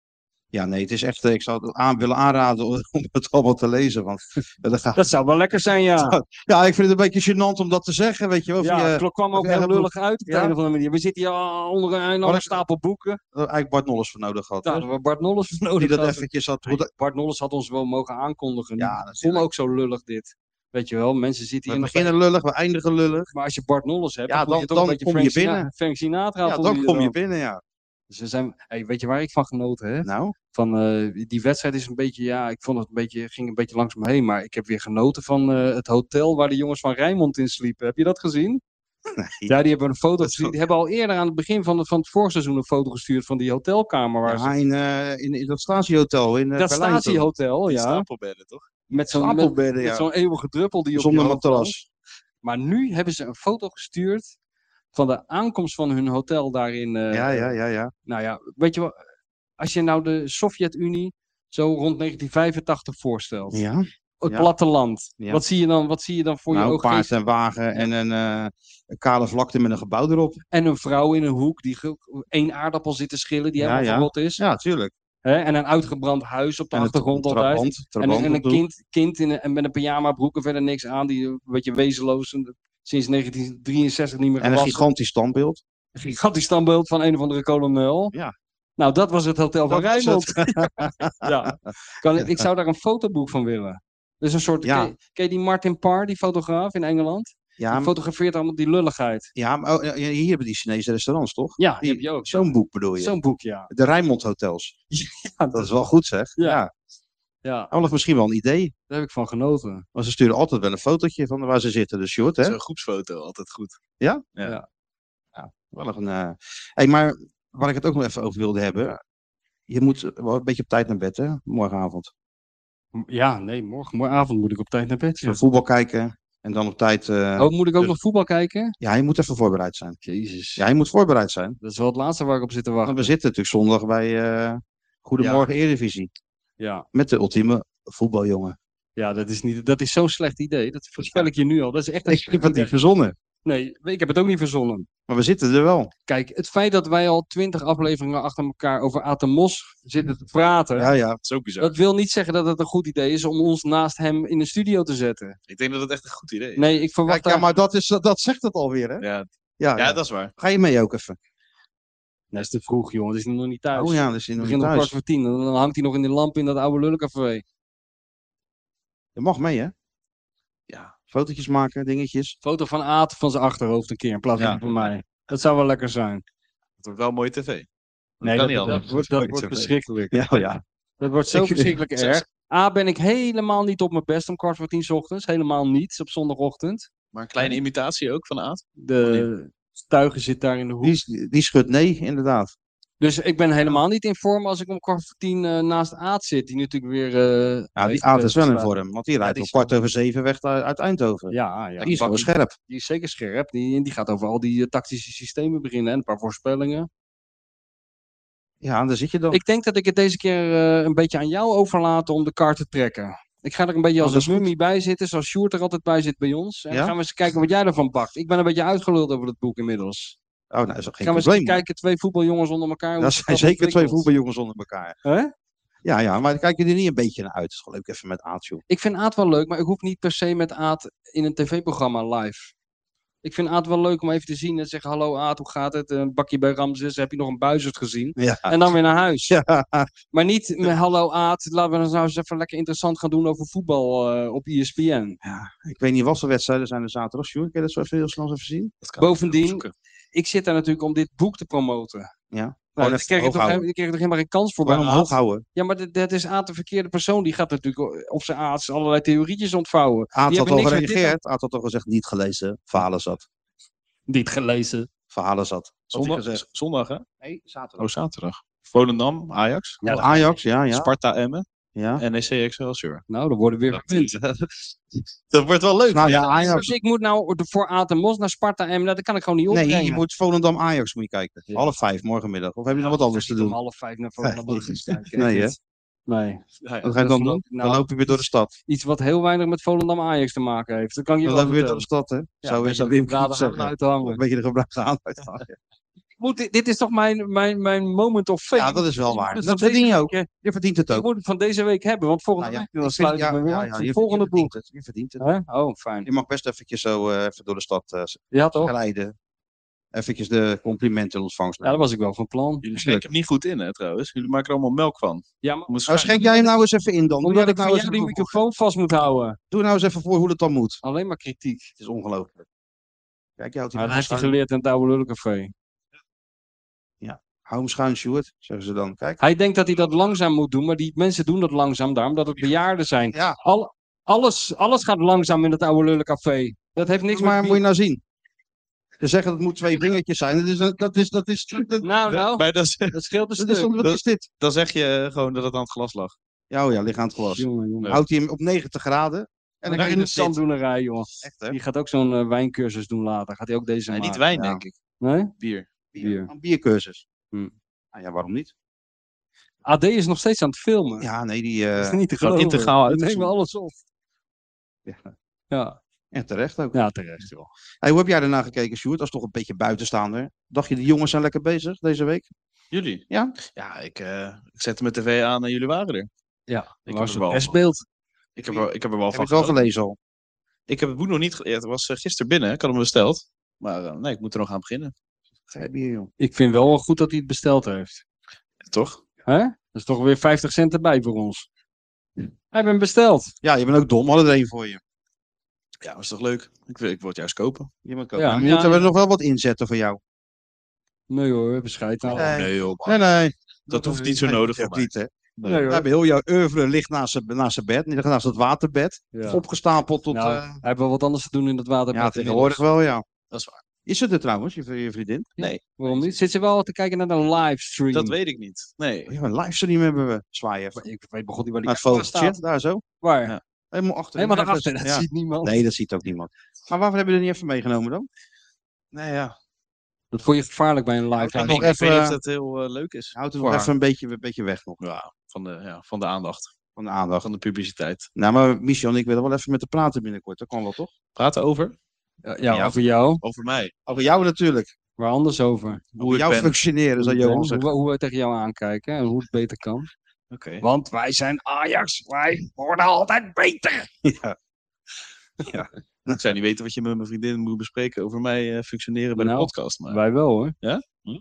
Ja, nee, het is echt, ik zou het aan, willen aanraden om het allemaal te lezen. Want, dat, gaat... dat zou wel lekker zijn, ja. Ja, ik vind het een beetje gênant om dat te zeggen, weet je wel. Ja, je, het kwam ook heel lullig uit op de ja. een of andere manier. We zitten hier al onder een enorme stapel boeken. Daar eigenlijk Bart Nolles voor nodig had. Ja, daar hebben Bart Nolles voor nodig Die dat had. eventjes had. Nee, Bart Nolles had ons wel mogen aankondigen. Ja, dat vond ook zo lullig dit. Weet je wel, mensen zitten hier. We beginnen lullig, we eindigen lullig. Maar als je Bart Nolles hebt, ja, dan, dan, je toch dan een beetje kom Frank je binnen. Sina- Frank Sinatra. Ja, dan kom je binnen, ja. Dus we zijn, hey, weet je waar ik van genoten heb? Nou? Van, uh, die wedstrijd is een beetje, ja, ik vond het een beetje, ging een beetje langs me heen. Maar ik heb weer genoten van uh, het hotel waar de jongens van Rijnmond in sliepen. Heb je dat gezien? Nee. Ja, die hebben een foto gezien. Die hebben al eerder aan het begin van het, van het voorseizoen een foto gestuurd van die hotelkamer. Waar ja, ze... in, uh, in, in dat statiehotel in uh, Dat Berlijn, statiehotel, Die ja. stapelbedden, toch? Met zo'n, met, ja. met zo'n eeuwige druppel die op zonder je matras. Maar nu hebben ze een foto gestuurd van de aankomst van hun hotel daarin. Uh, ja, ja, ja, ja. Nou ja, weet je wel, als je nou de Sovjet-Unie zo rond negentien vijfentachtig voorstelt. Ja. Het ja. platteland. Ja. Wat, zie je dan, wat zie je dan voor nou, je ogen? Paard en wagen ja. en een, uh, een kale vlakte met een gebouw erop. En een vrouw in een hoek die één aardappel zit te schillen die ja, helemaal ja. verrot is. Ja, tuurlijk. Hè? En een uitgebrand huis op de en achtergrond een altijd. Trabant, trabant en, en een kind, kind in een, met een pyjama broek en verder niks aan. Die een beetje wezenloos sinds negentien drieënzestig niet meer gewassen. En een gigantisch standbeeld. Een gigantisch standbeeld van een of andere kolonel. Ja. Nou, dat was het hotel van Rijnmond. ja. Kan, ik zou daar een fotoboek van willen. Dus een soort, ja. ken, ken je die Martin Parr, die fotograaf in Engeland? Ja, die fotografeert allemaal die lulligheid. Ja, maar oh, hier hebben die Chinese restaurants, toch? Ja, die die, heb je ook. Zo'n ja. boek bedoel je? Zo'n boek, ja. De Rijnmond Hotels. Ja, dat is wel goed, zeg. Ja. ja. ja. Of misschien wel een idee. Daar heb ik van genoten. Maar ze sturen altijd wel een fotootje van waar ze zitten, de short, hè? Zo'n groepsfoto, altijd goed. Ja? Ja. ja. ja wel een... Uh... Hey, maar waar ik het ook nog even over wilde hebben... Je moet wel een beetje op tijd naar bed, hè? Morgenavond. Ja, nee, morgen, morgenavond moet ik op tijd naar bed. Ja. Voetbal kijken en dan op tijd... Uh... Oh, moet ik ook dus... nog voetbal kijken? Ja, je moet even voorbereid zijn. Jezus. Ja, je moet voorbereid zijn. Dat is wel het laatste waar ik op zit te wachten. Maar we zitten natuurlijk zondag bij uh... Goedemorgen ja. Eredivisie. Ja. Met de ultieme voetbaljongen. Ja, dat is, niet, dat is zo'n slecht idee. Dat voorspel ik je nu al. Dat is echt een ik heb het niet verzonnen. Nee, ik heb het ook niet verzonnen. Maar we zitten er wel. Kijk, het feit dat wij al twintig afleveringen achter elkaar over Atemos zitten te praten. Ja, ja. Dat is ook bizar. Dat wil niet zeggen dat het een goed idee is om ons naast hem in een studio te zetten. Ik denk dat het echt een goed idee is. Nee, ik verwacht. Kijk, ja, daar... maar dat, is, dat zegt het alweer, hè? Ja. Ja, ja, ja, dat is waar. Ga je mee ook even? Dat is te vroeg, jongen. Het is nog niet thuis. Oh ja, dat is nog niet begint thuis. om kwart voor tien. Dan hangt hij nog in de lamp in dat oude lullencafé. Je mag mee, hè? Ja. Fotootjes maken, dingetjes. Foto van Aad van zijn achterhoofd een keer in plaats van ja. van mij. Dat zou wel lekker zijn. Het wordt wel mooie tv. Dat nee, kan dat, niet dat, anders. wordt, dat wordt verschrikkelijk. Ja, ja. Dat wordt zo verschrikkelijk erg. A, ben ik helemaal niet op mijn best om kwart voor tien 's ochtends. Helemaal niet op zondagochtend. Maar een kleine imitatie ook van Aad? De stuigen zit daar in de hoek. Die, die schudt nee, inderdaad. Dus ik ben helemaal niet in vorm als ik om kwart voor tien uh, naast Aad zit. Die natuurlijk weer... Uh, ja, die Aad is wel in vorm. Want die rijdt ja, om kwart over zeven weg uit, uit Eindhoven. Ja, ja. Die is wel scherp. Die is zeker scherp. Die, die gaat over al die uh, tactische systemen beginnen. En een paar voorspellingen. Ja, daar zit je dan. Ik denk dat ik het deze keer uh, een beetje aan jou overlaat om de kaart te trekken. Ik ga er een beetje als oh, een mummie bij zitten, zoals Sjoerd er altijd bij zit bij ons. En ja? dan gaan we eens kijken wat jij ervan pakt. Ik ben een beetje uitgeluld over het boek inmiddels. Oh, nou, is ook geen gaan we probleem. eens kijken, twee voetbaljongens onder elkaar. Dat zijn zeker twee voetbaljongens onder elkaar. Huh? Ja, ja, maar kijk je er niet een beetje naar uit. Het is gewoon leuk even met Aad, joh. Ik vind Aad wel leuk, maar ik hoef niet per se met Aad in een tv-programma live. Ik vind Aad wel leuk om even te zien en te zeggen: hallo Aad, hoe gaat het? Een bakje bij Ramses, heb je nog een buizerd gezien? Ja. En dan weer naar huis. Ja. Maar niet met hallo Aad, laten we dan nou eens even lekker interessant gaan doen over voetbal uh, op E S P N. Ja, ik weet niet wat voor wedstrijden zijn er zaterdag. Sjoerd, kun je dat zo even heel snel even zien? Bovendien, ik zit daar natuurlijk om dit boek te promoten. Ja. Nou, daar even kreeg je hoog toch houden. geen- die kreeg er helemaal geen kans voor bij Gewoon omhoog Aad. houden. Ja, maar dat, dat is Aad de verkeerde persoon. Die gaat natuurlijk op zijn Aad allerlei theorietjes ontvouwen. Aad Die had hebben al niks met dit gereageerd. Aad had al gezegd, niet gelezen. Verhalen zat. Niet gelezen. Verhalen zat. Had hij Zondag, gezegd. zondag hè? Nee, zaterdag. Oh, zaterdag. Volendam, Ajax. Ja, Oh, Ajax, ja, ja. Sparta, Emmen. ja. N E C Excelsior. Nou, dan worden we weer gewend. Dat wordt wel leuk. Nou ja, Dus Ajax. ik moet nou de- voor Aad en Mos naar Sparta en dat kan ik gewoon niet Nee, opbrengen. je moet Volendam Ajax moet je kijken. Ja. Half vijf morgenmiddag. Of heb je nog wat anders te Om doen? half vijf naar Volendam Nee. Ajax kijken. Nee, hè? Nee. Ja, ja. Wat ga je Dat dan is doen? leuk. Dan Nou, loop je weer door de stad. Iets wat heel weinig met Volendam Ajax te maken heeft. Dat kan ik je Dan wel loop je weer door vertellen. de stad, hè? Ja, Zo een is dat beetje Wim de Kiep gebraden zeggen. haan uit te hangen. Een beetje de gebruikte aan uithangen. Moet, dit, dit is toch mijn, mijn, mijn moment of fame? Ja, dat is wel Ik moet waar. het Dat van verdien je deze ook. week, eh, Je verdient het Ik ook. moet het van deze week hebben, want volgende Nou ja, week dan ik vind- sluit ik ja, me weer ja, af ja, voor je- het je volgende verdient boek. het. Je verdient het. Hè? Oh, fijn. Je mag best eventjes zo eh, even door de stad eh, Ja, toch? rijden. Eventjes de complimenten in ontvangst Ja, dat nemen. was ik wel van plan. Jullie schenken hem niet goed in, hè, trouwens. Jullie maken er allemaal melk van. Ja, maar Moet Nou, schenk jij hem nou eens even in dan. Doe omdat jij ik dat van nou jou eens die even voor. microfoon vast moet houden. Doe nou eens even voor hoe dat dan moet. Alleen maar kritiek. Het is ongelooflijk. Kijk, je houdt Maar hem dat heeft hij schuin. geleerd in het oude lullencafé. Hou hem schuin, Sjoerd, zeggen ze dan. Kijk. Hij denkt dat hij dat langzaam moet doen, maar die mensen doen dat langzaam daarom dat het bejaarden zijn. Ja, Al, alles, alles gaat langzaam in het oude lullencafé. Dat heeft niks maar met... moet je nou zien. Ze zeggen dat het moet twee vingertjes zijn. Dat is, dat is, dat is, dat, Nou, nou, Maar dan, zeg- dat scheelt een dat is, stuk. wat is dit? dan zeg je eh, gewoon dat het aan het glas lag. Ja, oh ja, ligt aan het glas. Jongen, jongen. Houdt hij hem op negentig graden. En dan En kan je een dus dit. zanddoenerij, jongen. Echt, hè? Die gaat ook zo'n eh, wijncursus doen later. Gaat hij ook deze Nee, niet maken? wijn, Ja. denk ik. Nee? Bier. Bier. Een biercursus. Hm. Nou ja, waarom niet? A D is nog steeds aan het filmen. Ja, nee, die... Dat is eh niet te gewoon geloven. integraal Die nemen uitgezonden. alles op. ja, Ja, en terecht ook. ja terecht, joh. Hey, hoe heb jij daarna gekeken, Sjoerd? Als toch een beetje buitenstaander. Dacht je, de jongens zijn lekker bezig deze week? Jullie? Ja? Ja, ik, eh, ik zette mijn tv aan en jullie waren er. Ja, Ik ik heb was er het wel persbeeld. Ik heb er, ik heb er wel Heb je van het wel genoten. gelezen al? Ik heb het boek nog niet gelezen. Het was eh, gisteren binnen. Ik had hem besteld. Maar eh, nee, ik moet er nog aan beginnen. Geen bier, joh. Ik vind wel goed dat hij het besteld heeft. Toch? Hè? Dat is toch weer vijftig cent erbij voor ons. Hij bent besteld. Ja, je bent ook dom. We hadden er één voor je. Ja, dat is toch leuk? Ik, wil- ik wil het juist kopen. Je moet kopen. Ja, Dan ja, moeten we ja. nog wel wat inzetten voor jou. Nee hoor, bescheid nou. Nee. Nee joh. Nee, nee. Dat hoeft niet zo Nee, nodig dat voor mij. niet, hè. Nee, We hoor. hebben heel jouw oeuvre ligt naast zijn naast zijn bed. Naast het waterbed. Ja. Opgestapeld tot... Nou, eh, hij heeft wel wat anders te doen in het water. ja, tegenwoordig wel, ja. Dat is waar. Is het er trouwens, je, je vriendin? Nee, Waarom niet? Zit ze wel te kijken naar een livestream? dat weet ik niet. Nee. Ja, een livestream hebben we. Zwaai even. Ik weet begon niet waar die Naar het camera vogeltje, staat. daar zo. Waar? Ja. Helemaal achter. Helemaal Ja, daarachter, dat ja. ziet niemand. Nee, dat ziet ook niemand. Maar waarvoor hebben we er niet even meegenomen dan? Nee, ja. Dat vond je gevaarlijk bij een live. Ja, Ik, nog ik weet niet even- of dat heel eh, leuk is. Houd het Voor nog haar. even een beetje, een beetje weg nog. Ja, van de, ja, van de aandacht. Van de aandacht. Van de publiciteit. Nou, maar Michel en ik willen wel even met de praten binnenkort. Dat kan wel, toch? Praten over? Ja, Ja. over jou. Over mij. Over jou natuurlijk. Waar anders over. Over ik jou ben. functioneren, zou hoe, Johan hoe, zeggen. hoe we tegen jou aankijken en hoe het beter kan. Oké. Want wij zijn Ajax. Wij worden altijd beter. Ja. Ik zou niet weten wat je met mijn vriendin moet bespreken over mij eh, functioneren bij Nou, de podcast. Maar... Wij wel hoor. Ja? Hm?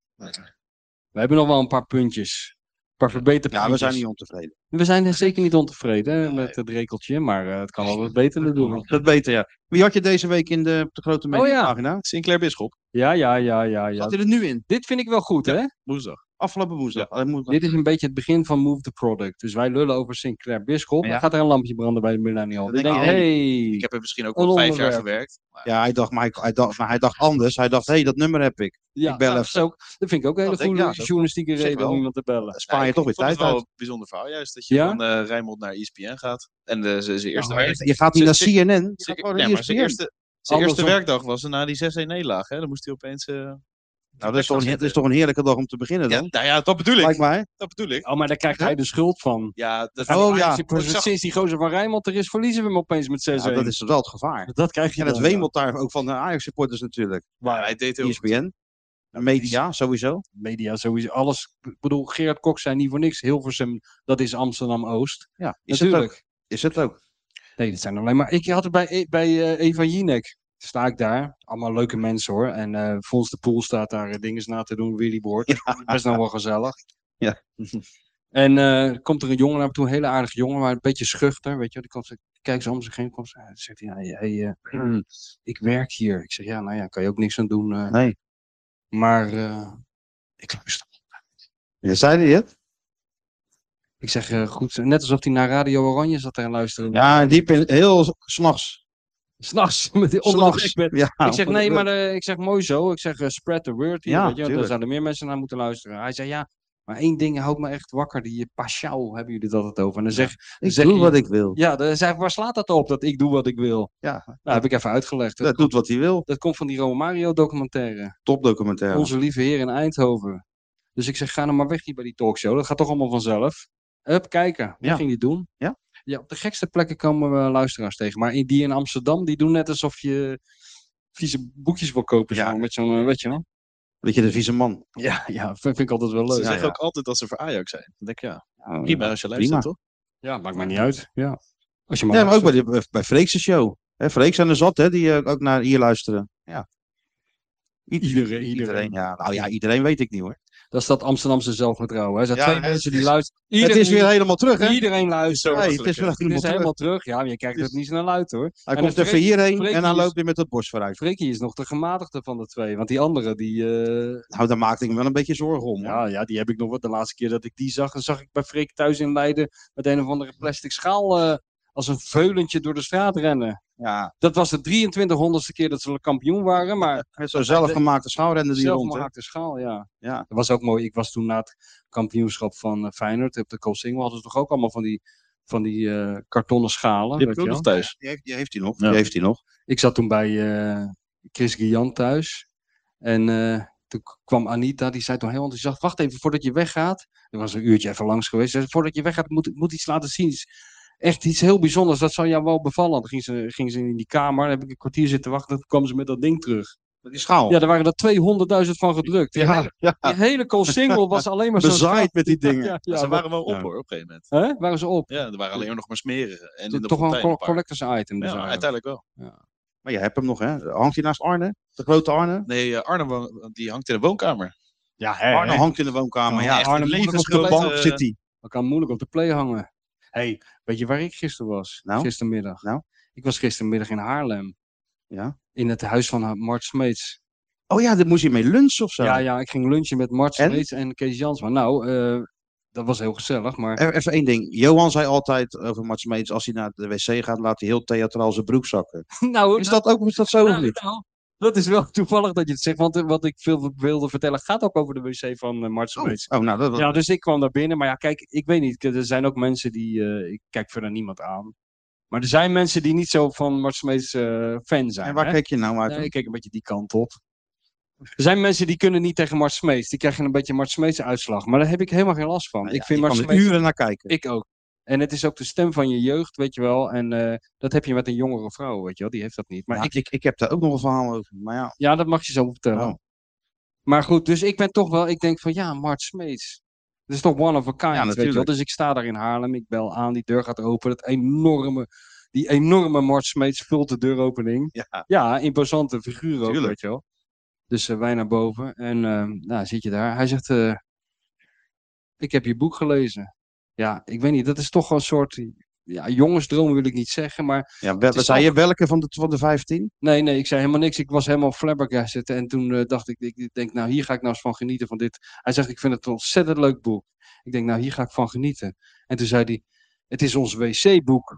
We hebben nog wel een paar puntjes. Een paar verbeterpuntjes. Ja, we zijn niet ontevreden. We zijn er zeker niet ontevreden hè, met het rekeltje, maar eh, het kan wel wat beter natuurlijk. Dat beter, ja. Wie had je deze week in de, op de grote Oh, ja. mediapagina? Sinclair Bisschop. Ja, ja, ja, ja, ja. Zat hij er nu in? Dit vind ik wel goed, Ja. hè? Woensdag. Afgelopen woensdag. Alleen moet- Dit is een beetje het begin van Move the Product. Dus wij lullen over Sinclair Bisschop. Ja. Dan gaat er een lampje branden bij de Millennial. Dat Dan denk denk ik je, ook. hey. Ik heb er misschien ook Een al vijf jaar onderwerp. gewerkt. Maar Ja, hij dacht, maar hij, hij dacht, maar hij dacht anders. Hij dacht, hé, hey, dat nummer heb ik. ja, ik bel nou, even. dat is ook- dat vind ik ook een hele Dat denk- goede ja, dat- journalistieke op zich reden om wel. iemand te bellen. Dan spaar je ik toch weer vond het tijd wel uit. een bijzonder verhaal juist. Dat je Ja? van eh Rijnmond naar E S P N gaat. En de, zijn zijn eerste, Nou, werk- je gaat niet naar Zijn- C N N. Je zijn- gaat gewoon nee, naar maar zijn E S P N. eerste, zijn eerste Andersom. werkdag was na die zes een nederlaag. Hè? Dan moest hij opeens... eh, Nou, dat is, toch een, dat is toch een heerlijke dag om te beginnen ja, dan? nou ja, dat bedoel ik. Lijkt mij. Dat bedoel ik. Oh, maar daar krijgt Ja? hij de schuld van. Ja, dat Gaan Oh, die ja. Ajax supporters- Ik zag- Sinds die gozer van Rijnmond er is, verliezen we hem opeens met zes Ja, een. dat is wel het gevaar. Dat krijg je En het dan. wemelt daar ook van de Ajax-supporters natuurlijk. Ja, hij deed heel E S P N. Media, sowieso. Media sowieso, alles. Ik bedoel, Gerard Kok zei niet voor niks. Hilversum, dat is Amsterdam-Oost. Ja, is het Natuurlijk. ook. Is het ook. Nee, dat zijn alleen maar... Ik had het bij, E- bij eh, Eva Jinek. Sta ik daar. Allemaal leuke mensen hoor. En eh Fons de Poel staat daar uh, dinges na te doen. Willy Boort. Best nog wel gezellig. Ja. En eh komt er een jongen naar me toe. Een hele aardige jongen. Maar een beetje schuchter. Weet je. Die komt, kijkt zo om zich heen. Komt, hij zegt hij, ja, hey, eh, ik werk hier. Ik zeg, ja, nou ja, kan je ook niks aan doen. eh. Nee. Maar eh, ik luister Ja, zei hij het? Ik zeg uh, goed, net alsof hij naar Radio Oranje zat te luisteren. Ja, diep in, heel s'nachts. S'nachts, met die onder S'nachts, de dekbed. ja. Ik zeg, nee, maar uh, ik zeg, mooi zo. Ik zeg, uh, spread the word hier, Ja, weet je. Daar tuurlijk. zouden meer mensen naar moeten luisteren. Hij zei, ja, maar één ding houdt me echt wakker. Die Pashao hebben jullie het altijd over. En dan zeg, Ik dan zeg doe je, wat ik wil. Ja, dan zeg, waar slaat dat op, dat ik doe wat ik wil? Ja, Nou, heb ik even uitgelegd. dat Dat, doet wat hij wil. dat komt van die Romario documentaire. Topdocumentaire. Onze lieve heer in Eindhoven. Dus ik zeg, ga nou maar weg hier bij die talkshow. Dat gaat toch allemaal vanzelf. Hup, kijken. Dat Ja. ging hij doen. Ja? Ja, op de gekste plekken komen we luisteraars tegen. Maar in- die in Amsterdam, die doen net alsof je vieze boekjes wil kopen. Ja. Zo, met zo'n, uh, weet je wel. Weet je, de vieze man. Ja, ja, vind, vind ik altijd wel Ze leuk. Ja, zeggen ja. ook altijd dat ze voor Ajax zijn. Dan denk ik, ja, Ja, prima als je luistert, prima. toch? Ja, maakt mij niet uit. Ja. Als je maar Ja, maar ook bij, luistert. de, bij Freek's show. Hè, Freek's zijn er zat, hè, die uh, ook naar hier luisteren. Ja. I- Iedereen, iedereen. Ja, nou ja, iedereen weet ik niet hoor. Dat is dat Amsterdamse zelfvertrouwen. Hè. Er zijn Ja, twee het mensen die is- luisteren. Het Iedereen, is weer helemaal terug, hè? iedereen luistert. Nee, het is weer Het helemaal is terug. helemaal terug. Ja, maar je kijkt Het het is- niet snel uit hoor. Hij En komt dan even hierheen Freekie en dan is- loopt hij met het borst vooruit. Freekie is nog de gematigde van de twee. Want die andere, die, uh, Nou, daar maakte ik me wel een beetje zorgen om. hoor. ja, ja, die heb ik nog wat. De laatste keer dat ik die zag, dan zag ik bij Freek thuis in Leiden met een of andere plastic schaal uh, als een veulentje door de straat rennen. Ja, Dat was de drieëntwintighonderdste keer dat ze kampioen waren, maar met zo'n zelfgemaakte schaalrender die rond. hè. zelfgemaakte schaal, ja. Ja. Dat was ook mooi. Ik was toen na het kampioenschap van uh, Feyenoord, op de Koolsingel, hadden ze toch ook allemaal van die, van die uh, kartonnen schalen. Die weet heb ik je ook wel. nog thuis. Die heeft, die heeft hij nog. Ja. Die heeft hij nog. Ik zat toen bij uh, Chris Guillan thuis. En uh, toen kwam Anita, die zei toen heel enthousiast, wacht even voordat je weggaat. Er was een uurtje even langs geweest. Ze zei, voordat je weggaat, moet, moet iets laten zien. Iets- Echt iets heel bijzonders, dat zal jou wel bevallen. Dan ging ze, ging ze in die kamer, dan heb ik een kwartier zitten wachten. Toen kwam ze met dat ding terug. Met die schaal. Ja, daar waren er tweehonderdduizend van gedrukt. Die ja, hele, ja. die hele Koolsingel was alleen maar zo'n Bezaaid schaal. met die dingen. Ja, ja, ze ja, waren wel op ja. hoor, op een gegeven moment. Hè? Waren ze op? Ja, er waren alleen maar nog maar smeren. En in de Toch wel fontein een een co- paar. collectors item. Dus Ja, eigenlijk. uiteindelijk wel. Maar je hebt hem nog, hè? Hangt hij naast Arne? De grote Arne? Nee, uh, Arne wo- die hangt in de woonkamer. Ja, hè, Arne hè. hangt in de woonkamer. Ja, Ja, echt Arne een levensgrote levensgrote, bank eh, zit hij. Dat kan moeilijk op de play hangen. Hey, weet je waar ik gisteren was? Nou? Gistermiddag. Nou? Ik was gistermiddag in Haarlem. Ja. In het huis van uh, Mart Smeets. Oh ja, daar moest je mee lunchen of zo. Ja, ja, ik ging lunchen met Mart En? Smeets en Kees Jansma. Nou, uh, dat was heel gezellig, maar... E- Even één ding. Johan zei altijd over Mart Smeets, als hij naar de wc gaat, laat hij heel theatraal zijn broek zakken. nou, Is dat ook is dat zo of nou, niet? nou, dat is wel toevallig dat je het zegt, want uh, wat ik veel wilde vertellen gaat ook over de wc van uh, Mart Smeets. Oh, nou, dat, Ja, dus ik kwam daar binnen. Maar ja, kijk, ik weet niet. Er zijn ook mensen die... Uh, ik kijk verder niemand aan. Maar er zijn mensen die niet zo van Mart Smeets uh, fan zijn. en waar hè? kijk je nou uit? Nee, ik kijk een beetje die kant op. Er zijn mensen die kunnen niet tegen Mart Smeets. Die krijgen een beetje Mart Smeets uitslag. Maar daar heb ik helemaal geen last van. Nou ik ja, vind je Mart kan er Smeets... uren naar kijken. Ik ook. En het is ook de stem van je jeugd, weet je wel. En uh, dat heb je met een jongere vrouw, weet je wel. Die heeft dat niet. Maar Ja, ik, ik, ik heb daar ook nog een verhaal over. Maar ja, ja, dat mag je zo vertellen. Oh. Maar goed, dus ik ben toch wel... Ik denk van, ja, Mart Smeets. Dat is toch one of a kind, weet je wel. natuurlijk. Dus ik sta daar in Haarlem. Ik bel aan, die deur gaat open. Dat enorme... Die enorme Mart Smeets vult de deuropening. ja. Ja, imposante figuur ook, Tuurlijk. weet je wel. Dus uh, wij naar boven. En uh, nou, zit je daar. Hij zegt, uh, ik heb je boek gelezen. Ja, ik weet niet, dat is toch een soort... Ja, jongensdroom wil ik niet zeggen, maar... ja wel, is zei al- je welke van de, van de vijftien? Nee, nee, ik zei helemaal niks. Ik was helemaal flabbergasted. En toen uh, dacht ik, ik denk, nou, hier ga ik nou eens van genieten van dit. Hij zegt, ik vind het een ontzettend leuk boek. Ik denk, nou, hier ga ik van genieten. En toen zei hij, het is ons wc-boek.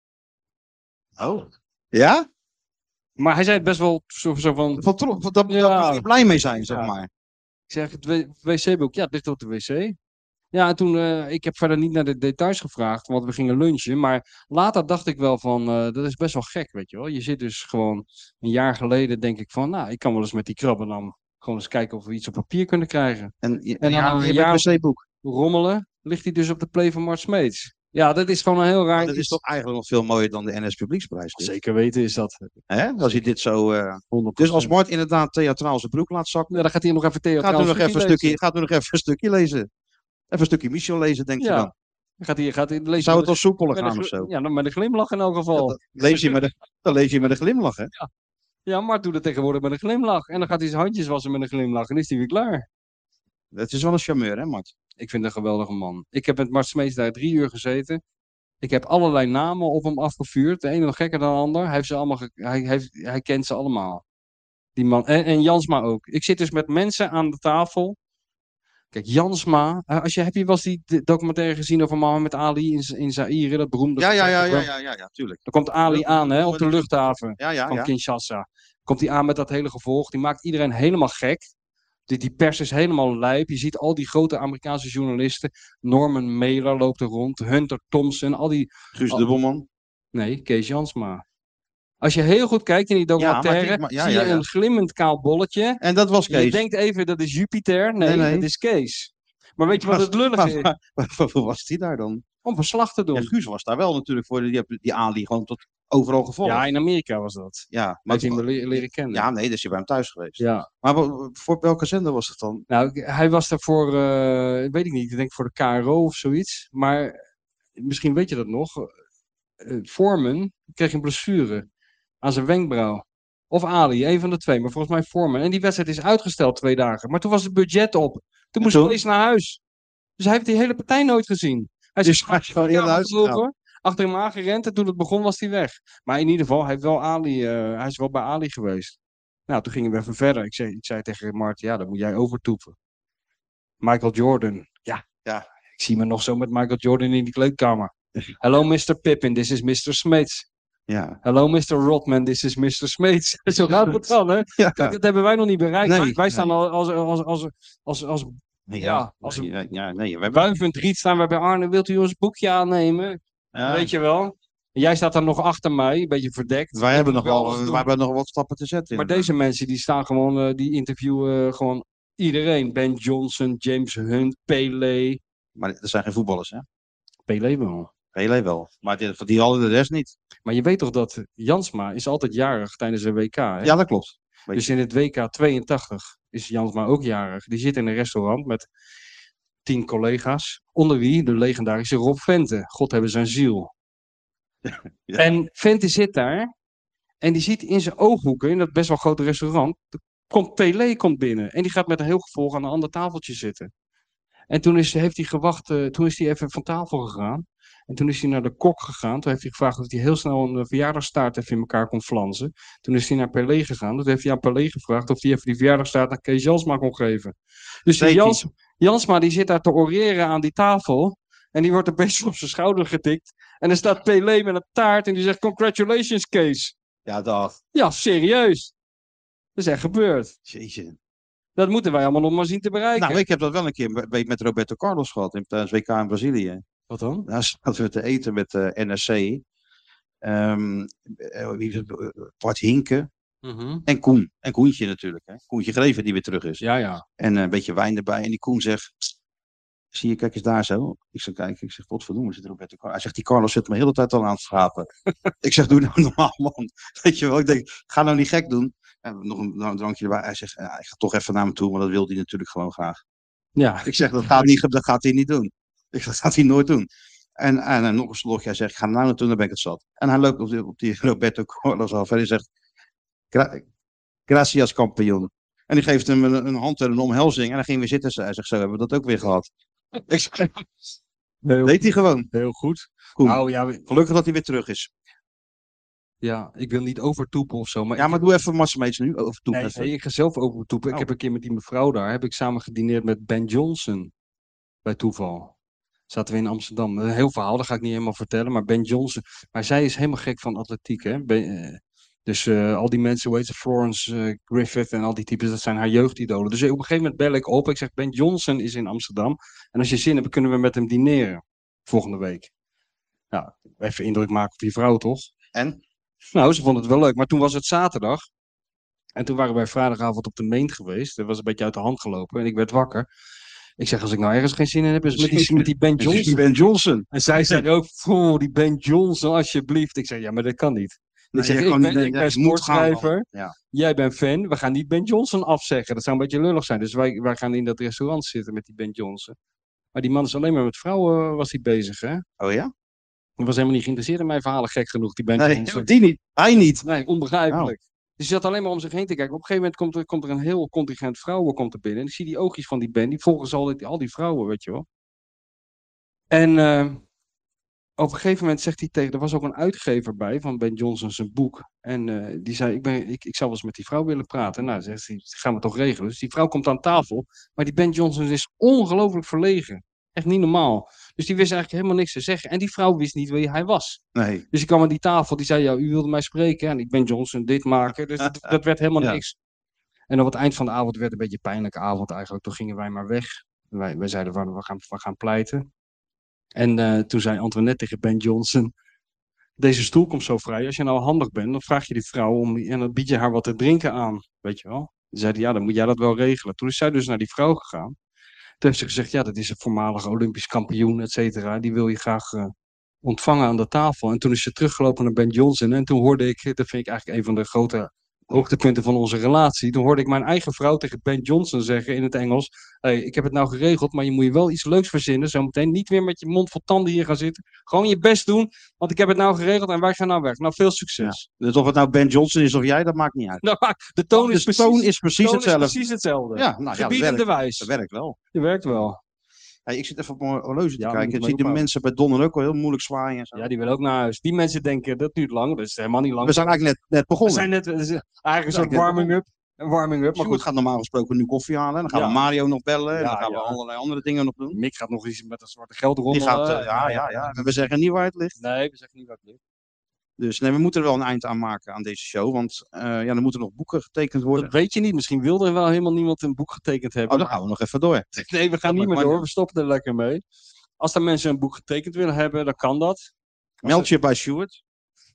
Oh. Ja? Maar hij zei het best wel zo, zo van... Van tro- van- dat, Ja. Daar moet je blij mee zijn, zeg Ja. maar. Ik zeg, het w- wc-boek, ja, het ligt op de wc. Ja, en toen, uh, ik heb verder niet naar de details gevraagd, want we gingen lunchen. Maar later dacht ik wel van, uh, dat is best wel gek, weet je wel. Je zit dus gewoon, een jaar geleden denk ik van, nou, ik kan wel eens met die krabben dan gewoon eens kijken of we iets op papier kunnen krijgen. En, je- En dan ja, een je hebt jaar- een wc-boek. Rommelen, ligt hij dus op de play van Mart Smeets. Ja, dat is gewoon een heel raar Dat is toch eigenlijk nog veel mooier dan de N S Publieksprijs. dit. Zeker weten is dat. Hè? Als je dit zo... eh, honderd procent. Dus als Mart inderdaad theatraal zijn broek laat zakken, Ja, dan gaat hij nog even theatraal gaat u nog even een lezen. stukje, gaat u nog even een stukje lezen. Even een stukje Michel lezen, denk je Ja. dan. Dan gaat hij, gaat hij lezen Zou het met wel soepeler een- met gaan een of gl- zo? Ja, dan met een glimlach in elk geval. Dat lees je met een, dan lees je met een glimlach, hè? Ja, Mart doet het tegenwoordig met een glimlach. En dan gaat hij zijn handjes wassen met een glimlach. En is hij weer klaar. Het is wel een charmeur, hè, Mart? Ik vind het een geweldige man. Ik heb met Mart Smeets daar drie uur gezeten. Ik heb allerlei namen op hem afgevuurd. De ene nog gekker dan de ander. Hij, heeft ze allemaal ge- hij, heeft, hij kent ze allemaal. Die man. En, en Jansma ook. Ik zit dus met mensen aan de tafel. Kijk, Jansma. eh, Als je, heb je wel eens die d- documentaire gezien over Mohammed Ali in, Z- in Zaire? Dat beroemde Ja, ja, ja, ja, gevecht? ja, ja, ja, tuurlijk. Dan komt Ali Heel- aan hè, heel- op de luchthaven Ja, ja, van ja. Kinshasa. Komt hij aan met dat hele gevolg. Die maakt iedereen helemaal gek. Die, die pers is helemaal lijp. Je ziet al die grote Amerikaanse journalisten. Norman Mailer loopt er rond. Hunter Thompson. Al die... Guus al- Dubbelman. Nee, Kees Jansma. Als je heel goed kijkt in die Ja, maar documentaire, die- maar- ja, zie ja, je ja. een glimmend kaal bolletje. En dat was Je Kees. denkt even dat is Jupiter. Nee, Nee, nee. dat is Kees. Maar weet je wat het lullige Maar- is? maar- maar Waarvoor was die daar dan? Om verslag te doen. Ja, Guus was daar wel natuurlijk voor. Die, die Ali gewoon tot overal gevolgd. Ja, in Amerika was dat. Ja, Maar maar heeft hij me le- leren kennen. ja, nee, dus je bij hem thuis geweest. Ja. Maar wa- voor welke zender was het dan? Nou, ik- hij was daar voor, eh, weet ik niet, ik denk voor de K R O of zoiets. Maar misschien weet je dat nog. eh Foreman kreeg een blessure aan zijn wenkbrauw. Of Ali, een van de twee. Maar volgens mij Foreman. En die wedstrijd is uitgesteld twee dagen. Maar toen was het budget op. Toen moest toen? Kees naar huis. Dus hij heeft die hele partij nooit gezien. Hij Dus is hij is gewoon eerder naar huis gegaan. achter hem aangerend en toen het begon was hij weg. Maar in ieder geval, hij, heeft wel Ali, eh, hij is wel bij Ali geweest. Nou, toen gingen we even verder. Ik zei, ik zei tegen Martin, ja, dan moet jij overtoepen. Michael Jordan. Ja, Ja. ik zie me nog zo met Michael Jordan in die kleedkamer. Hello mister Pippen, this is mister Smeets. Ja. Hello mister Rodman, this is mister Smeets. Zo gaat het dan, hè? Ja. Kijk, dat hebben wij nog niet bereikt. Nee, wij wij staan nee. al als, als, als, als, als Nee, Ja, als nee, een- ja, ja, nee, we hebben... wuivend riet staan we bij Arne. Wilt u ons boekje aannemen? Ja, Weet je wel? En jij staat dan nog achter mij, een beetje verdekt. wij Ik hebben moet nog wel, alles doen. wij hebben nog wat stappen te zetten. Maar inderdaad. deze mensen die staan gewoon, eh, die interviewen eh, gewoon iedereen. Ben Johnson, James Hunt, Pele. Maar er zijn geen voetballers, hè? Pele wel. Pele wel. Maar die, die hadden de rest niet. Maar je weet toch dat Jansma is altijd jarig tijdens een W K, hè? Ja, dat klopt. Weet Dus je. in het W K tweeëntachtig is Jansma ook jarig. Die zit in een restaurant met tien collega's. Onder wie de legendarische Rob Vente. God hebben zijn ziel. Ja. En Vente zit daar. En die ziet in zijn ooghoeken, in dat best wel grote restaurant, komt Pelé komt binnen. En die gaat met een heel gevolg aan een ander tafeltje zitten. En toen is, heeft hij gewacht, eh, toen is hij even van tafel gegaan. En toen is hij naar de kok gegaan. Toen heeft hij gevraagd of hij heel snel een eh, verjaardagstaart even in elkaar kon flansen. Toen is hij naar Pelé gegaan. Toen heeft hij aan Pelé gevraagd of hij even die verjaardagstaart aan Kees Jansma kon geven. Dus die Deed hij. Jans, Jansma die zit daar te oreren aan die tafel. En die wordt een beetje op zijn schouder getikt. En dan staat Pelé met een taart en die zegt congratulations Kees. Ja, dag. Ja, serieus. Dat is echt gebeurd. Jeetje. Dat moeten wij allemaal nog maar zien te bereiken. Nou, ik heb dat wel een keer met- met Roberto Carlos gehad in tijdens W K in Brazilië. Wat dan? Daar zaten we te eten met de N R C. Ehm, eh, wie is het? Eh, Bart Hinke en Koen. En Koentje natuurlijk. Hè. Koentje Greven die weer terug is. Ja, ja. En eh, een beetje wijn erbij. En die Koen zegt, zie je, kijk eens daar zo. Ik zeg, kijk, ik zeg, godverdomme, zit Roberto Carlos. Hij zegt, die Carlos zit me de hele tijd al aan het schapen. Ik zeg, doe nou normaal, man. Weet je wel, ik denk, ga nou niet gek doen. En nog een, nog een drankje erbij. Hij zegt, ja, ik ga toch even naar hem toe, maar dat wil hij natuurlijk gewoon graag. Ja, Ik zeg, dat gaat, niet, dat gaat hij niet doen. Ik zeg, dat gaat hij nooit doen. En, en, en nog een slokje, hij zegt, ik ga nou naartoe, dan ben ik het zat. En hij loopt op die, op die Roberto Carlos af en hij zegt, "Gra- gracias kampioen. En die geeft hem een, een hand en een omhelzing en dan ging weer zitten. Hij zegt, zo hebben we dat ook weer gehad. Ik zeg, heel, deed hij gewoon. heel goed. Koen. Nou ja, we- Gelukkig dat hij weer terug is. ja, ik wil niet overtoepen of zo. Maar Ja, ik maar doe even Massamates nu, over toe. Nee, nee, ik ga zelf overtoepen. Ik Oh. heb een keer met die mevrouw daar, heb ik samen gedineerd met Ben Johnson. Bij toeval. Zaten we in Amsterdam. Een heel verhaal, dat ga ik niet helemaal vertellen. Maar Ben Johnson, maar zij is helemaal gek van atletiek, hè. Ben, eh, dus eh, al die mensen, hoe heet ze, Florence eh, Griffith en al die types, dat zijn haar jeugdidolen. Dus op een gegeven moment bel ik op. Ik zeg, Ben Johnson is in Amsterdam. En als je zin hebt, kunnen we met hem dineren. Volgende week. Nou, even indruk maken op die vrouw, toch? En? Nou, ze vond het wel leuk. Maar toen was het zaterdag. En toen waren wij vrijdagavond op de Meent geweest. Dat was een beetje uit de hand gelopen. En ik werd wakker. Ik zeg, als ik nou ergens geen zin in heb, is het met die, met die Ben Johnson. Ben Johnson. En zij zei ook, "Poeh, die Ben Johnson, alsjeblieft." Ik zeg, ja, maar dat kan niet. Nee, ik zeg, je ik kan ben, niet- nee, ik ja, ben je moet gaan, sportschrijver. man. Ja. Jij bent fan. We gaan niet Ben Johnson afzeggen. Dat zou een beetje lullig zijn. Dus wij, wij gaan in dat restaurant zitten met die Ben Johnson. Maar die man is alleen maar met vrouwen eh, was hij bezig, hè? Oh ja? Hij was helemaal niet geïnteresseerd in mijn verhalen, gek genoeg, die Ben Nee, Johnson. die niet. Hij niet. Nee, onbegrijpelijk. Dus hij zat alleen maar om zich heen te kijken. Op een gegeven moment komt er, komt er een heel contingent vrouwen komt er binnen. En ik zie die oogjes van die Ben, die volgen ze al die, al die vrouwen, weet je wel. En eh, op een gegeven moment zegt hij tegen, er was ook een uitgever bij van Ben Johnson zijn boek. En uh, die zei, ik, ben, ik, ik zou wel eens met die vrouw willen praten. Nou, zegt hij, gaan we toch regelen. Dus die vrouw komt aan tafel. Maar die Ben Johnson is ongelooflijk verlegen. Echt niet normaal. Dus die wist eigenlijk helemaal niks te zeggen. En die vrouw wist niet wie hij was. Nee. Dus die kwam aan die tafel. Die zei, ja, u wilde mij spreken. En ik ben Johnson, dit maken. Dus dat, dat werd helemaal Ja. niks. En op het eind van de avond werd het een beetje een pijnlijke avond eigenlijk. Toen gingen wij maar weg. Wij, wij zeiden, we gaan, we gaan pleiten. En uh, toen zei Antoinette tegen Ben Johnson... Deze stoel komt zo vrij. Als je nou handig bent, dan vraag je die vrouw om... En dan bied je haar wat te drinken aan. Weet je wel? Toen zei hij, ja, dan moet jij dat wel regelen. Toen is zij dus naar die vrouw gegaan. Toen heeft ze gezegd, ja, dat is een voormalige Olympisch kampioen, et cetera. Die wil je graag uh, ontvangen aan de tafel. En toen is ze teruggelopen naar Ben Johnson. En toen hoorde ik, dat vind ik eigenlijk een van de grote hoogtepunten van onze relatie. Toen hoorde ik mijn eigen vrouw tegen Ben Johnson zeggen in het Engels. Hey, ik heb het nou geregeld, maar je moet je wel iets leuks verzinnen. Zometeen niet weer met je mond vol tanden hier gaan zitten. Gewoon je best doen, want ik heb het nou geregeld en wij gaan nou weg. Nou, veel succes. Ja. Dus of het nou Ben Johnson is of jij, dat maakt niet uit. Nou, de toon de is precies, toon is precies toon hetzelfde. Is precies hetzelfde. Ja, nou, ja, Gebiedende dat werkt, wijs. dat werkt wel. Je werkt wel. Hey, ik zit even op mijn horloge te Ja, we kijken. moeten Ik maar zie de ophouden. mensen bij Donner ook wel heel moeilijk zwaaien. En zo. Ja, die willen ook naar huis. Die mensen denken, dat duurt lang. Dat is helemaal niet lang. We zijn eigenlijk net, net We begonnen. zijn net, het is eigenlijk een soort net warming-up. Een warming-up, maar Maar goed. goed, gaat normaal gesproken nu koffie halen. Dan gaan Ja. we Mario nog bellen. En Ja, dan gaan we ja. allerlei andere dingen nog doen. Mick gaat nog iets met een zwarte geld Die rommelen. gaat, uh, ja, ja, ja. En we zeggen niet waar het ligt. Nee, we zeggen niet wat het ligt. Dus nee, we moeten er wel een eind aan maken aan deze show. Want uh, ja, er moeten nog boeken getekend worden. Dat weet je niet. Misschien wilde er wel helemaal niemand een boek getekend hebben. Oh, dan gaan we nog even door. Nee, we gaan Dat niet meer mag door. niet. We stoppen er lekker mee. Als er mensen een boek getekend willen hebben, dan kan dat. Meld je bij Stuart.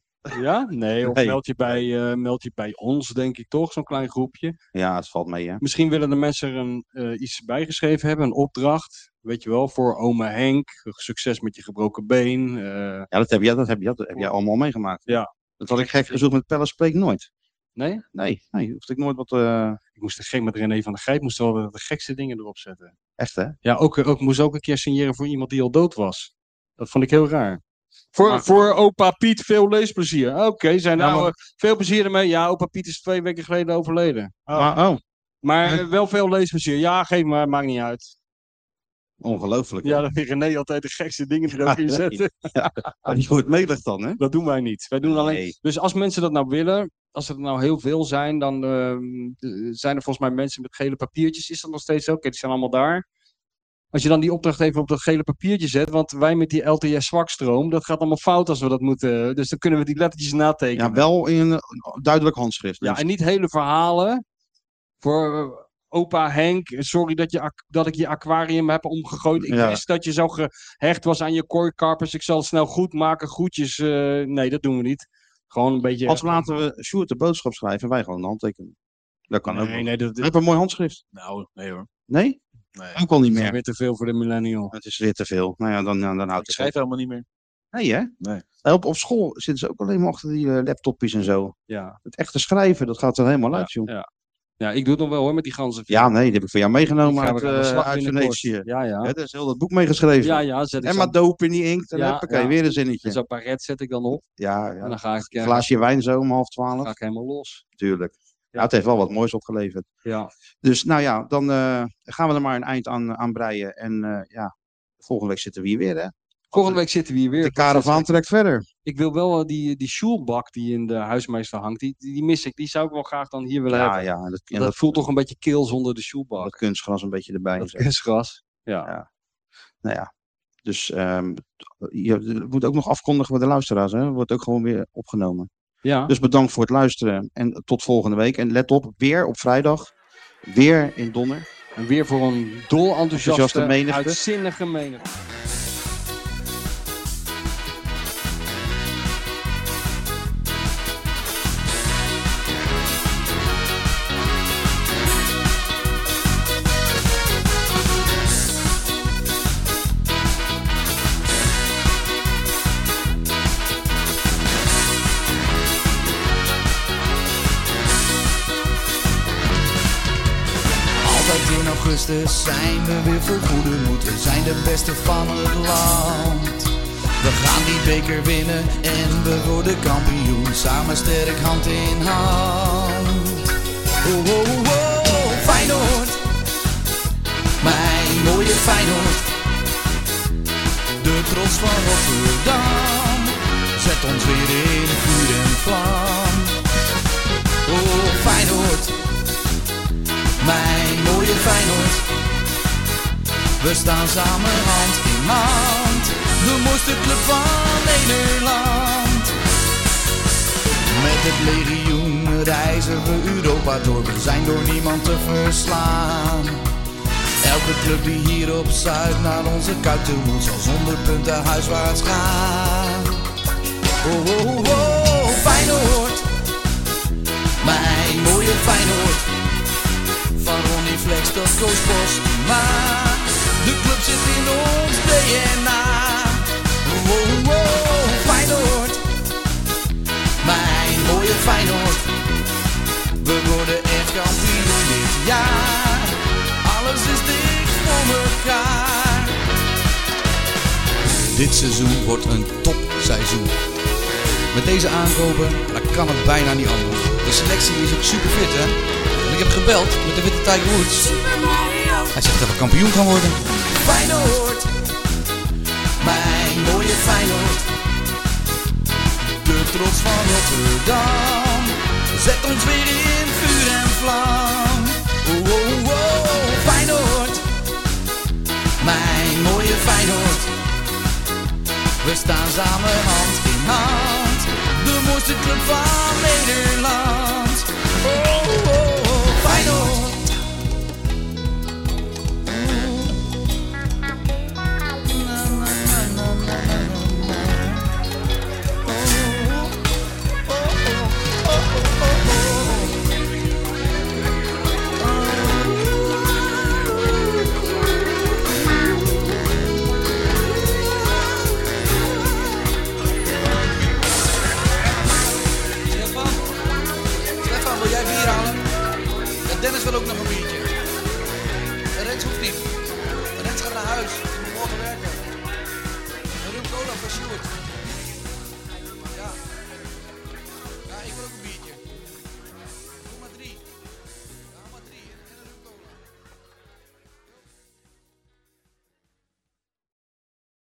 Ja? Nee, of Nee. Meld, je bij, uh, meld je bij ons, denk ik toch. Zo'n klein groepje. Ja, het valt mee, hè. Misschien willen de mensen er een, uh, iets bijgeschreven hebben. Een opdracht. Weet je wel, voor oma Henk. Succes met je gebroken been. Uh, Ja, dat heb jij, dat heb jij, dat heb jij allemaal meegemaakt. Ja. Dat had ik gek gezocht met Pelle Spreek Nooit. nee? Nee, nee, hoefde ik nooit wat... Uh... Ik moest er gek met René van der Gijp. Moest wel de, de gekste dingen erop zetten. Echt, hè? Ja, ook, ook moest ook een keer signeren voor iemand die al dood was. Dat vond ik heel raar. Voor, Maar- voor opa Piet veel leesplezier. Oké, okay, zijn Ja, nou maar- uh, veel plezier ermee. Ja, opa Piet is twee weken geleden overleden. Oh. Maar, oh, Maar uh, wel veel leesplezier. Ja, geef maar, maakt niet uit. ongelooflijk. Ja, dan vindt René altijd de gekste dingen er ook in nee. zetten. Maar die wordt meelig dan, hè? Dat doen wij niet. Wij doen alleen... Nee. Dus als mensen dat nou willen, als er nou heel veel zijn, dan uh, zijn er volgens mij mensen met gele papiertjes. Is dat nog steeds ook? Okay, die zijn allemaal daar. Als je dan die opdracht even op dat gele papiertje zet, want wij met die L T S-zwakstroom, dat gaat allemaal fout als we dat moeten. Dus dan kunnen we die lettertjes natekenen. Ja, wel in een duidelijk handschrift. Ja, Dus. en niet hele verhalen. Voor uh, opa Henk, sorry dat, je, dat ik je aquarium heb omgegooid. Ik Ja. wist dat je zo gehecht was aan je kooikarpers. Ik zal het snel goed maken. Groetjes. Uh, nee, dat doen we niet. Gewoon een beetje... Als laten we Sjoerd de boodschap schrijven en wij gewoon de handtekenen. Dat kan ook. Nee, wel. nee, dat, We hebben een mooi handschrift. Nou, nee hoor. Nee? Nee. Ook al niet dat is meer. weer te veel voor de millennial. Het is weer te veel. Nou ja, dan, dan, dan houdt Ik het schrijf op. helemaal niet meer. Nee, hè? Nee. Op, op school zitten ze ook alleen maar achter die uh, laptopjes en zo. Ja. Het echte schrijven, dat gaat er helemaal uit, joh. Ja. ja, ik doe het nog wel hoor met die ganzen. Ja, nee, die heb ik voor jou meegenomen Ik ga uit, weer aan de uh, slag uit binnenkort. Venetië. Ja, ja. Ja, daar is heel dat boek meegeschreven. Ja, ja. Zet ik En zo- maar doop in die inkt. En Ja, huppakee, ja. weer een zinnetje. en zo'n paret zet ik dan op. Ja, En ja. dan ga ik, Een ja, glaasje wijn zo om half twaalf. ga ik helemaal los. Tuurlijk. Ja. Ja. het heeft wel wat moois opgeleverd. Ja. Dus nou ja, dan uh, gaan we er maar een eind aan, aan breien. En uh, ja, volgende week zitten we hier weer, hè? Volgende week zitten we hier weer. De karavaan trekt verder. Ik wil wel uh, die, die sjoelbak die in de huismeester hangt. Die, die, die mis ik. Die zou ik wel graag dan hier willen Ja, hebben. ja. En dat, en dat, dat, voelt toch een beetje kil zonder de sjoelbak. dat kunstgras een beetje erbij. en Dat zo. kunstgras. Ja. Ja. Nou ja. Dus um, je moet ook nog afkondigen voor de luisteraars. Hè? Wordt ook gewoon weer opgenomen. ja. Dus bedankt voor het luisteren. En tot volgende week. En let op, weer op vrijdag. Weer in Donner. En weer voor een dol enthousiaste, Enthousiaste menigte. uitzinnige menigte. Altijd in augustus zijn we weer voor goede moed. We zijn de beste van het land. We gaan die beker winnen en we worden kampioen. Samen sterk hand in hand. Oh, oh, oh, oh, Feyenoord. Mijn mooie Feyenoord. De trots van Rotterdam. Zet ons weer in vuur en vlam. Feyenoord. We staan samen hand in hand. De mooiste club van Nederland. Met het legioen reizen we Europa door. We zijn door niemand te verslaan. Elke club die hier op Zuid naar onze kuit toe moet, zal zonder punten huiswaarts gaan. Oh, oh, oh, oh, Feyenoord. Mijn mooie Feyenoord. Van Ronnie Flex tot Koos Postma. De club zit in ons D N A. Oh, oh, oh, Feyenoord. Mijn mooie Feyenoord. We worden echt kampioen dit jaar. Alles is dicht voor elkaar. Dit seizoen wordt een topseizoen. Met deze aankopen, dan kan het bijna niet anders. De selectie is ook super fit, hè? En ik heb gebeld met de witte Tiger Woods. Hij zegt dat we kampioen gaan worden. Feyenoord, mijn mooie Feyenoord. De trots van Rotterdam. Zet ons weer in vuur en vlam. Oh, oh, oh, Feyenoord. Mijn mooie Feyenoord. We staan samen hand in hand. De mooiste club van Nederland. Oh, oh, oh, Feyenoord. Dennis wil ook nog een biertje. Rens hoeft niet. Rens gaat naar huis. Hij moet morgen werken. Een rum cola voor Sjoerd.